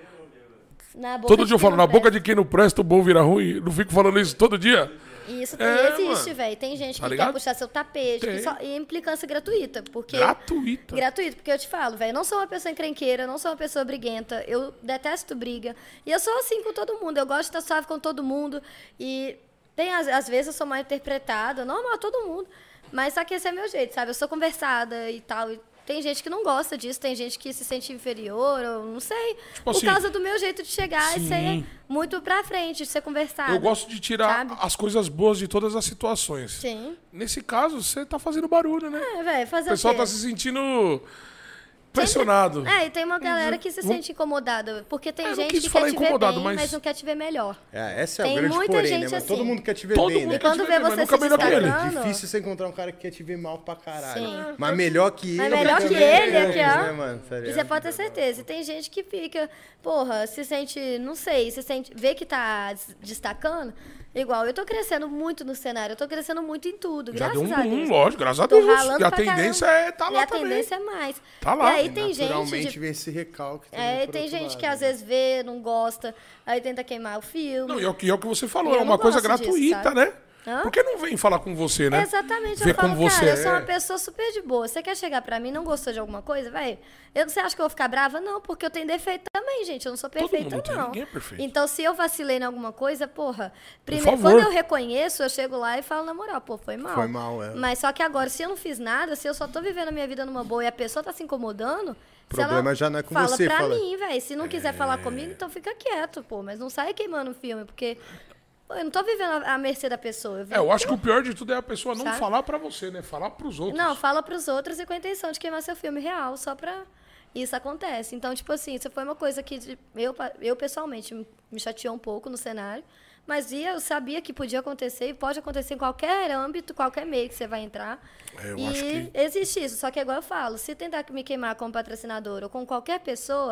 Na boca Todo de dia eu quem falo, não na boca presta. de quem não presta, o bom vira ruim. Não fico falando isso todo dia? Isso É, existe, mano. velho. Tem gente Tá que ligado? quer puxar seu tapete. Tem. Que só, e implicância gratuita. Porque, Gratuita. Gratuito, porque eu te falo, velho, eu não sou uma pessoa encrenqueira, eu não sou uma pessoa briguenta, eu detesto briga. E eu sou assim com todo mundo, eu gosto de estar suave com todo mundo. E tem, às, às vezes, eu sou mal interpretada, normal, todo mundo. Mas só que esse é meu jeito, sabe? Eu sou conversada e tal. E tem gente que não gosta disso, tem gente que se sente inferior, ou não sei. Tipo por assim, causa do meu jeito de chegar sim. e ser muito pra frente, de ser conversada. Eu gosto de tirar sabe? as coisas boas de todas as situações. Sim. Nesse caso, você tá fazendo barulho, né? É, velho, fazer O pessoal o quê? tá se sentindo pressionado. É, e tem uma galera que se Vamos- sente incomodada. Porque tem É, não gente quis que falar quer te ver incomodado, bem, mas- mas... não quer te ver melhor. É, essa é Tem o grande muita porém, gente né? Mas assim. todo mundo quer te ver Todo bem, mundo né? E quando te ver vê bem, mas você nunca se melhor que ele. destacando... Difícil você encontrar um cara que quer te ver mal pra caralho. Sim. Mas melhor que ele. Mas melhor que também ele, é, aqui, ó. né, mano? Tá E ligado? você pode ter certeza. E tem gente que fica, porra, se sente, não sei, se sente, vê que tá des- destacando. Igual, eu tô crescendo muito no cenário, eu tô crescendo muito em tudo, Já graças deu um a boom, Deus. lógico, graças a Tô Deus. ralando E a pra tendência caramba. é tá E lá a também. tendência é mais. Tá lá. E aí E tem gente... naturalmente de- vem esse recalque também É, e por tem outro gente lado, que às né? vezes vê, não gosta, aí tenta queimar o filme. Não, e é o que, é o que você falou, Eu é uma não coisa gosto disso, gratuita, sabe? né? Hã? Por que não vem falar com você, né? Exatamente, Ver eu falo, como você cara, eu é. sou uma pessoa super de boa. Você quer chegar pra mim, não gostou de alguma coisa, velho? Eu- Você acha que eu vou ficar brava? Não, porque eu tenho defeito também, gente. Eu não sou perfeita, mundo tem, não. ninguém é perfeito. Então, se eu vacilei em alguma coisa, porra, primeiro, favor. quando eu reconheço, eu chego lá e falo, na moral, pô, foi mal. Foi mal, é. Mas só que agora, se eu não fiz nada, se eu só tô vivendo a minha vida numa boa e a pessoa tá se incomodando, se ela Problema já não é com fala você, pra fala. mim, velho. Se não quiser falar comigo, então fica quieto, pô. Mas não sai queimando o filme, porque pô, eu não tô vivendo à à mercê da pessoa. Eu É, eu vivo- acho que o pior de tudo é a pessoa não Sabe? falar pra você, né? Falar pros outros. Não, fala pros outros e com a intenção de queimar seu filme real, só pra isso acontece. Então, tipo assim, isso foi uma coisa que de- eu, eu pessoalmente me chateou um pouco no cenário, mas eu sabia que podia acontecer e pode acontecer em qualquer âmbito, qualquer meio que você vai entrar. É, eu e acho que- existe isso, só que igual eu falo, se tentar me queimar como patrocinador ou com qualquer pessoa,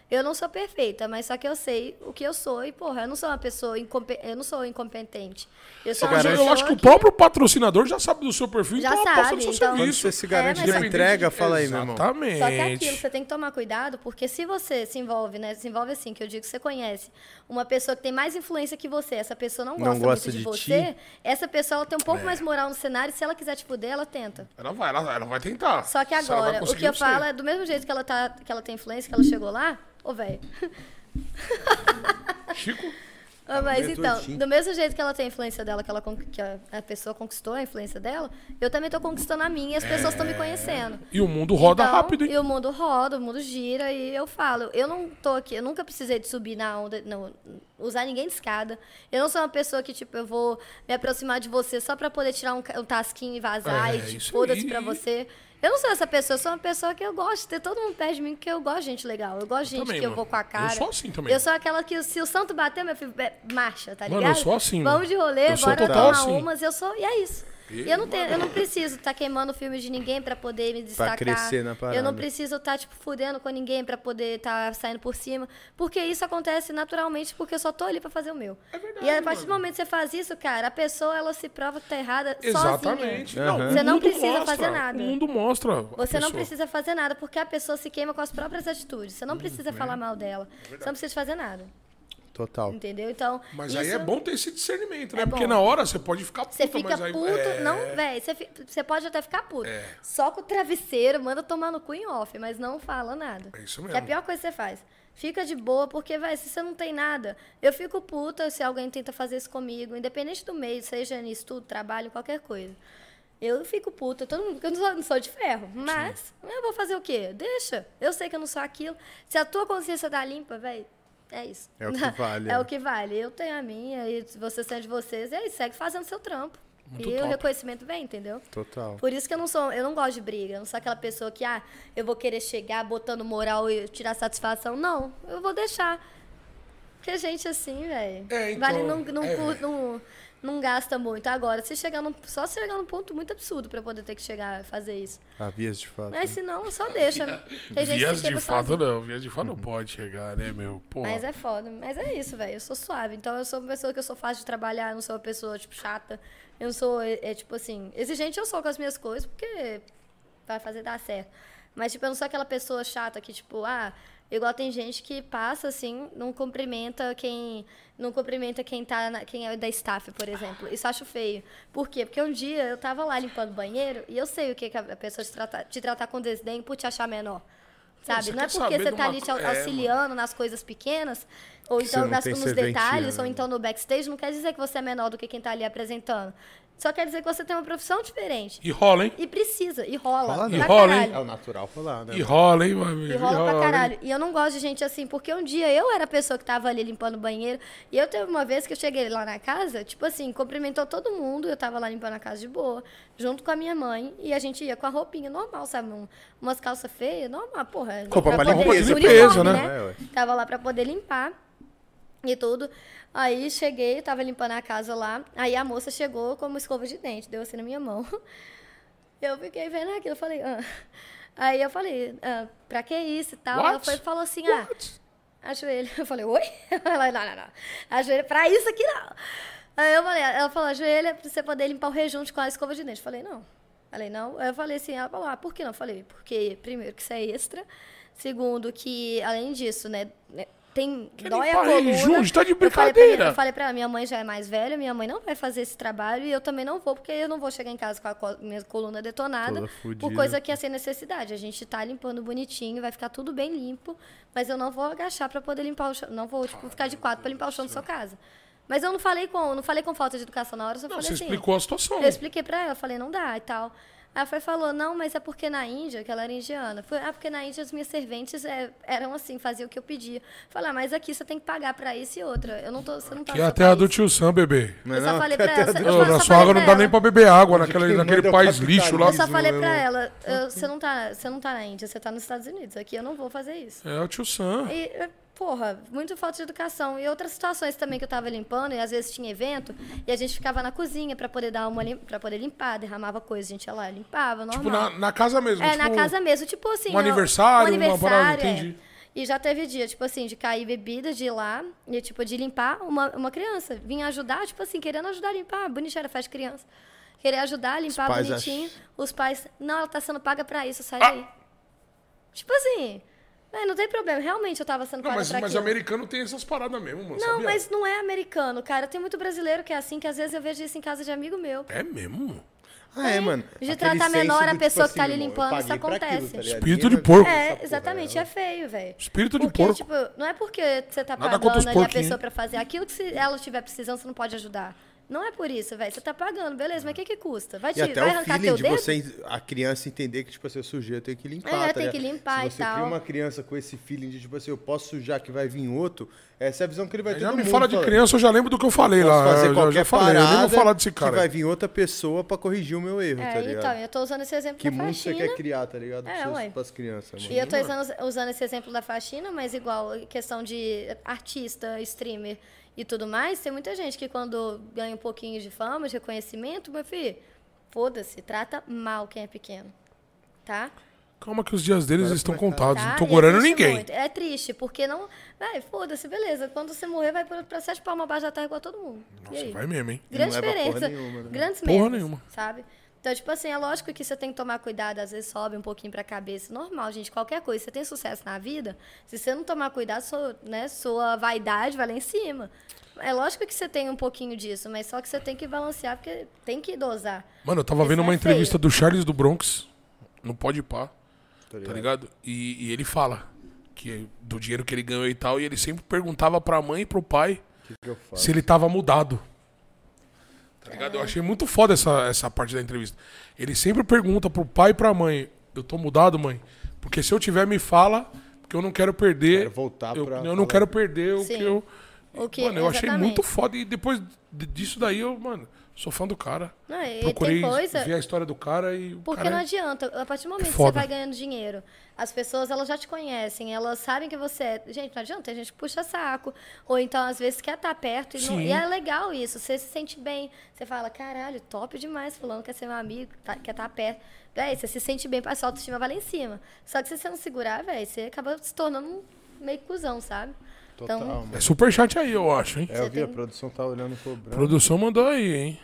Eu não sou perfeita, mas só que eu sei o que eu sou e, porra, eu não sou uma pessoa incompetente, eu não sou incompetente. Eu sou uma Mas eu pessoa acho que o próprio patrocinador já sabe do seu perfil, Já então aposta sabe, no seu então- Quando serviço. você se garante É, de mas uma é- entrega, fala aí, meu irmão. Exatamente. Só que é aquilo, você tem que tomar cuidado, porque se você se envolve, né? Se envolve assim, que eu digo que você conhece uma pessoa que tem mais influência que você, essa pessoa não Não gosta, gosta muito de, de você, ti. essa pessoa ela tem um É. pouco mais moral no cenário, e se ela quiser te fuder, ela tenta. Ela vai, ela, ela vai tentar. Só que Se ela vai agora, o conseguir, que eu sei. falo é do mesmo jeito que ela, tá, que ela tem influência, que ela chegou lá, ô, velho. Chico? Ah, mas meio então, tortinho. do mesmo jeito que ela tem a influência dela, que, ela, con- que a, a pessoa conquistou a influência dela, eu também tô conquistando a minha e as pessoas estão me conhecendo. E o mundo roda Então, rápido, hein? E o mundo roda, o mundo gira e eu falo, eu não tô aqui, eu nunca precisei de subir na onda, não, usar ninguém de escada. Eu não sou uma pessoa que, tipo, eu vou me aproximar de você só pra poder tirar um, ca- um tasquinho e vazar É, e tipo, isso foda-se aí. pra você. Eu não sou essa pessoa, eu sou uma pessoa que eu gosto de ter todo mundo perto de mim, porque eu gosto de gente legal. Eu gosto de gente também, que eu mano. vou com a cara. Eu sou assim também. Eu sou aquela que, se o santo bater, meu filho, é, marcha, tá ligado? Mano, eu sou assim, Vamos mano. de rolê, Eu sou bora total tomar assim. umas, eu sou, e é isso. E eu não, tenho, eu não preciso estar queimando o filme de ninguém pra poder me destacar. crescer na Eu parada. não preciso estar, tipo, fudendo com ninguém pra poder estar saindo por cima. Porque isso acontece naturalmente, porque eu só tô ali pra fazer o meu. É verdade, e a partir do mano. momento que você faz isso, cara, a pessoa, ela se prova que tá errada Exatamente. sozinha. Aham. o Você não mundo precisa mostra, fazer nada. O mundo mostra. a Você não pessoa. precisa fazer nada, porque a pessoa se queima com as próprias atitudes. Você não precisa falar mal dela. Você não precisa fazer nada. Total. Entendeu? Então. Mas isso... aí é bom ter esse discernimento, né? É Porque bom. na hora você pode ficar puta, Você fica mas aí... puto, é... não, velho. Você, fi- você pode até ficar puto. É. Só com o travesseiro, manda tomar no cu em off, mas não fala nada. É isso Que é a mesmo. pior coisa que você faz. Fica de boa, porque, velho, se você não tem nada, eu fico puta se alguém tenta fazer isso comigo, independente do meio, seja nisso tudo, trabalho, qualquer coisa. Eu fico puta, todo mundo, porque eu não sou, não sou de ferro. Mas, eu vou fazer o quê? Deixa. Eu sei que eu não sou aquilo. Se a tua consciência tá limpa, velho, é isso. É o que vale, É é. o que vale. Eu tenho a minha, e vocês têm a de vocês, e aí, segue fazendo seu trampo. Muito e top. o reconhecimento vem, entendeu? Total. Por isso que eu não sou, eu não gosto de briga. Eu não sou aquela pessoa que, ah, eu vou querer chegar botando moral e tirar satisfação. Não, eu vou deixar. Porque gente assim, velho. É, então, vale, não, não, é. cur- não, não gasta muito. Agora, se chegar num, só se chegar num ponto muito absurdo pra poder ter que chegar a fazer isso. A vias de fato. Mas se não, só deixa. Tem gente Vias que de quebra fato sozinho. não, vias de fato não pode chegar, né, meu? Porra. Mas é foda. Mas é isso, velho. Eu sou suave. Então eu sou uma pessoa que eu sou fácil de trabalhar, eu não sou uma pessoa, tipo, chata. Eu não sou, é, é, tipo assim, exigente eu sou com as minhas coisas, porque vai fazer dar certo. Mas, tipo, eu não sou aquela pessoa chata que, tipo, ah, igual tem gente que passa, assim, não cumprimenta quem. Não cumprimenta quem tá na- quem é da staff, por exemplo. Isso eu acho feio. Por quê? Porque um dia eu tava lá limpando o banheiro e eu sei o que, que a pessoa te tratar, te tratar com desdém por te achar menor. Sabe? você Não é quer porque saber você de tá uma ali te co- au- é, auxiliando nas coisas pequenas, ou Que então você não nas, tem nos serventia, detalhes, né? ou então no backstage, não quer dizer que você é menor do que quem tá ali apresentando. Só quer dizer que você tem uma profissão diferente. E rola, hein? E precisa, e rola. Rola, pra né? E rola, hein? caralho. É o natural falar, né? E rola, hein, meu amigo? E rola pra hein? caralho. E eu não gosto de gente assim, porque um dia eu era a pessoa que tava ali limpando o banheiro. E eu teve uma vez que eu cheguei lá na casa, tipo assim, cumprimentou todo mundo. Eu tava lá limpando a casa de boa, junto com a minha mãe. E a gente ia com a roupinha normal, sabe? Um, umas calças feias, normal, porra. Roupa pra poder- limpeza. uniforme, né? É, ué. Tava lá pra poder limpar e tudo. Aí cheguei, tava limpando a casa lá. Aí a moça chegou com uma escova de dente, deu assim na minha mão. Eu fiquei vendo aquilo, eu falei, ah. Aí eu falei, ah, pra que isso e tal? What? Ela foi, falou assim, ah, What? ajoelha. Eu falei, oi? Ela, não, não, não. Ajoelha pra isso aqui não. Aí eu falei, ela falou, ajoelha pra você poder limpar o rejunte com a escova de dente. Eu falei, não. Falei, não. Aí eu falei assim, ela falou, ah, por que não? Eu falei, porque, primeiro, que isso é extra. Segundo, que, além disso, né, né, tem, Quer dói a limpar coluna. rejunte? Tá de Eu falei pra brincadeira. minha- Eu falei pra ela, minha mãe já é mais velha, minha mãe não vai fazer esse trabalho e eu também não vou, porque eu não vou chegar em casa com a co- minha coluna detonada Toda por fudida. coisa que é sem necessidade. A gente tá limpando bonitinho, vai ficar tudo bem limpo, mas eu não vou agachar pra poder limpar o chão, não vou, tipo, ficar de quatro pra limpar o chão da sua casa. Mas eu não falei com, não falei com falta de educação na hora, eu só Não, falei você assim. explicou a situação. Eu expliquei pra ela, eu falei, não dá e tal. Aí ela foi, falou, não, mas é porque na Índia, que ela era indiana, foi, ah, porque na Índia as minhas serventes é, eram assim, faziam o que eu pedia. Falei, ah, mas aqui você tem que pagar pra isso e outra. Eu não tô, você não tá Que no é a seu terra do país. tio Sam, bebê. Não é Eu só não? falei Que é pra até ela, do- eu Ô, só na sua falei água pra não dá ela. nem pra beber água Onde naquele, quem naquele manda é o país lixo lá. Eu só capitalismo, falei né, pra mano? ela, eu- você, não tá, você não tá na Índia, você tá nos Estados Unidos. Aqui eu não vou fazer isso. É o tio Sam. E, eh, porra, muito falta de educação. E outras situações também que eu tava limpando, e às vezes tinha evento, e a gente ficava na cozinha pra poder dar uma lim... para poder limpar, derramava coisa, a gente ia lá, limpava, normal. Tipo, na, na casa mesmo. É, tipo, na casa mesmo, tipo assim... um ó, aniversário, um uma aniversário, parada, é. entendi. E já teve dia, tipo assim, de cair bebida, de ir lá, e tipo, de limpar uma, uma criança. Vim ajudar, tipo assim, querendo ajudar a limpar. Bonitinha, era festa de criança. Querer ajudar, limpar pais bonitinho. ach- Os pais, não, ela tá sendo paga pra isso, sai Ah. daí. Tipo assim, é, não tem problema. Realmente eu tava sendo Não, paga mas, pra mas aquilo. americano tem essas paradas mesmo, mano. Não, sabia? mas não é americano, cara. Tem muito brasileiro que é assim, que às vezes eu vejo isso em casa de amigo meu. É mesmo? Ah, é, mano. De Aquele tratar senso menor a do, pessoa tipo que tá ali assim, irmão, limpando, eu isso paguei pra aquilo, acontece. tá ligado? Espírito Ninguém de vai porco. fazer essa É, porra, exatamente, né? é feio, velho. Espírito de Porque, porco. tipo, não é porque você tá Nada contra os pagando ali a porquinhos. pessoa pra fazer aquilo que se ela estiver precisando, você não pode ajudar. Não é por isso, velho. Você tá pagando, beleza, mas o que que custa? Vai, te, E até vai o arrancar feeling teu de dedo? você, a criança entender que, tipo assim, o sujeito tem que limpar, É, tá tem que ligado? limpar e Se você tal. cria uma criança com esse feeling de, tipo assim, eu posso sujar que vai vir outro, essa é a visão que ele vai ter Já do me mundo, fala de fala, criança, eu já lembro do que eu falei Posso lá. fazer eu já, qualquer já falei, eu nem parada vou falar desse que cara. vai vir outra pessoa pra corrigir o meu erro, É, tá ligado? então, eu tô usando esse exemplo Que da mundo você faxina. quer criar, tá ligado? É, Pra seus- ué. pras crianças, mano. E eu tô usando, usando esse exemplo da faxina, mas igual questão de artista, streamer e tudo mais, tem muita gente que quando ganha um pouquinho de fama, de reconhecimento, meu filho, foda-se, trata mal quem é pequeno, tá? Calma que os dias deles Agora estão foi pra contados. Tá? Não tô E é gorando triste ninguém. muito. É triste, porque não... Véi, foda-se, beleza. Quando você morrer, vai pra, pra sete palmas abaixo da terra igual todo mundo. e Nossa, aí? vai mesmo, hein? Grande Não leva porra diferença. nenhuma, né? Grandes Porra merdas, nenhuma. sabe? Então, tipo assim, é lógico que você tem que tomar cuidado, às vezes sobe um pouquinho pra cabeça. Normal, gente, qualquer coisa. Você tem sucesso na vida, se você não tomar cuidado, sua, né, sua vaidade vai lá em cima. É lógico que você tem um pouquinho disso, mas só que você tem que balancear, porque tem que dosar. Mano, eu tava Isso vendo uma é entrevista feio. do Charles do Bronx, no Pode Pá, Tá tá ligado? ligado? E, e ele fala que do dinheiro que ele ganhou e tal, e ele sempre perguntava pra mãe e pro pai O que, que eu faço? se ele tava mudado. Tá ligado? Eu achei muito foda essa, essa parte da entrevista. Ele sempre pergunta pro pai e pra mãe: eu tô mudado, mãe? Porque se eu tiver, me fala, porque eu não quero perder. Quero voltar eu, pra eu não falar. quero perder o Sim. que eu. O que- mano, eu achei exatamente. muito foda. E depois de- disso daí, eu, mano, sou fã do cara. Não, e Procurei tem coisa... ver a história do cara e. o Porque cara não é- adianta, a partir do momento que você foda. vai ganhando dinheiro, as pessoas elas já te conhecem, elas sabem que você é. Gente, não adianta, tem gente que puxa saco. Ou então, às vezes, quer estar perto. E, não- Sim. e é legal isso, você se sente bem. Você fala, caralho, top demais, fulano quer ser meu amigo, tá- quer estar perto. Véi, você se sente bem, sua autoestima vai lá em cima. Só que se você não segurar, velho, você acaba se tornando um meio cuzão, sabe? Total, Então, mano. É superchat aí, eu acho, hein? É, eu Você vi, a tem- produção tá olhando pro A branco. produção mandou aí, hein?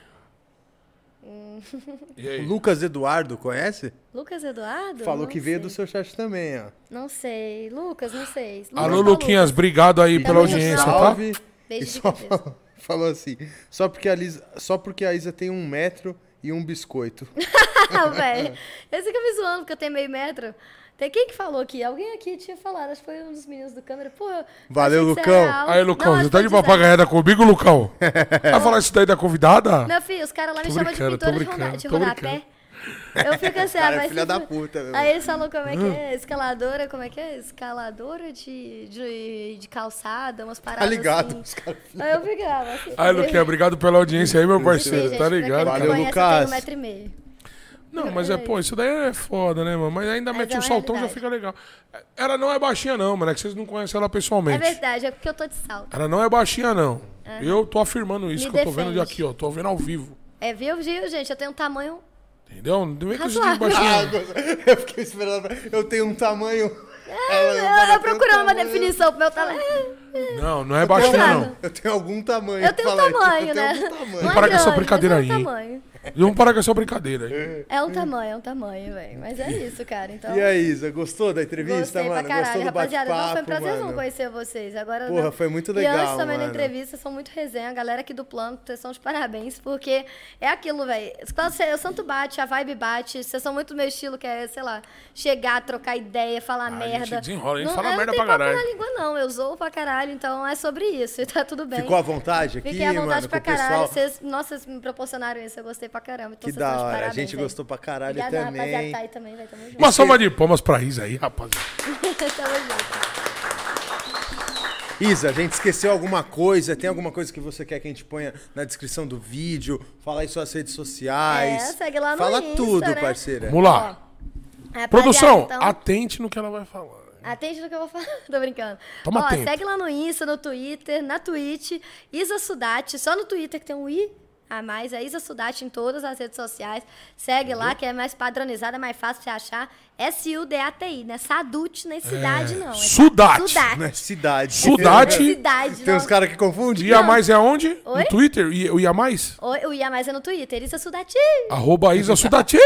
E O aí? Lucas Eduardo, conhece? Lucas Eduardo? Falou Não que veio sei. do seu chat também, ó. Não sei. Lucas, não sei. Lucas Alô, ou Luquinhas, obrigado aí pela Tamo audiência, junto. tá? Salve. Beijo E de só cabeça. falou, falou assim, só porque, a Lisa, só porque a Isa tem um metro e um biscoito. Ah, velho. Esse fica me zoando, porque eu tenho meio metro. Tem quem que falou aqui? Alguém aqui tinha falado, acho que foi um dos meninos do câmera. Pô, eu Valeu, achei que você Lucão. era alto. Aí, Lucão, Não, você acho tá que de foi papagaiada comigo, Lucão? Vai falar isso daí da convidada? Meu filho, os caras lá me Tô chamam de brincando, tô pintora de rodar, brincando, de tô rodapé. Eu fico assim, ah, Cara, é mas... filha se- da puta, meu. Aí eles falam como é que é, escaladora, como é que é? Escaladora de, de, de calçada, umas paradas Tá ligado? assim. Os caras- Aí eu ficava assim... Aí, Luquinha, obrigado pela audiência aí, meu parceiro, Gente, tá pra ligado? quem Valeu, não conhece, Lucas. eu tenho um metro e meio. Não, mas é, pô, isso daí é foda, né, mano? Mas ainda Mas mete é um uma saltão, já realidade. fica legal. Ela não é baixinha, não, mano. É que vocês não conhecem ela É pessoalmente. verdade, é porque eu tô de salto. Ela não é baixinha, não. Eu tô afirmando isso, Me que eu tô vendo de defende. aqui, ó. Tô vendo ao vivo. É, viu, viu, gente? Eu tenho um tamanho... Entendeu? Não vem com isso de Razoável. Ah, baixinha. eu fiquei esperando. pra- Eu tenho um tamanho. Ela- Eu, eu eu tenho um procurando uma tamanho. definição pro meu tamanho. Não, não é baixinha, nada. não. Eu tenho algum tamanho. Eu tenho um fala aí, tamanho, eu né? tenho algum tamanho. Não é Para com essa grande, brincadeira mas é um aí. tamanho. E vamos parar com essa brincadeira aí. É um tamanho, é um tamanho, velho. Mas é isso, cara. Então, E aí, Isa, gostou da entrevista, gostei mano? pra caralho. Gostou do Rapaziada, não, foi um bate-papo, prazerzão mano? conhecer vocês. Agora, Porra, não- foi muito E legal, antes também da mano. entrevista, são muito resenha. A galera aqui do plano, vocês são de parabéns, porque é aquilo, velho. Quando você- o santo bate, a vibe bate. Vocês são muito meu estilo, que é, sei lá, chegar, trocar ideia, falar a merda. gente desenrola, a gente não, fala eu merda não pra tenho papo caralho. na língua, não. Eu zoo pra caralho, então é sobre isso. E tá tudo bem. Ficou à vontade aqui, Fiquei à vontade mano, pra com o caralho. pessoal? Vocês, nossa, vocês me proporcionaram isso. Eu gostei pra caramba. Então Que vocês da estão de hora. A parabéns, gente velho. gostou pra caralho Obrigada, rapaziada, também. tá aí também, vai. Tamo junto. Uma salva de palmas pra Isa aí, rapaziada. Tamo junto. Isa, a gente esqueceu alguma coisa? Tem alguma coisa que você quer que a gente ponha na descrição do vídeo? Fala aí suas redes sociais. É, segue lá no Fala Insta, tudo, né? parceira. Vamos lá. Rapaziada, Produção, então, atente no que ela vai falar. atende no que eu vou falar. Tô brincando. Toma Ó, tempo. segue lá no Insta, no Twitter, na Twitch. Isa Sudati. Só no Twitter que tem um I. a mais, a Isa Sudati em todas as redes sociais. Segue lá, que é mais padronizada, mais fácil de você achar. S U D A T I, não é Sadut nem cidade, não. É Sudati. Sudati. Não é cidade. Sudati. Cidade, Tem não. uns caras que confundem. Ia mais é onde? Oi? No Twitter? I- O Ia mais? Oi, o Ia Mais é no Twitter, Isa Sudati. Arroba Isa Sudati.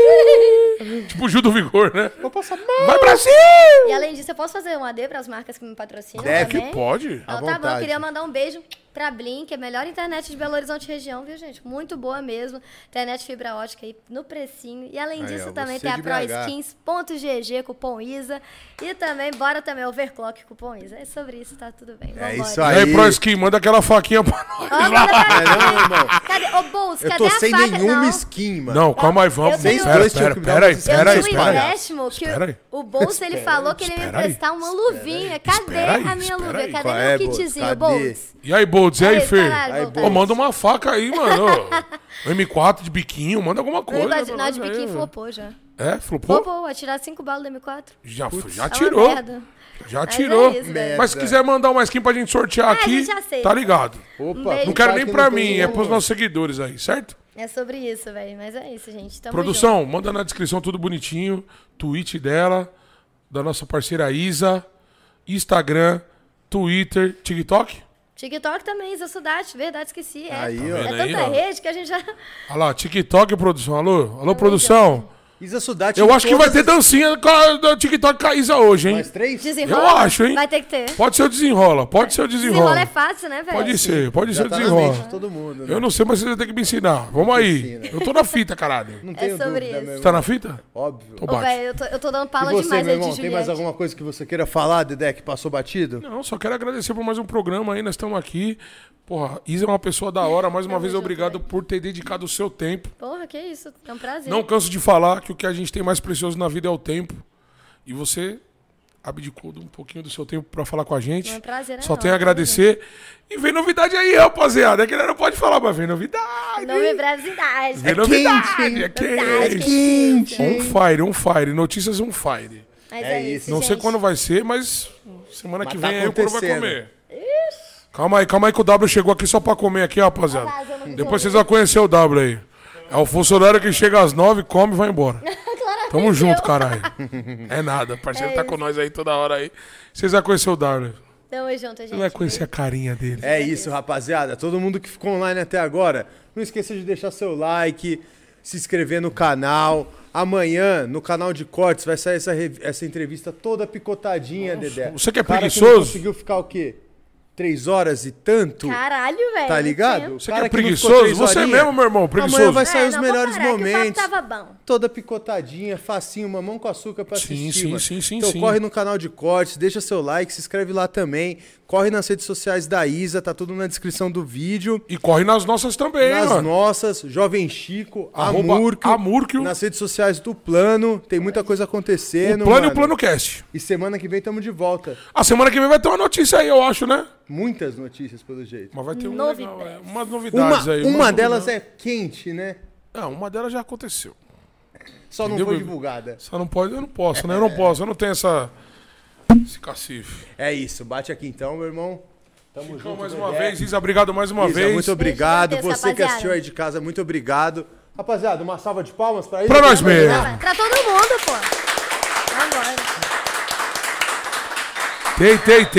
Tipo o Gil do Vigor, né? Vou passar mal. Vai Brasil! E além disso, eu posso fazer um A D para as marcas que me patrocinam Deve, também? Que pode. Então À tá bom, eu vontade. queria mandar um beijo pra Blink, a melhor internet de Belo Horizonte região, viu, gente? Muito boa mesmo. Internet fibra ótica aí no precinho. E além Aí, disso, ó, também você tem a de B H. proskins ponto g g, cupom Isa. E também, bora também, overclock, cupom Isa. É sobre isso, tá tudo bem. É Vambora. isso E aí. aí, Pro Skin, manda aquela faquinha pra nós. Ó, manda pra É, mim. não, irmão. Cadê? Ô, Bolsa, Eu cadê tô a sem faca? nenhuma Não. skin, mano. Não, calma aí, vamos. Eu tenho- Pera, Dois pera, tinham que dar pera aí, umas Eu pera aí, tinha um pera aí. empréstimo que Espera aí. o Bolsa, ele falou que ele ia me Espera aí. emprestar uma luvinha. Cadê Espera aí, a minha espera luvinha? aí. Cadê Qual meu é, Bolsa? kitzinho, Cadê? Bolsa? E aí, Boltz, e aí, Aí, Fê? caralho, Aí, Bolsa. Pô, manda uma faca aí, mano. Um M quatro de biquinho, manda alguma O coisa. negócio pra de- Não, de nós aí, biquinho mano. flopou já. É, flopou? Flopou, vai tirar cinco balas do M quatro. Já, já É uma tirou. merda. Já Mas tirou. é isso, velho. Mas se quiser mandar uma skin pra gente sortear Ah, a aqui, gente já aceita. tá ligado. Opa, beijo. Não quero tá nem que pra não mim, tem é um- pros nossos seguidores aí, certo? É sobre isso, velho. Mas é isso, gente. Tamo Produção, manda na descrição tudo bonitinho. Tweet dela, da nossa parceira Isa, Instagram, Twitter, TikTok. junto. TikTok também, Isa Sudati. Verdade, esqueci. É, Aí, é ó. Tá vendo tanta aí, ó? rede que a gente já... Olha lá, TikTok, produção. Alô? Alô, produção. Isa Sudati. Eu acho que vai todas ter dancinha com a- da TikTok com a Isa hoje, hein? Nós três? Desenrola. Eu acho, hein? Vai ter que ter. Pode ser o desenrola, pode ser o Desenrola desenrola. é fácil, né, velho? Pode ser, pode ser Já o tá na desenrola. mente de todo mundo, né? Eu não sei, mas você vai ter que me ensinar. Vamos aí. ensina. Eu tô na fita, caralho. Não tenho sobre dúvida, isso. meu Você tá irmão. na fita? Óbvio. Tô Ô, bate. velho, eu tô, eu tô dando E pala você, demais meu aí de irmão, tem mais Juliette. alguma coisa que você queira falar, Dedé, que passou batido? Não, só quero agradecer por mais um programa aí. Nós estamos aqui. Porra, Isa é uma pessoa da hora. Mais uma Tamo vez, junto, obrigado velho. por ter dedicado o seu tempo. Porra, que isso. É um prazer. Não canso de falar que o que a gente tem mais precioso na vida é o tempo. E você abdicou de um pouquinho do seu tempo pra falar com a gente. É um prazer Só enorme, tenho a agradecer. E vem novidade aí, rapaziada. É que ele não pode falar, mas vem novidade. Nome brevidade. Vem novidade. quente, É Novidade, quente. quente. On fire, on fire. Notícias on fire. Mas É é, isso. isso, Não sei gente. quando vai ser, mas semana Mas que tá vem aí o povo vai acontecendo. comer. Calma aí, calma aí que o W chegou aqui só pra comer aqui, rapaziada. Ah, eu não Depois vocês vão conhecer o W aí. É o funcionário que chega às nove, come e vai embora. Claramente Tamo junto, eu. caralho. É nada, parceiro É tá isso. com nós aí toda hora aí. Vocês vão conhecer o W. Tamo junto, gente. Você vai conhecer a carinha dele. É isso, rapaziada. Todo mundo que ficou online até agora, não esqueça de deixar seu like, se inscrever no canal. Amanhã, no canal de cortes, vai sair essa, rev- essa entrevista toda picotadinha, Dedé. você que é O cara preguiçoso? não conseguiu ficar o quê? Três horas e tanto? Caralho, velho. Tá ligado? tempo. Você cara que é que não ficou preguiçoso? três Você horinha, mesmo, meu irmão, preguiçoso. Amanhã vai sair É, os não, vou melhores parar, que o papo momentos. tava bom. Toda picotadinha, facinho, mamão com açúcar pra Sim, assistir. sim, mano. sim, sim, Então sim. corre no canal de cortes, deixa seu like, se inscreve lá também. Corre nas redes sociais da Isa, tá tudo na descrição do vídeo. E corre nas nossas também, Nas mano. nossas, Jovem Chico, Arroba Amurkio, Amurkio. nas redes sociais do Plano. Tem muita coisa acontecendo, O plano e mano. o plano cast. E semana que vem tamo de volta. A semana que vem vai ter uma notícia aí, eu acho, né? Muitas notícias, pelo jeito. Mas vai ter um Novidades. legal, é. umas Uma, novidades aí. uma umas delas novidades. é quente, né? É, uma delas já aconteceu. Só Entendeu, não foi meu? divulgada. Só não pode, eu não posso, né? Eu não posso, eu não tenho essa. Esse cacife. É isso, bate aqui então, meu irmão. Tamo Então, junto. mais Dedé. uma vez, Isa, obrigado mais uma Isa, vez. muito obrigado. Beijo, Você que rapaziada. assistiu aí de casa, muito obrigado. Rapaziada, uma salva de palmas pra Isa. Pra nós mesmo. Pra, pra todo mundo, pô. Vambora. Tem, tem, tem.